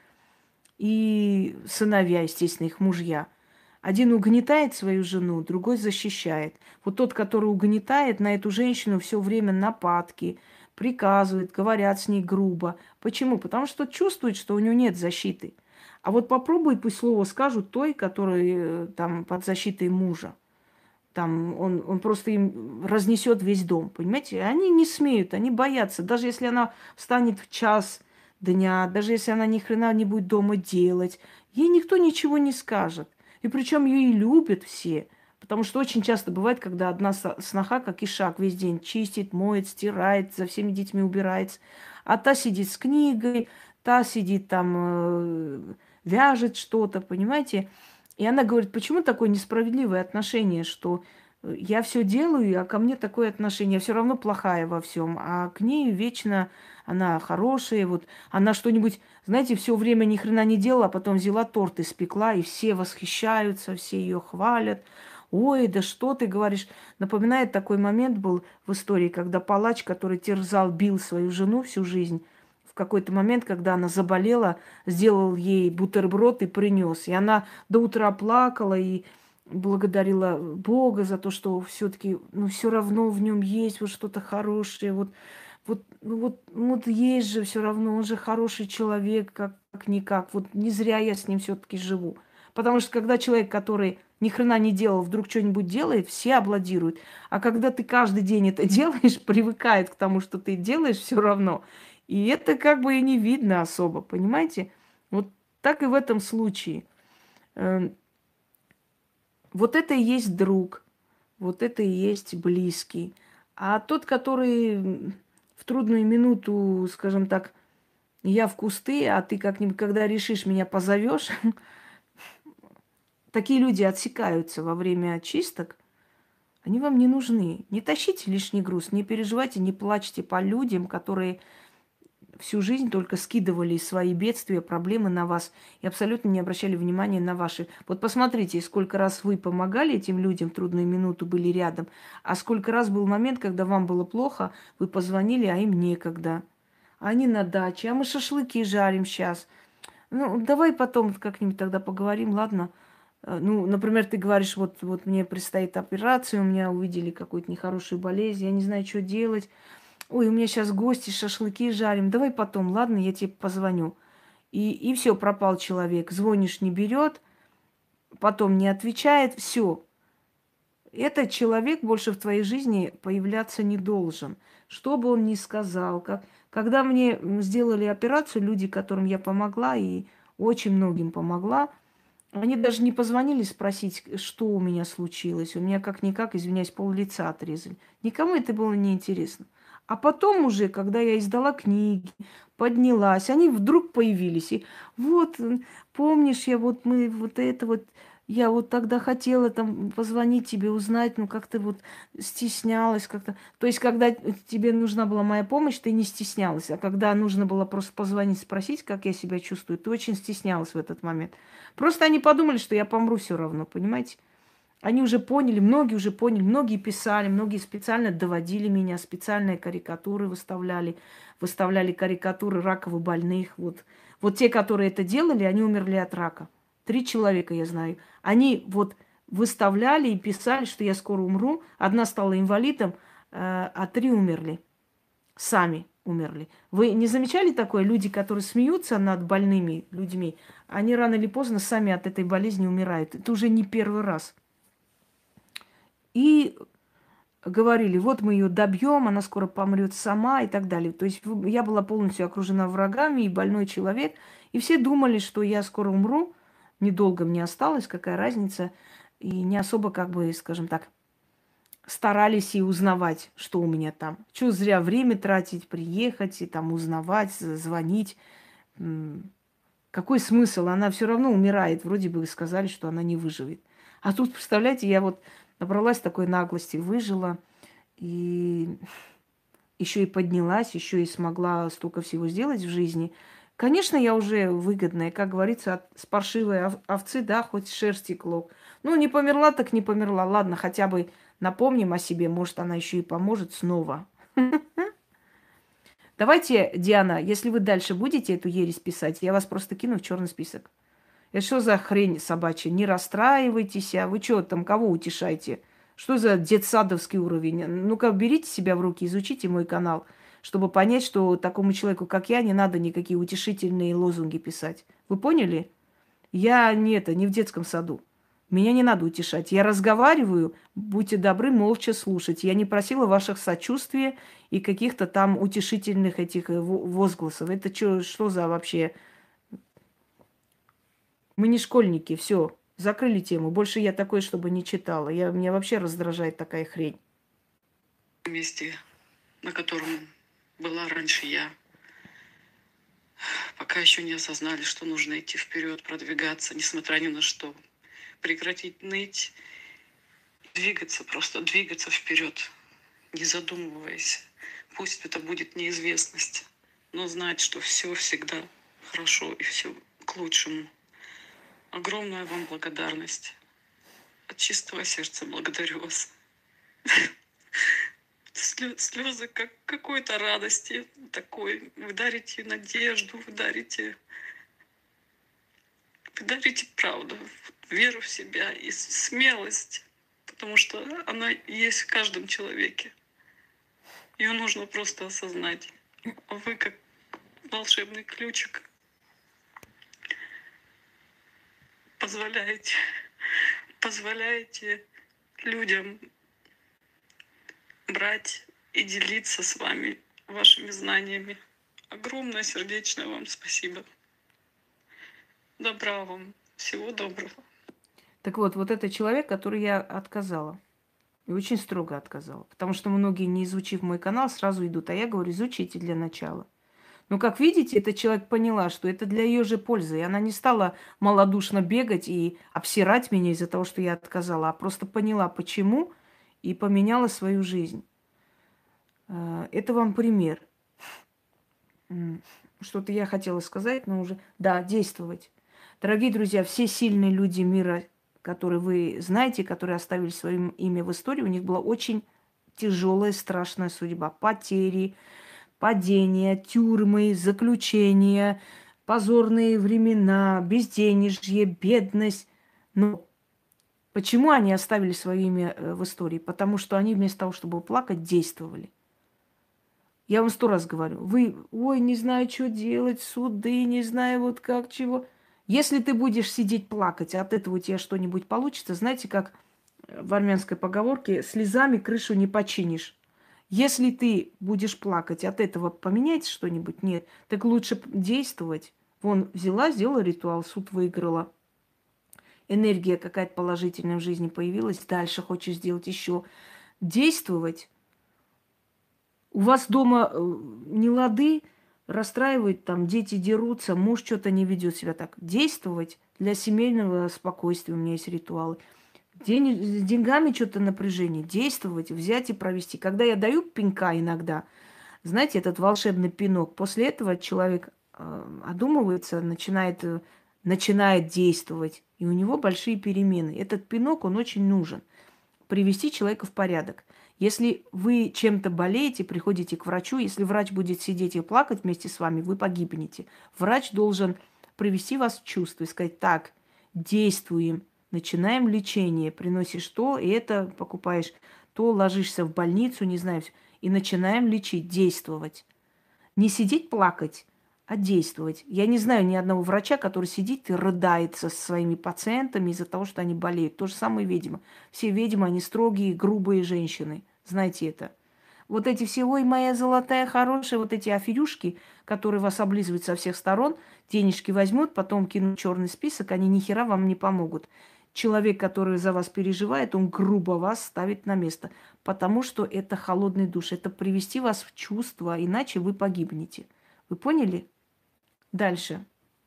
и сыновья, естественно, их мужья. Один угнетает свою жену, другой защищает. Вот тот, который угнетает, на эту женщину все время нападки, приказывает, говорят с ней грубо. Почему? Потому что чувствует, что у него нет защиты. А вот попробуй, пусть слово скажут той, который там под защитой мужа. Там он, он просто им разнесет весь дом, понимаете? Они не смеют, они боятся. Даже если она встанет в час дня, даже если она ни хрена не будет дома делать, ей никто ничего не скажет. И причем ее и любят все. Потому что очень часто бывает, когда одна сноха, как ишак, весь день чистит, моет, стирает, за всеми детьми убирается. А та сидит с книгой, та сидит там, э, вяжет что-то, понимаете? И она говорит, почему такое несправедливое отношение, что я все делаю, а ко мне такое отношение, я все равно плохая во всем, а к ней вечно она хорошая, вот она что-нибудь, знаете, все время ни хрена не делала, а потом взяла торт испекла, и все восхищаются, все ее хвалят. Ой, да что ты говоришь? Напоминает такой момент был в истории, когда палач, который терзал, бил свою жену всю жизнь, в какой-то момент, когда она заболела, сделал ей бутерброд и принес. И она до утра плакала и благодарила Бога за то, что все-таки, ну, все равно в нем есть вот что-то хорошее. Вот, вот, ну, вот, ну, вот есть же все равно, он же хороший человек, как, как никак. Вот не зря я с ним все-таки живу. Потому что когда человек, который ни хрена не делал, вдруг что-нибудь делает, все аплодируют. А когда ты каждый день это делаешь, привыкает к тому, что ты делаешь все равно. И это как бы и не видно особо, понимаете? Вот так и в этом случае. Вот это и есть друг, вот это и есть близкий. А тот, который в трудную минуту, скажем так, я в кусты, а ты как-нибудь, когда решишь, меня позовешь, такие люди отсекаются во время чисток, они вам не нужны. Не тащите лишний груз, не переживайте, не плачьте по людям, которые всю жизнь только скидывали свои бедствия, проблемы на вас и абсолютно не обращали внимания на ваши. Вот посмотрите, сколько раз вы помогали этим людям в трудную минуту, были рядом, а сколько раз был момент, когда вам было плохо, вы позвонили, а им некогда. Они на даче, а мы шашлыки жарим сейчас. Ну, давай потом как-нибудь тогда поговорим, ладно? Ну, например, ты говоришь, вот, вот мне предстоит операция, у меня увидели какую-то нехорошую болезнь, я не знаю, что делать. Ой, у меня сейчас гости, шашлыки жарим. Давай потом, ладно, я тебе позвоню. И, и все, пропал человек. Звонишь, не берет, потом не отвечает, все. Этот человек больше в твоей жизни появляться не должен. Что бы он ни сказал. Как... Когда мне сделали операцию, люди, которым я помогла, и очень многим помогла, Они даже не позвонили спросить, что у меня случилось. У меня как-никак, извиняюсь, пол-лица отрезали. Никому это было не интересно. А потом уже, когда я издала книги, поднялась, они вдруг появились. И вот, м, помнишь, я вот мы вот это вот, я вот тогда хотела там позвонить тебе, узнать, ну как ты вот стеснялась как-то. То есть, когда тебе нужна была моя помощь, ты не стеснялась. А когда нужно было просто позвонить, спросить, как я себя чувствую, ты очень стеснялась в этот момент. Просто они подумали, что я помру все равно, понимаете? Они уже поняли, многие уже поняли, многие писали, многие специально доводили меня, специальные карикатуры выставляли, выставляли карикатуры раково больных. Вот. Вот те, которые это делали, они умерли от рака. Три человека, я знаю. Они вот выставляли и писали, что я скоро умру. Одна стала инвалидом, э, а три умерли. Сами умерли. Вы не замечали такое? Люди, которые смеются над больными людьми, они рано или поздно сами от этой болезни умирают. Это уже не первый раз. И говорили, вот мы ее добьем, она скоро помрет сама и так далее. То есть я была полностью окружена врагами и больной человек. И все думали, что я скоро умру. Недолго мне осталось, какая разница. И не особо, как бы, скажем так, старались и узнавать, что у меня там. Чего зря время тратить, приехать и там узнавать, звонить. М, Какой смысл? Она все равно умирает. Вроде бы сказали, что она не выживет. А тут, представляете, я вот набралась такой наглости, выжила. И еще и поднялась, еще и смогла столько всего сделать в жизни. Конечно, я уже выгодная, как говорится, от, с паршивой ов- овцы, да, хоть шерсти клок. Ну, не померла, так не померла. Ладно, хотя бы напомним о себе, может, она еще и поможет снова. Давайте, Диана, если вы дальше будете эту ересь писать, я вас просто кину в черный список. Это что за хрень собачья? Не расстраивайтесь, а вы что там, кого утешаете? Что за детсадовский уровень? Ну-ка, берите себя в руки, изучите мой канал, чтобы понять, что такому человеку, как я, не надо никакие утешительные лозунги писать. Вы поняли? Я не это, не в детском саду. Меня не надо утешать. Я разговариваю, будьте добры, молча слушать. Я не просила ваших сочувствия и каких-то там утешительных этих э, во- возгласов. Это чё, что за вообще? Мы не школьники, все, закрыли тему. Больше я такое, чтобы не читала. Я, меня вообще раздражает такая хрень. Месте, на котором была раньше я, пока еще не осознали, что нужно идти вперед, продвигаться, несмотря ни на что. Прекратить ныть, двигаться, просто двигаться вперед, не задумываясь. Пусть это будет неизвестность, но знать, что все всегда хорошо и все к лучшему. Огромная вам благодарность. От чистого сердца благодарю вас. Слё- Слезы как какой-то радости такой. Вы дарите надежду, вы дарите, вы дарите правду, веру в себя и с- смелость, потому что она есть в каждом человеке. Ее нужно просто осознать. А вы как волшебный ключик позволяете, позволяете людям брать и делиться с вами вашими знаниями. Огромное сердечное вам спасибо. Добра вам. Всего доброго. Так вот, вот это человек, который я отказала. И очень строго отказала. Потому что многие, не изучив мой канал, сразу идут. А я говорю, изучите для начала. Но, как видите, эта человек поняла, что это для ее же пользы. И она не стала малодушно бегать и обсирать меня из-за того, что я отказала, а просто поняла, почему, и поменяла свою жизнь. Э, Это вам пример. М, Что-то я хотела сказать, но уже... Да, действовать. Дорогие друзья, все сильные люди мира, которые вы знаете, которые оставили свое имя в истории, у них была очень тяжелая, страшная судьба. Потери, падения, тюрьмы, заключения, позорные времена, безденежье, бедность. Но почему они оставили свое имя э, в истории? Потому что они вместо того, чтобы плакать, действовали. Я вам сто раз говорю, вы, ой, не знаю, что делать, суды, не знаю, вот как, чего. Если ты будешь сидеть плакать, а от этого у тебя что-нибудь получится, знаете, как в армянской поговорке, слезами крышу не починишь. Если ты будешь плакать, от этого поменяется что-нибудь? Нет. Так лучше п- действовать. Вон, взяла, сделала ритуал, суд выиграла. энергия какая-то положительная в жизни появилась, дальше хочешь сделать еще. Действовать. У вас дома э, не лады, расстраивает, там дети дерутся, муж что-то не ведет себя так. Действовать для семейного спокойствия у меня есть ритуалы. День, с деньгами что-то напряжение. Действовать, взять и провести. Когда я даю пинка иногда, знаете, этот волшебный пинок, после этого человек э, одумывается, начинает, э, начинает действовать. И у него большие перемены. Этот пинок, он очень нужен. Привести человека в порядок. Если вы чем-то болеете, приходите к врачу, если врач будет сидеть и плакать вместе с вами, вы погибнете. Врач должен привести вас в чувство и сказать: так, действуем, начинаем лечение, приносишь то, и это покупаешь, то ложишься в больницу, не знаю, и начинаем лечить, действовать. Не сидеть плакать, а действовать. Я не знаю ни одного врача, который сидит и рыдает со своими пациентами из-за того, что они болеют. То же самое ведьмы. Все ведьмы, они строгие, грубые женщины. Знаете это. Вот эти все, ой, моя золотая, хорошая, вот эти аферюшки, которые вас облизывают со всех сторон, денежки возьмут, потом кинут в черный список, они ни хера вам не помогут. Человек, который за вас переживает, он грубо вас ставит на место, потому что это холодный душ, это привести вас в чувство, иначе вы погибнете. Вы поняли? Дальше.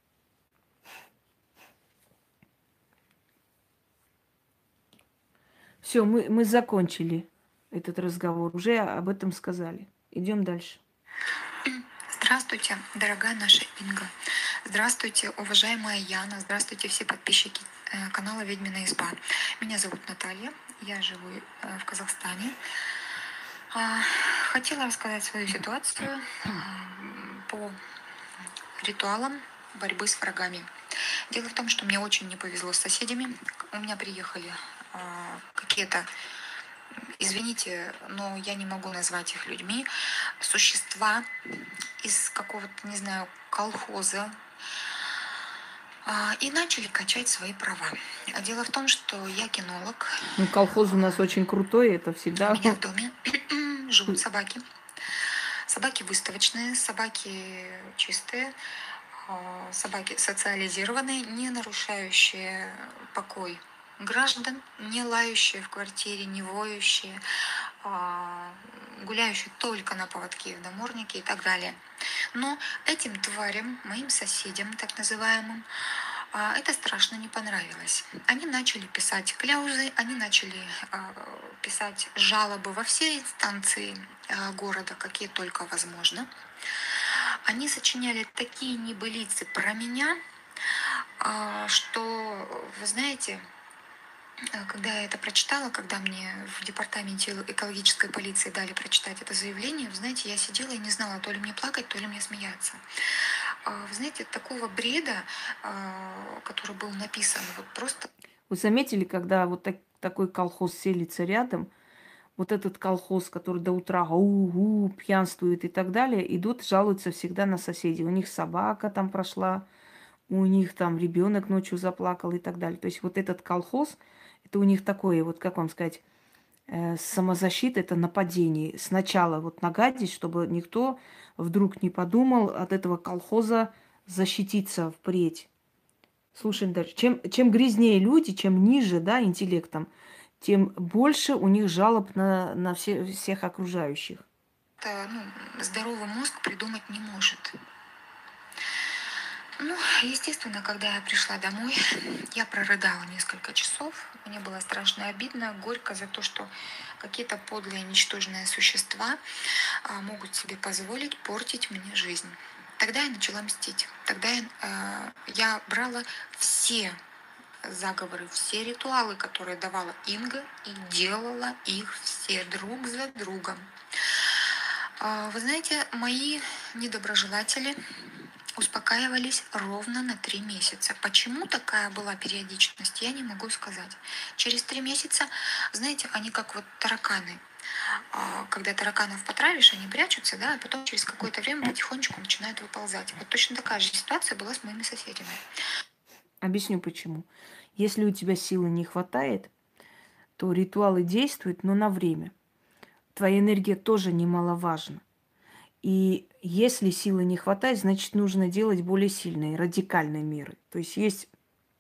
Все, мы, мы закончили этот разговор. Уже об этом сказали. Идем дальше. Здравствуйте, дорогая наша Инга. Здравствуйте, уважаемая Яна. Здравствуйте, все подписчики э, канала «Ведьмина изба». Меня зовут Наталья. Я живу э, в Казахстане. А, Хотела рассказать свою ситуацию э, по ритуалам борьбы с врагами. Дело в том, что мне очень не повезло с соседями. У меня приехали э, какие-то, извините, но я не могу назвать их людьми, существа из какого-то, не знаю, колхоза, а, и начали качать свои права. А дело в том, что я кинолог. Ну, колхоз у нас очень крутой, это всегда... У меня в доме живут собаки. Собаки выставочные, собаки чистые, а, собаки социализированные, не нарушающие покой граждан, не лающие в квартире, не воющие, а, гуляющие только на поводке в наморднике и так далее. Но этим тварям, моим соседям, так называемым, а, это страшно не понравилось. Они начали писать кляузы, они начали а, писать жалобы во все инстанции а, города, какие только возможно. Они сочиняли такие небылицы про меня, а, что, вы знаете, когда я это прочитала, когда мне в департаменте экологической полиции дали прочитать это заявление, вы знаете, я сидела и не знала, то ли мне плакать, то ли мне смеяться. Вы знаете, такого бреда, который был написан, вот просто... Вы заметили, когда вот так, такой колхоз селится рядом, вот этот колхоз, который до утра у-у, пьянствует и так далее, идут, жалуются всегда на соседей. У них собака там прошла, у них там ребенок ночью заплакал и так далее. То есть вот этот колхоз, это у них такое, вот как вам сказать, э, самозащита, это нападение. Сначала вот нагадить, чтобы никто вдруг не подумал от этого колхоза защититься впредь. Слушаем дальше. Чем, чем грязнее люди, чем ниже, да, интеллектом, тем больше у них жалоб на, на все, всех окружающих. Это, ну, здоровый мозг придумать не может. Ну, естественно, когда я пришла домой, я прорыдала несколько часов. Мне было страшно обидно, горько за то, что какие-то подлые, ничтожные существа а, могут себе позволить портить мне жизнь. Тогда я начала мстить. Тогда я, э, я брала все заговоры, все ритуалы, которые давала Инга, и делала их все друг за другом. Э, вы знаете, мои недоброжелатели успокаивались ровно на три месяца. Почему такая была периодичность, я не могу сказать. Через три месяца, знаете, они как вот тараканы. Когда тараканов потравишь, они прячутся, да, а потом через какое-то время потихонечку начинают выползать. Вот точно такая же ситуация была с моими соседями. Объясню почему. Если у тебя силы не хватает, то ритуалы действуют, но на время. Твоя энергия тоже немаловажна. И если силы не хватает, значит, нужно делать более сильные, радикальные меры. То есть есть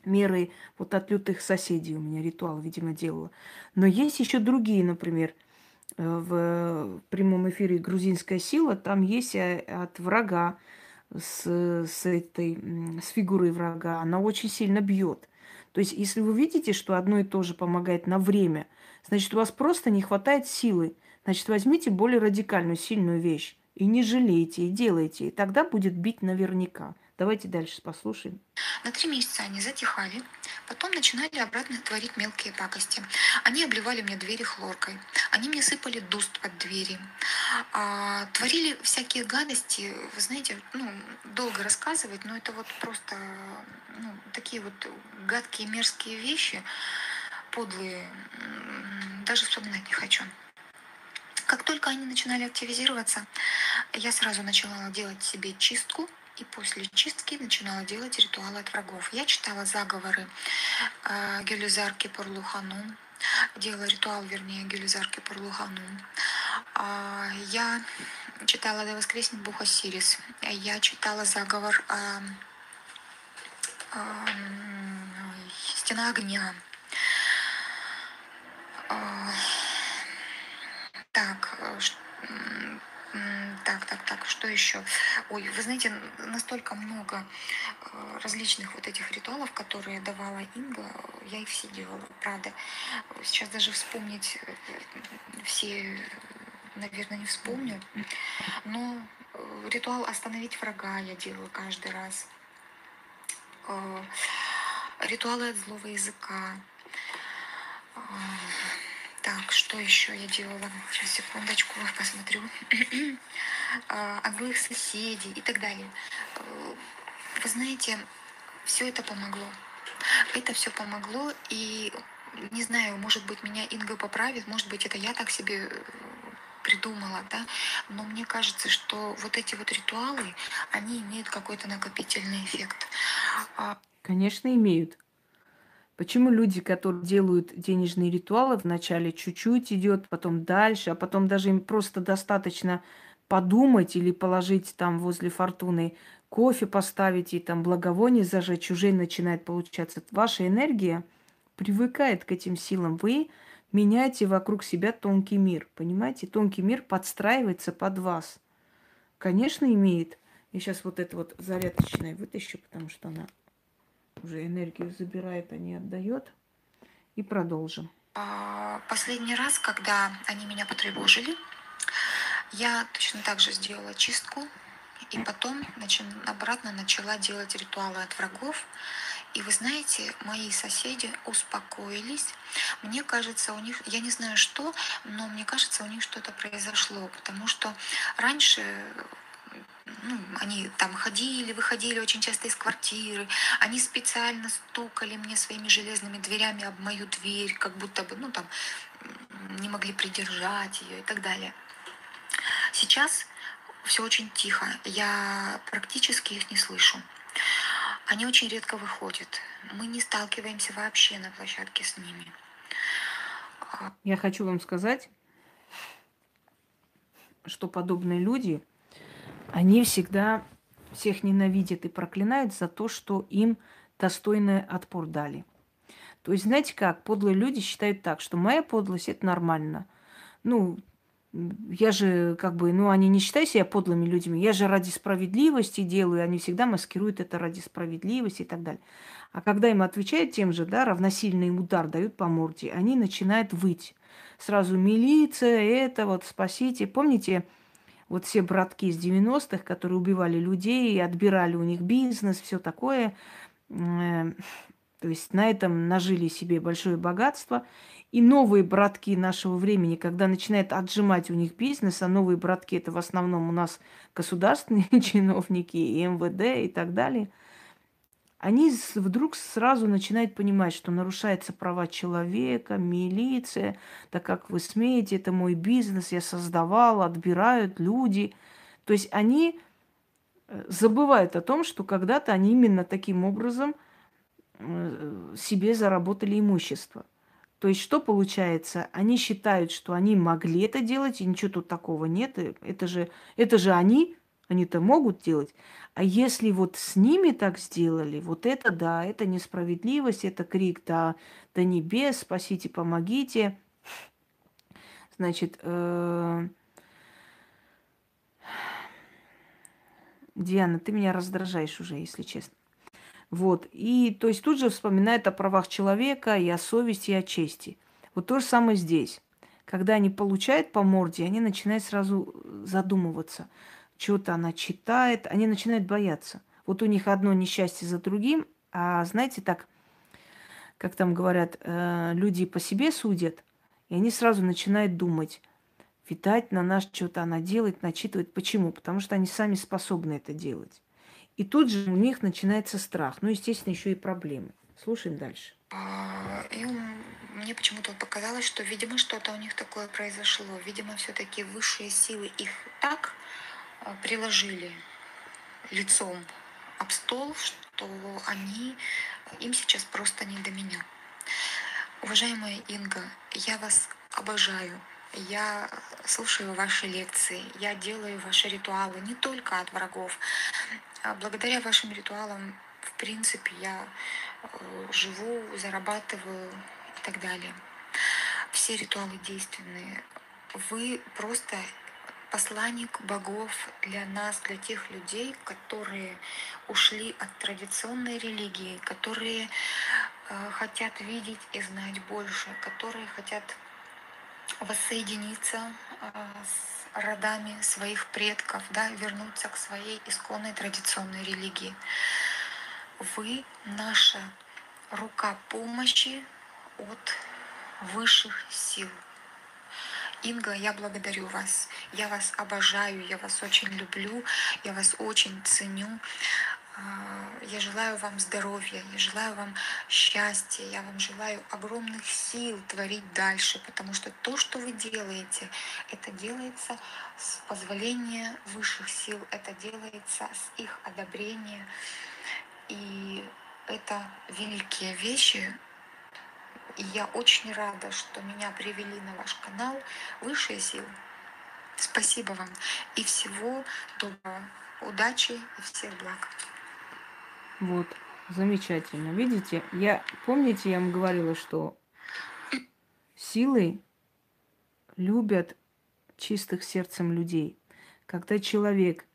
меры вот от лютых соседей у меня ритуал, видимо, делала. Но есть еще другие, например, э, в прямом эфире «Грузинская сила», там есть э, от врага, с, с этой, м, с фигурой врага, она очень сильно бьет. То есть, если вы видите, что одно и то же помогает на время, значит, у вас просто не хватает силы. Значит, возьмите более радикальную, сильную вещь и не жалейте, и делайте. И тогда будет бить наверняка. Давайте дальше послушаем. На три месяца они затихали, потом начинали обратно творить мелкие пакости. Они обливали мне двери хлоркой, они мне сыпали дуст под двери, а, творили всякие гадости. Вы знаете, ну, долго рассказывать, но это вот просто ну, такие вот гадкие, мерзкие вещи, подлые, м, даже вспоминать не хочу. Как только они начинали активизироваться, я сразу начала делать себе чистку, и после чистки начинала делать ритуалы от врагов. Я читала заговоры э, Гюлизар Кипур-Луханум, делала ритуал, вернее, Гюлизар Кипур-Луханум. А, Я читала «Да воскреснет Бог Осирис». Я читала заговор э, э, «Стена огня». Э, Так, э, ш- м, м, так, так, так, что еще? Ой, вы знаете, н- настолько много э, различных вот этих ритуалов, которые давала Инга, э, я их все делала, правда. Сейчас даже вспомнить э, все, наверное, не вспомню, но э, ритуал «Остановить врага» я делаю каждый раз. Э, Ритуалы от злого языка. Э, Так, что еще я делала? Сейчас, секундочку, посмотрю. А, От злых соседей и так далее. Э, Вы знаете, все это помогло. Это все помогло, и не знаю, может быть, меня Инга поправит, может быть, это я так себе э, придумала, да, но мне кажется, что вот эти вот ритуалы, они имеют какой-то накопительный эффект. А, Конечно, имеют. Почему люди, которые делают денежные ритуалы, вначале чуть-чуть идет, потом дальше, а потом даже им просто достаточно подумать или положить там возле фортуны кофе поставить и там благовоние зажечь, уже начинает получаться. Ваша энергия привыкает к этим силам. Вы меняете вокруг себя тонкий мир, понимаете? Тонкий мир подстраивается под вас. Конечно, имеет. Я сейчас вот это вот зарядочное вытащу, потому что она уже энергию забирает, а не отдает. И продолжим. а, Последний раз, когда они меня потревожили, я точно так же сделала чистку, и потом начи- обратно начала делать ритуалы от врагов. И вы знаете, мои соседи успокоились. Мне кажется, у них, я не знаю что, но мне кажется, у них что-то произошло, потому что раньше ну, они там ходили, выходили очень часто из квартиры, они специально стукали мне своими железными дверями об мою дверь, как будто бы, ну, там, м, не могли придержать ее и так далее. Сейчас все очень тихо, я практически их не слышу. Они очень редко выходят. Мы не сталкиваемся вообще на площадке с ними. Я хочу вам сказать, что подобные люди, они всегда всех ненавидят и проклинают за то, что им достойный отпор дали. То есть, знаете как, подлые люди считают так, что моя подлость – это нормально. Ну, м, я же как бы, ну, они не считают себя подлыми людьми, я же ради справедливости делаю, они всегда маскируют это ради справедливости и так далее. А когда им отвечают тем же, да, равносильный им удар дают по морде, они начинают выть. Сразу милиция, это вот, спасите. Помните, вот все братки из девяностых, которые убивали людей, отбирали у них бизнес, все такое. Э, То есть на этом нажили себе большое богатство. И новые братки нашего времени, когда начинают отжимать у них бизнес, а новые братки это в основном у нас государственные чиновники, и эм вэ дэ и так далее, они с- вдруг сразу начинают понимать, что нарушаются права человека, милиция, так как вы смеете, это мой бизнес, я создавал, отбирают люди. То есть они э, забывают о том, что когда-то они именно таким образом э, себе заработали имущество. То есть что получается? Они считают, что они могли это делать, и ничего тут такого нет. и Это же, это же они, Они-то могут делать. А если вот с ними так сделали, вот это да, это несправедливость, это крик до, до небес, спасите, помогите. Значит, э, Диана, ты меня раздражаешь уже, если честно. Вот. И то есть тут же вспоминает о правах человека и о совести, и о чести. Вот то же самое здесь. Когда они получают по морде, они начинают сразу задумываться. Что-то она читает, они начинают бояться. Вот у них одно несчастье за другим, а знаете, так, как там говорят, э, люди по себе судят, и они сразу начинают думать, видать, на нас что-то она делает, начитывает. Почему? Потому что они сами способны это делать. И тут же у них начинается страх. Ну, естественно, еще и проблемы. Слушаем дальше. А, И м, мне почему-то вот показалось, что, видимо, что-то у них такое произошло. Видимо, все-таки высшие силы их так а, приложили лицом об стол, что они, им сейчас просто не до меня. Уважаемая Инга, я вас обожаю. Я слушаю ваши лекции, я делаю ваши ритуалы не только от врагов. А благодаря вашим ритуалам, в принципе, я э, живу, зарабатываю и так далее. Все ритуалы действенные. Вы просто посланник богов для нас, для тех людей, которые ушли от традиционной религии, которые э, хотят видеть и знать больше, которые хотят воссоединиться э, с родами своих предков, да, вернуться к своей исконной традиционной религии. Вы наша рука помощи от высших сил. Инга, я благодарю вас. Я вас обожаю, я вас очень люблю, я вас очень ценю. Я желаю вам здоровья, я желаю вам счастья, я вам желаю огромных сил творить дальше, потому что то, что вы делаете, это делается с позволения высших сил, это делается с их одобрения. И это великие вещи. И я очень рада, что меня привели на ваш канал высшие силы. Спасибо вам и всего доброго, удачи и всех благ. Вот, замечательно. Видите, я, помните, я вам говорила, что силы любят чистых сердцем людей. Когда человек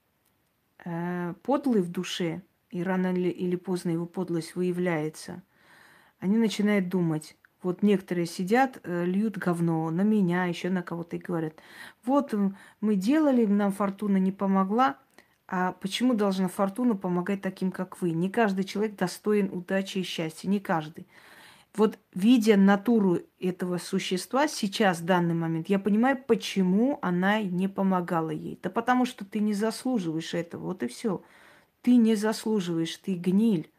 э, подлый в душе, и рано или, или поздно его подлость выявляется, они начинают думать. Вот некоторые сидят, э, льют говно на меня, еще на кого-то и говорят, вот м, мы делали, нам фортуна не помогла, а почему должна фортуна помогать таким, как вы? Не каждый человек достоин удачи и счастья, не каждый. Вот видя натуру этого существа сейчас, в данный момент, я понимаю, почему она не помогала ей. Да потому что ты не заслуживаешь этого, вот и все. Ты не заслуживаешь, ты гниль.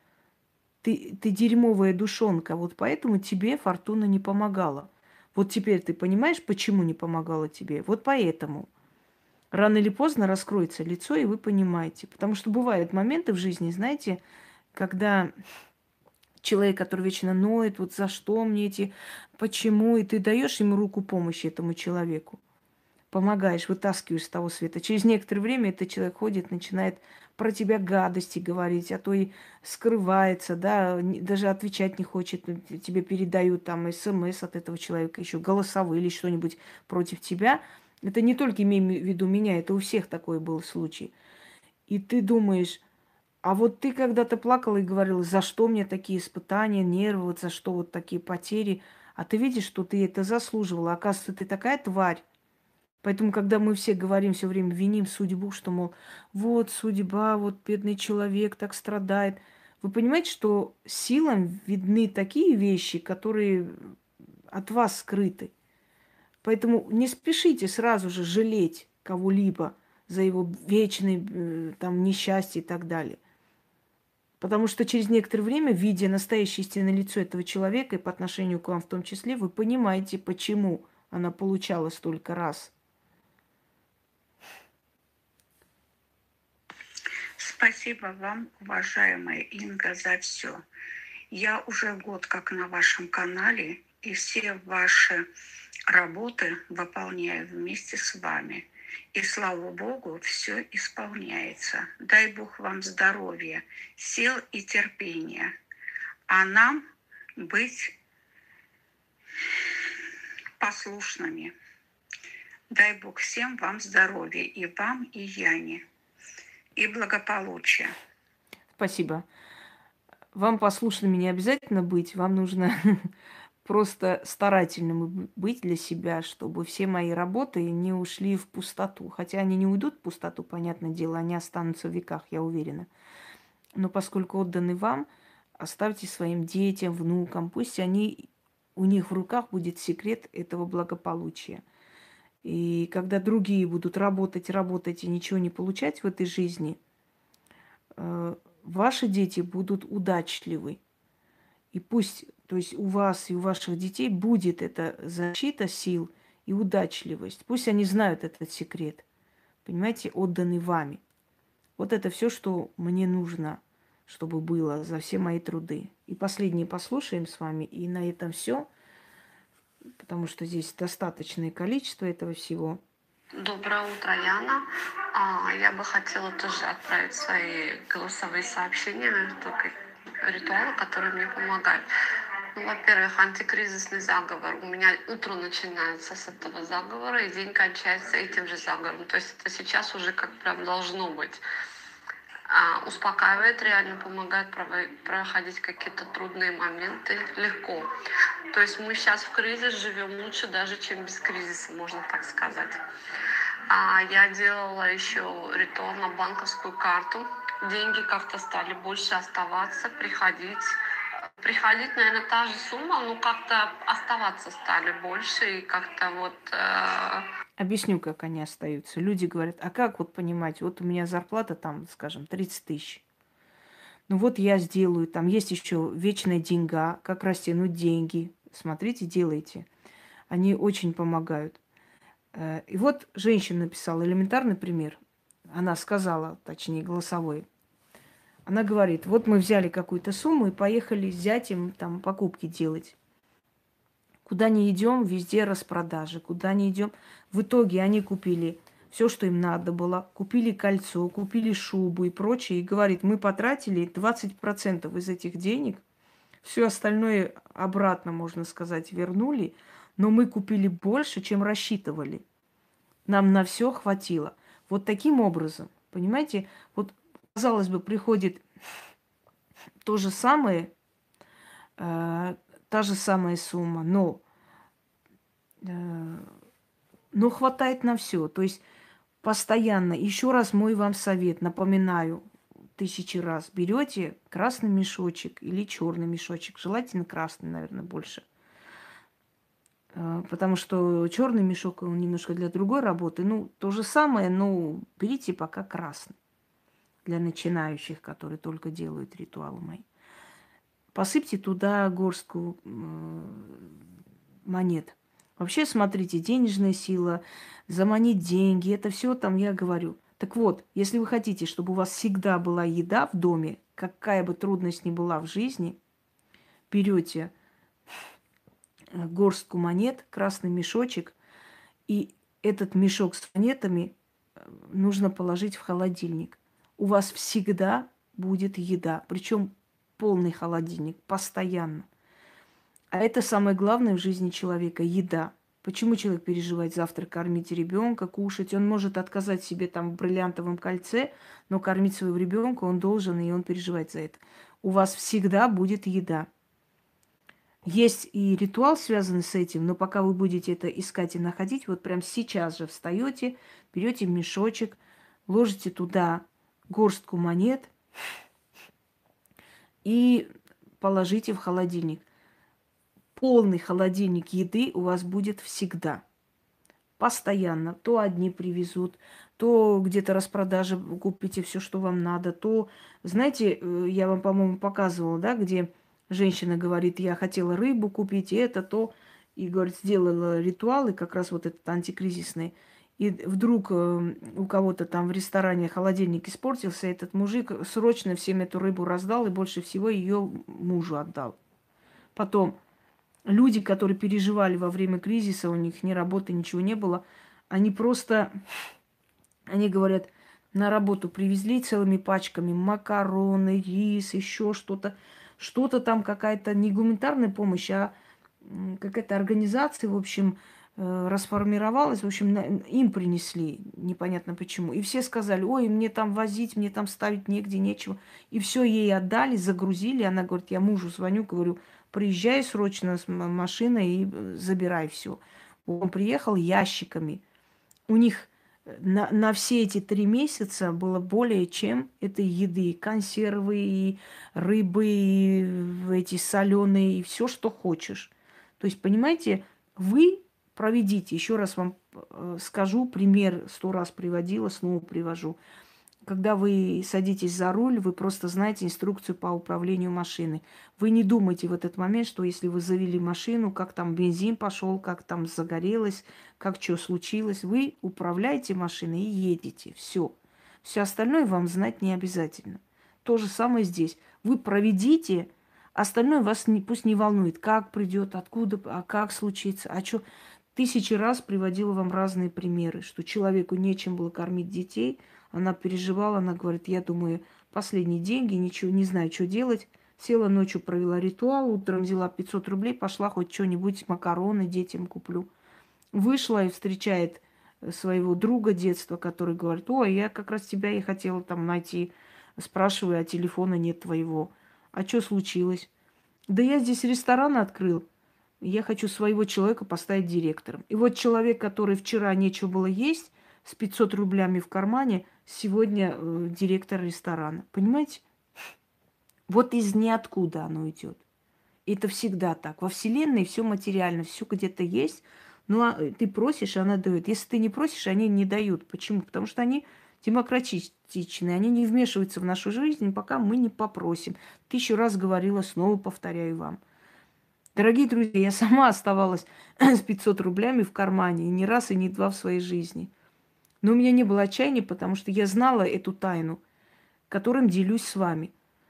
Ты, ты дерьмовая душонка, вот поэтому тебе фортуна не помогала. Вот теперь ты понимаешь, почему не помогала тебе? Вот поэтому. Рано или поздно раскроется лицо, и вы понимаете. Потому что бывают моменты в жизни, знаете, когда человек, который вечно ноет, вот за что мне эти, почему, и ты даешь ему руку помощи этому человеку. Помогаешь, вытаскиваешь с того света. Через некоторое время этот человек ходит, начинает про тебя гадости говорить, а то и скрывается, да, не- даже отвечать не хочет. ну, т- Тебе передают там смс от этого человека, еще голосовые или что-нибудь против тебя. Это не только имею в виду меня, это у всех такой был случай. И ты думаешь, а вот ты когда-то плакала и говорила, за что мне такие испытания, нервы, вот за что вот такие потери. А ты видишь, что ты это заслуживала. Оказывается, ты такая тварь. Поэтому, когда мы все говорим, все время виним судьбу, что, мол, вот судьба, вот бедный человек так страдает. Вы понимаете, что силам видны такие вещи, которые от вас скрыты. Поэтому не спешите сразу же жалеть кого-либо за его вечное э, там несчастье и так далее. Потому что через некоторое время, видя настоящее истинное лицо этого человека и по отношению к вам в том числе, вы понимаете, почему она получала столько раз. Спасибо вам, уважаемая Инга, за все. Я уже год как на вашем канале, и все ваши работы выполняю вместе с вами. И слава Богу, все исполняется. Дай Бог вам здоровья, сил и терпения. А нам быть послушными. Дай Бог всем вам здоровья, и вам, и Яне, и благополучия. Спасибо. Вам послушными не обязательно быть, вам нужно просто старательным быть для себя, чтобы все мои работы не ушли в пустоту. Хотя они не уйдут в пустоту, понятное дело, они останутся в веках, я уверена. Но поскольку отданы вам, оставьте своим детям, внукам, пусть они, у них в руках будет секрет этого благополучия. И когда другие будут работать, работать и ничего не получать в этой жизни, э, ваши дети будут удачливы. И пусть, то есть у вас и у ваших детей будет эта защита сил и удачливость. Пусть они знают этот секрет, понимаете, отданный вами. Вот это все, что мне нужно, чтобы было за все мои труды. И последнее послушаем с вами, и на этом все, потому что здесь достаточное количество этого всего. Доброе утро, Яна. А, Я бы хотела тоже отправить свои голосовые сообщения, только ритуалы, которые мне помогают. Ну, во-первых, антикризисный заговор. У меня утро начинается с этого заговора, и день кончается этим же заговором. То есть это сейчас уже как прям должно быть. А, успокаивает, реально помогает прово- проходить какие-то трудные моменты легко. То есть мы сейчас в кризис живем лучше даже, чем без кризиса, можно так сказать. А я делала еще ритуал на банковскую карту. Деньги как-то стали больше оставаться, приходить. Приходить, наверное, та же сумма, но как-то оставаться стали больше. И как-то вот... э, Объясню, как они остаются. Люди говорят, а как вот понимать, вот у меня зарплата там, скажем, тридцать тысяч. Ну вот я сделаю, там есть еще вечная деньга, как растянуть деньги. Смотрите, делайте. Они очень помогают. Э, И вот женщина написала элементарный пример. Она сказала, точнее, голосовой. Она говорит, вот мы взяли какую-то сумму и поехали с зятем там покупки делать. Куда не идем, везде распродажи. Куда не идем. В итоге они купили все, что им надо было. Купили кольцо, купили шубу и прочее. И говорит, мы потратили двадцать процентов из этих денег. Все остальное обратно, можно сказать, вернули. Но мы купили больше, чем рассчитывали. Нам на все хватило. Вот таким образом, понимаете, вот, казалось бы, приходит то же самое, э, та же самая сумма, но, э, но хватает на все. То есть постоянно, еще раз мой вам совет, напоминаю тысячи раз, берете красный мешочек или черный мешочек, желательно красный, наверное, больше. Э, Потому что черный мешок, он немножко для другой работы. Ну, то же самое, но берите пока красный. Для начинающих, которые только делают ритуалы мои. Посыпьте туда горстку э, монет. Вообще, смотрите, денежная сила, заманить деньги, это все там я говорю. Так вот, если вы хотите, чтобы у вас всегда была еда в доме, какая бы трудность ни была в жизни, берете горстку монет, красный мешочек, и этот мешок с монетами нужно положить в холодильник. У вас всегда будет еда, причем полный холодильник, постоянно. А это самое главное в жизни человека – еда. Почему человек переживает завтра кормить ребенка, кушать? Он может отказать себе там в бриллиантовом кольце, но кормить своего ребенка он должен, и он переживает за это. У вас всегда будет еда. Есть и ритуал, связанный с этим, но пока вы будете это искать и находить, вот прямо сейчас же встаете, берете мешочек, ложите туда горстку монет и положите в холодильник. Полный холодильник еды у вас будет всегда. Постоянно. То одни привезут, то где-то распродажи купите все, что вам надо, то, знаете, я вам, по-моему, показывала, да, где женщина говорит, я хотела рыбу купить, и это, то, и, говорит, сделала ритуалы, как раз вот этот антикризисный. И вдруг э, у кого-то там в ресторане холодильник испортился, этот мужик срочно всем эту рыбу раздал и больше всего ее мужу отдал. Потом люди, которые переживали во время кризиса, у них ни работы, ничего не было, они просто Они говорят, на работу привезли целыми пачками макароны, рис, еще что-то. Что-то там какая-то не гуманитарная помощь, а м, какая-то организация, в общем, э, расформировалась. В общем, на- им принесли, непонятно почему. И все сказали, ой, мне там возить, мне там ставить негде, нечего. И все ей отдали, загрузили. Она говорит, я мужу звоню, говорю, приезжай срочно с м- машиной и э, забирай все. Он приехал ящиками. У них э, на, на все эти три месяца было более чем этой еды. Консервы, и рыбы, и эти соленые, и все, что хочешь. То есть, понимаете, вы проведите, еще раз вам э, скажу, пример сто раз приводила, снова привожу. Когда вы садитесь за руль, вы просто знаете инструкцию по управлению машиной. Вы не думайте в этот момент, что если вы завели машину, как там бензин пошел, как там загорелось, как что случилось. Вы управляете машиной и едете. Все. Все остальное вам знать не обязательно. То же самое здесь. Вы проведите, остальное вас не, пусть не волнует, как придет, откуда, а как случится, а что. Тысячи раз приводила вам разные примеры, что человеку нечем было кормить детей. Она переживала, она говорит, я думаю, последние деньги, ничего не знаю, что делать. Села ночью, провела ритуал, утром взяла пятьсот рублей, пошла хоть что-нибудь, макароны детям куплю. Вышла и встречает э, своего друга детства, который говорит, ой, я как раз тебя и хотела там найти. Спрашиваю, а телефона нет твоего. А что случилось? Да я здесь ресторан открыл. Я хочу своего человека поставить директором. И вот человек, который вчера нечего было есть, с пятьсот рублями в кармане, сегодня э, директор ресторана. Понимаете? Вот из ниоткуда оно идет. Это всегда так. Во Вселенной все материально, все где-то есть. Ну, а ты просишь, она дает. Если ты не просишь, они не дают. Почему? Потому что они демократичные, они не вмешиваются в нашу жизнь, пока мы не попросим. Тысячу раз говорила, снова повторяю вам. Дорогие друзья, я сама оставалась с пятьсот рублями в кармане, и не раз, и не два в своей жизни. Но у меня не было отчаяния, потому что я знала эту тайну, которым делюсь с вами.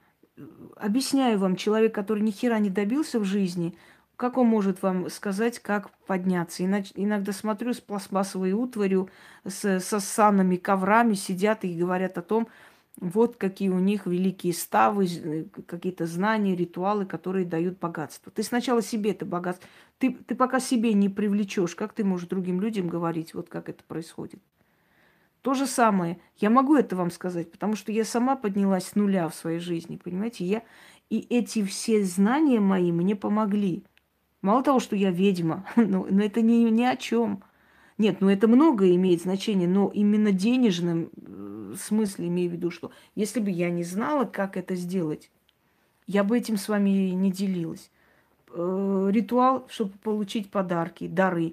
Объясняю вам, человек, который ни хера не добился в жизни, как он может вам сказать, как подняться? Иначе, иногда смотрю с пластмассовой утварью, с, со ссаными коврами сидят и говорят о том, вот какие у них великие ставы, з- какие-то знания, ритуалы, которые дают богатство. Ты сначала себе это богатство. Ты, ты пока себе не привлечешь, как ты можешь другим людям говорить, вот как это происходит? То же самое. Я могу это вам сказать, потому что я сама поднялась с нуля в своей жизни, понимаете? Я... И эти все знания мои мне помогли. Мало того, что я ведьма, но, но это ни, ни о чем. Нет, ну это многое имеет значение, но именно денежным э, смысле имею в виду, что если бы я не знала, как это сделать, я бы этим с вами не делилась. Э, ритуал, чтобы получить подарки, дары.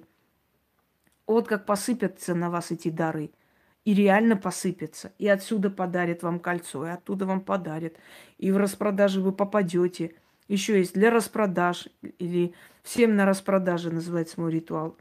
Вот как посыпятся на вас эти дары. И реально посыпятся. И отсюда подарят вам кольцо, и оттуда вам подарят. И в распродаже вы попадете. Еще есть для распродаж, или всем на распродаже называется мой ритуал.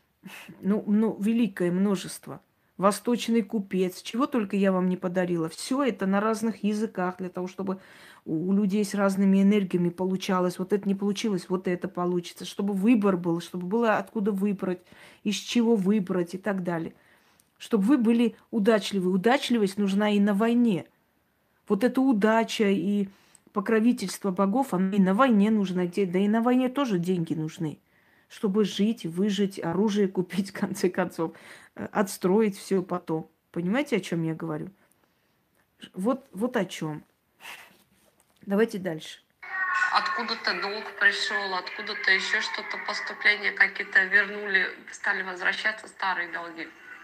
Ну, ну, великое множество. Восточный купец, чего только я вам не подарила. Все это на разных языках, для того, чтобы у людей с разными энергиями получалось. Вот это не получилось, вот это получится. Чтобы выбор был, чтобы было откуда выбрать, из чего выбрать и так далее. Чтобы вы были удачливы. Удачливость нужна и на войне. Вот эта удача и покровительство богов, оно и на войне нужно. Да и на войне тоже деньги нужны. Чтобы жить, выжить, оружие купить, в конце концов, э, отстроить все потом. Понимаете, о чем я говорю? Вот, вот о чем. Давайте дальше. Откуда-то долг пришел, откуда-то еще что-то, поступления какие-то вернули, стали возвращаться старые долги.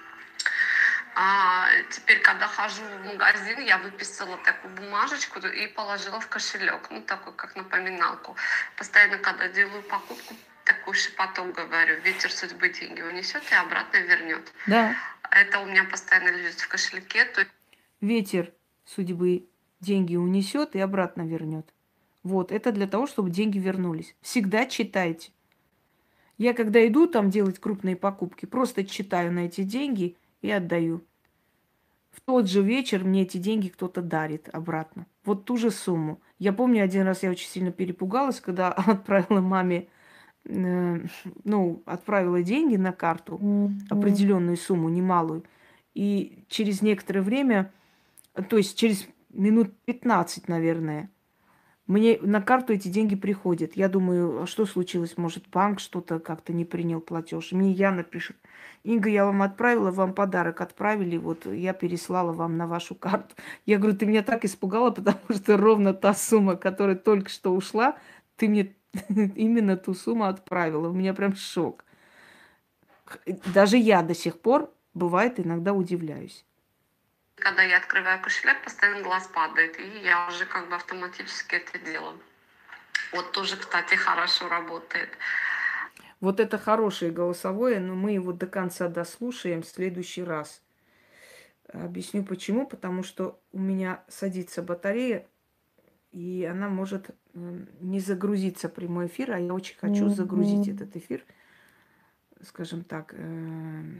А теперь, когда хожу в магазин, я выписала такую бумажечку и положила в кошелек, ну, такой, как напоминалку. Постоянно, когда делаю покупку, такой шепоток говорю, ветер судьбы деньги унесет и обратно вернет. Да, Это у меня постоянно лежит в кошельке. То есть ветер судьбы деньги унесет и обратно вернет. Вот, это для того, чтобы деньги вернулись. Всегда читайте. Я когда иду там делать крупные покупки, просто читаю на эти деньги и отдаю. В тот же вечер мне эти деньги кто-то дарит обратно. Вот ту же сумму. Я помню, один раз я очень сильно перепугалась, когда отправила маме, э, ну, отправила деньги на карту, определенную сумму, немалую. И через некоторое время, то есть через минут пятнадцать, наверное, мне на карту эти деньги приходят. Я думаю, а что случилось? Может, банк что-то как-то не принял платеж. Мне Яна пишет: Инга, я вам отправила, вам подарок отправили, вот я переслала вам на вашу карту. Я говорю, ты меня так испугала, потому что ровно та сумма, которая только что ушла, ты мне именно ту сумму отправила. У меня прям шок. Даже я до сих пор, бывает, иногда удивляюсь. Когда я открываю кошелек, постоянно глаз падает, и я уже как бы автоматически это делаю. Вот тоже, кстати, хорошо работает. Вот это хорошее голосовое, но мы его до конца дослушаем в следующий раз. Объясню почему. Потому что у меня садится батарея, и она может м, не загрузиться прямой эфир, а я очень хочу загрузить этот эфир, скажем так. э,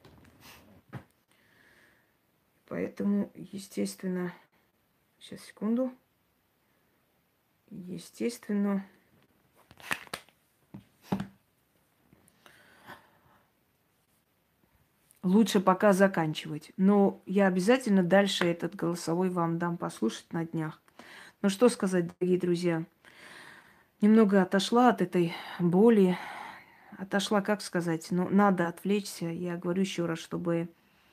Поэтому, естественно, сейчас, секунду. Естественно, лучше пока заканчивать. Но я обязательно дальше этот голосовой вам дам послушать на днях. Ну что сказать, дорогие друзья. Немного отошла от этой боли. Отошла, как сказать, ну, надо отвлечься. Я говорю еще раз, чтобы,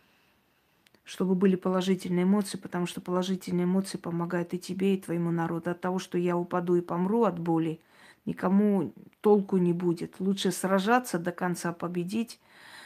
чтобы были положительные эмоции, потому что положительные эмоции помогают и тебе, и твоему народу. От того, что я упаду и помру от боли, никому толку не будет. Лучше сражаться до конца, победить,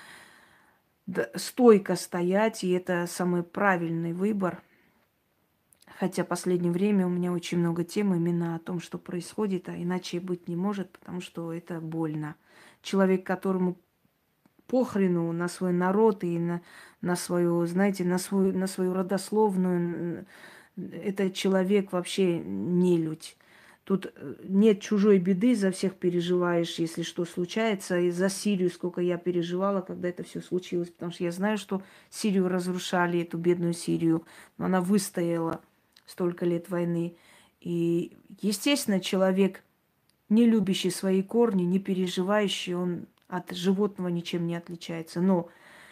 д- стойко стоять, и это самый правильный выбор. Хотя в последнее время у меня очень много тем именно о том, что происходит, а иначе быть не может, потому что это больно. Человек, которому похрену на свой народ и на, на свою, знаете, на свою, на свою родословную, это человек вообще нелюдь. Тут нет чужой беды, за всех переживаешь, если что случается. И за Сирию сколько я переживала, когда это все случилось. Потому что я знаю, что Сирию разрушали, эту бедную Сирию. Но она выстояла столько лет войны. И, естественно, человек, не любящий свои корни, не переживающий, он от животного ничем не отличается. Но,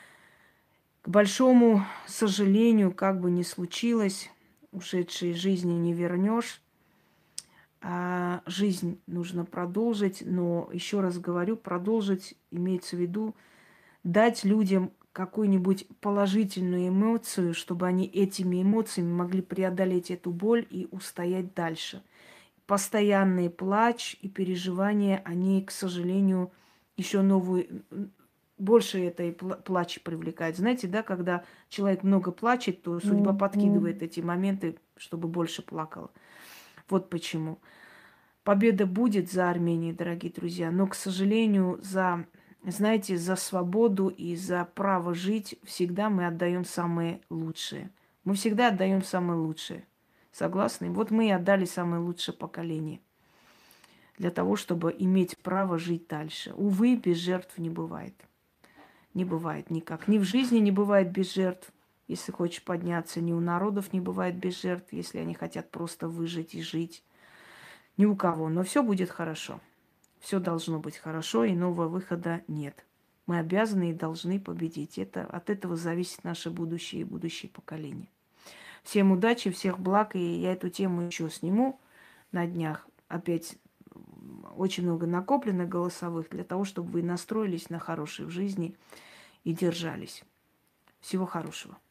к большому сожалению, как бы ни случилось, ушедшей жизни не вернешь. А жизнь нужно продолжить, но еще раз говорю, продолжить имеется в виду дать людям какую-нибудь положительную эмоцию, чтобы они этими эмоциями могли преодолеть эту боль и устоять дальше. Постоянный плач и переживания, они, к сожалению, еще новую, больше этой плача привлекают. Знаете, да, когда человек много плачет, то судьба подкидывает эти моменты, чтобы больше плакала. Вот почему. Победа будет за Арменией, дорогие друзья, но, к сожалению, за, знаете, за свободу и за право жить всегда мы отдаем самое лучшее. Мы всегда отдаем самое лучшее. Согласны? Вот мы и отдали самое лучшее поколение для того, чтобы иметь право жить дальше. Увы, без жертв не бывает. Не бывает никак. Ни в жизни не бывает без жертв, если хочешь подняться. Ни у народов не бывает без жертв, если они хотят просто выжить и жить. Ни у кого. Но все будет хорошо. Все должно быть хорошо, и нового выхода нет. Мы обязаны и должны победить. Это, от этого зависит наше будущее и будущее поколение. Всем удачи, всех благ. И я эту тему еще сниму на днях. Опять очень много накоплено голосовых для того, чтобы вы настроились на хорошее в жизни и держались. Всего хорошего.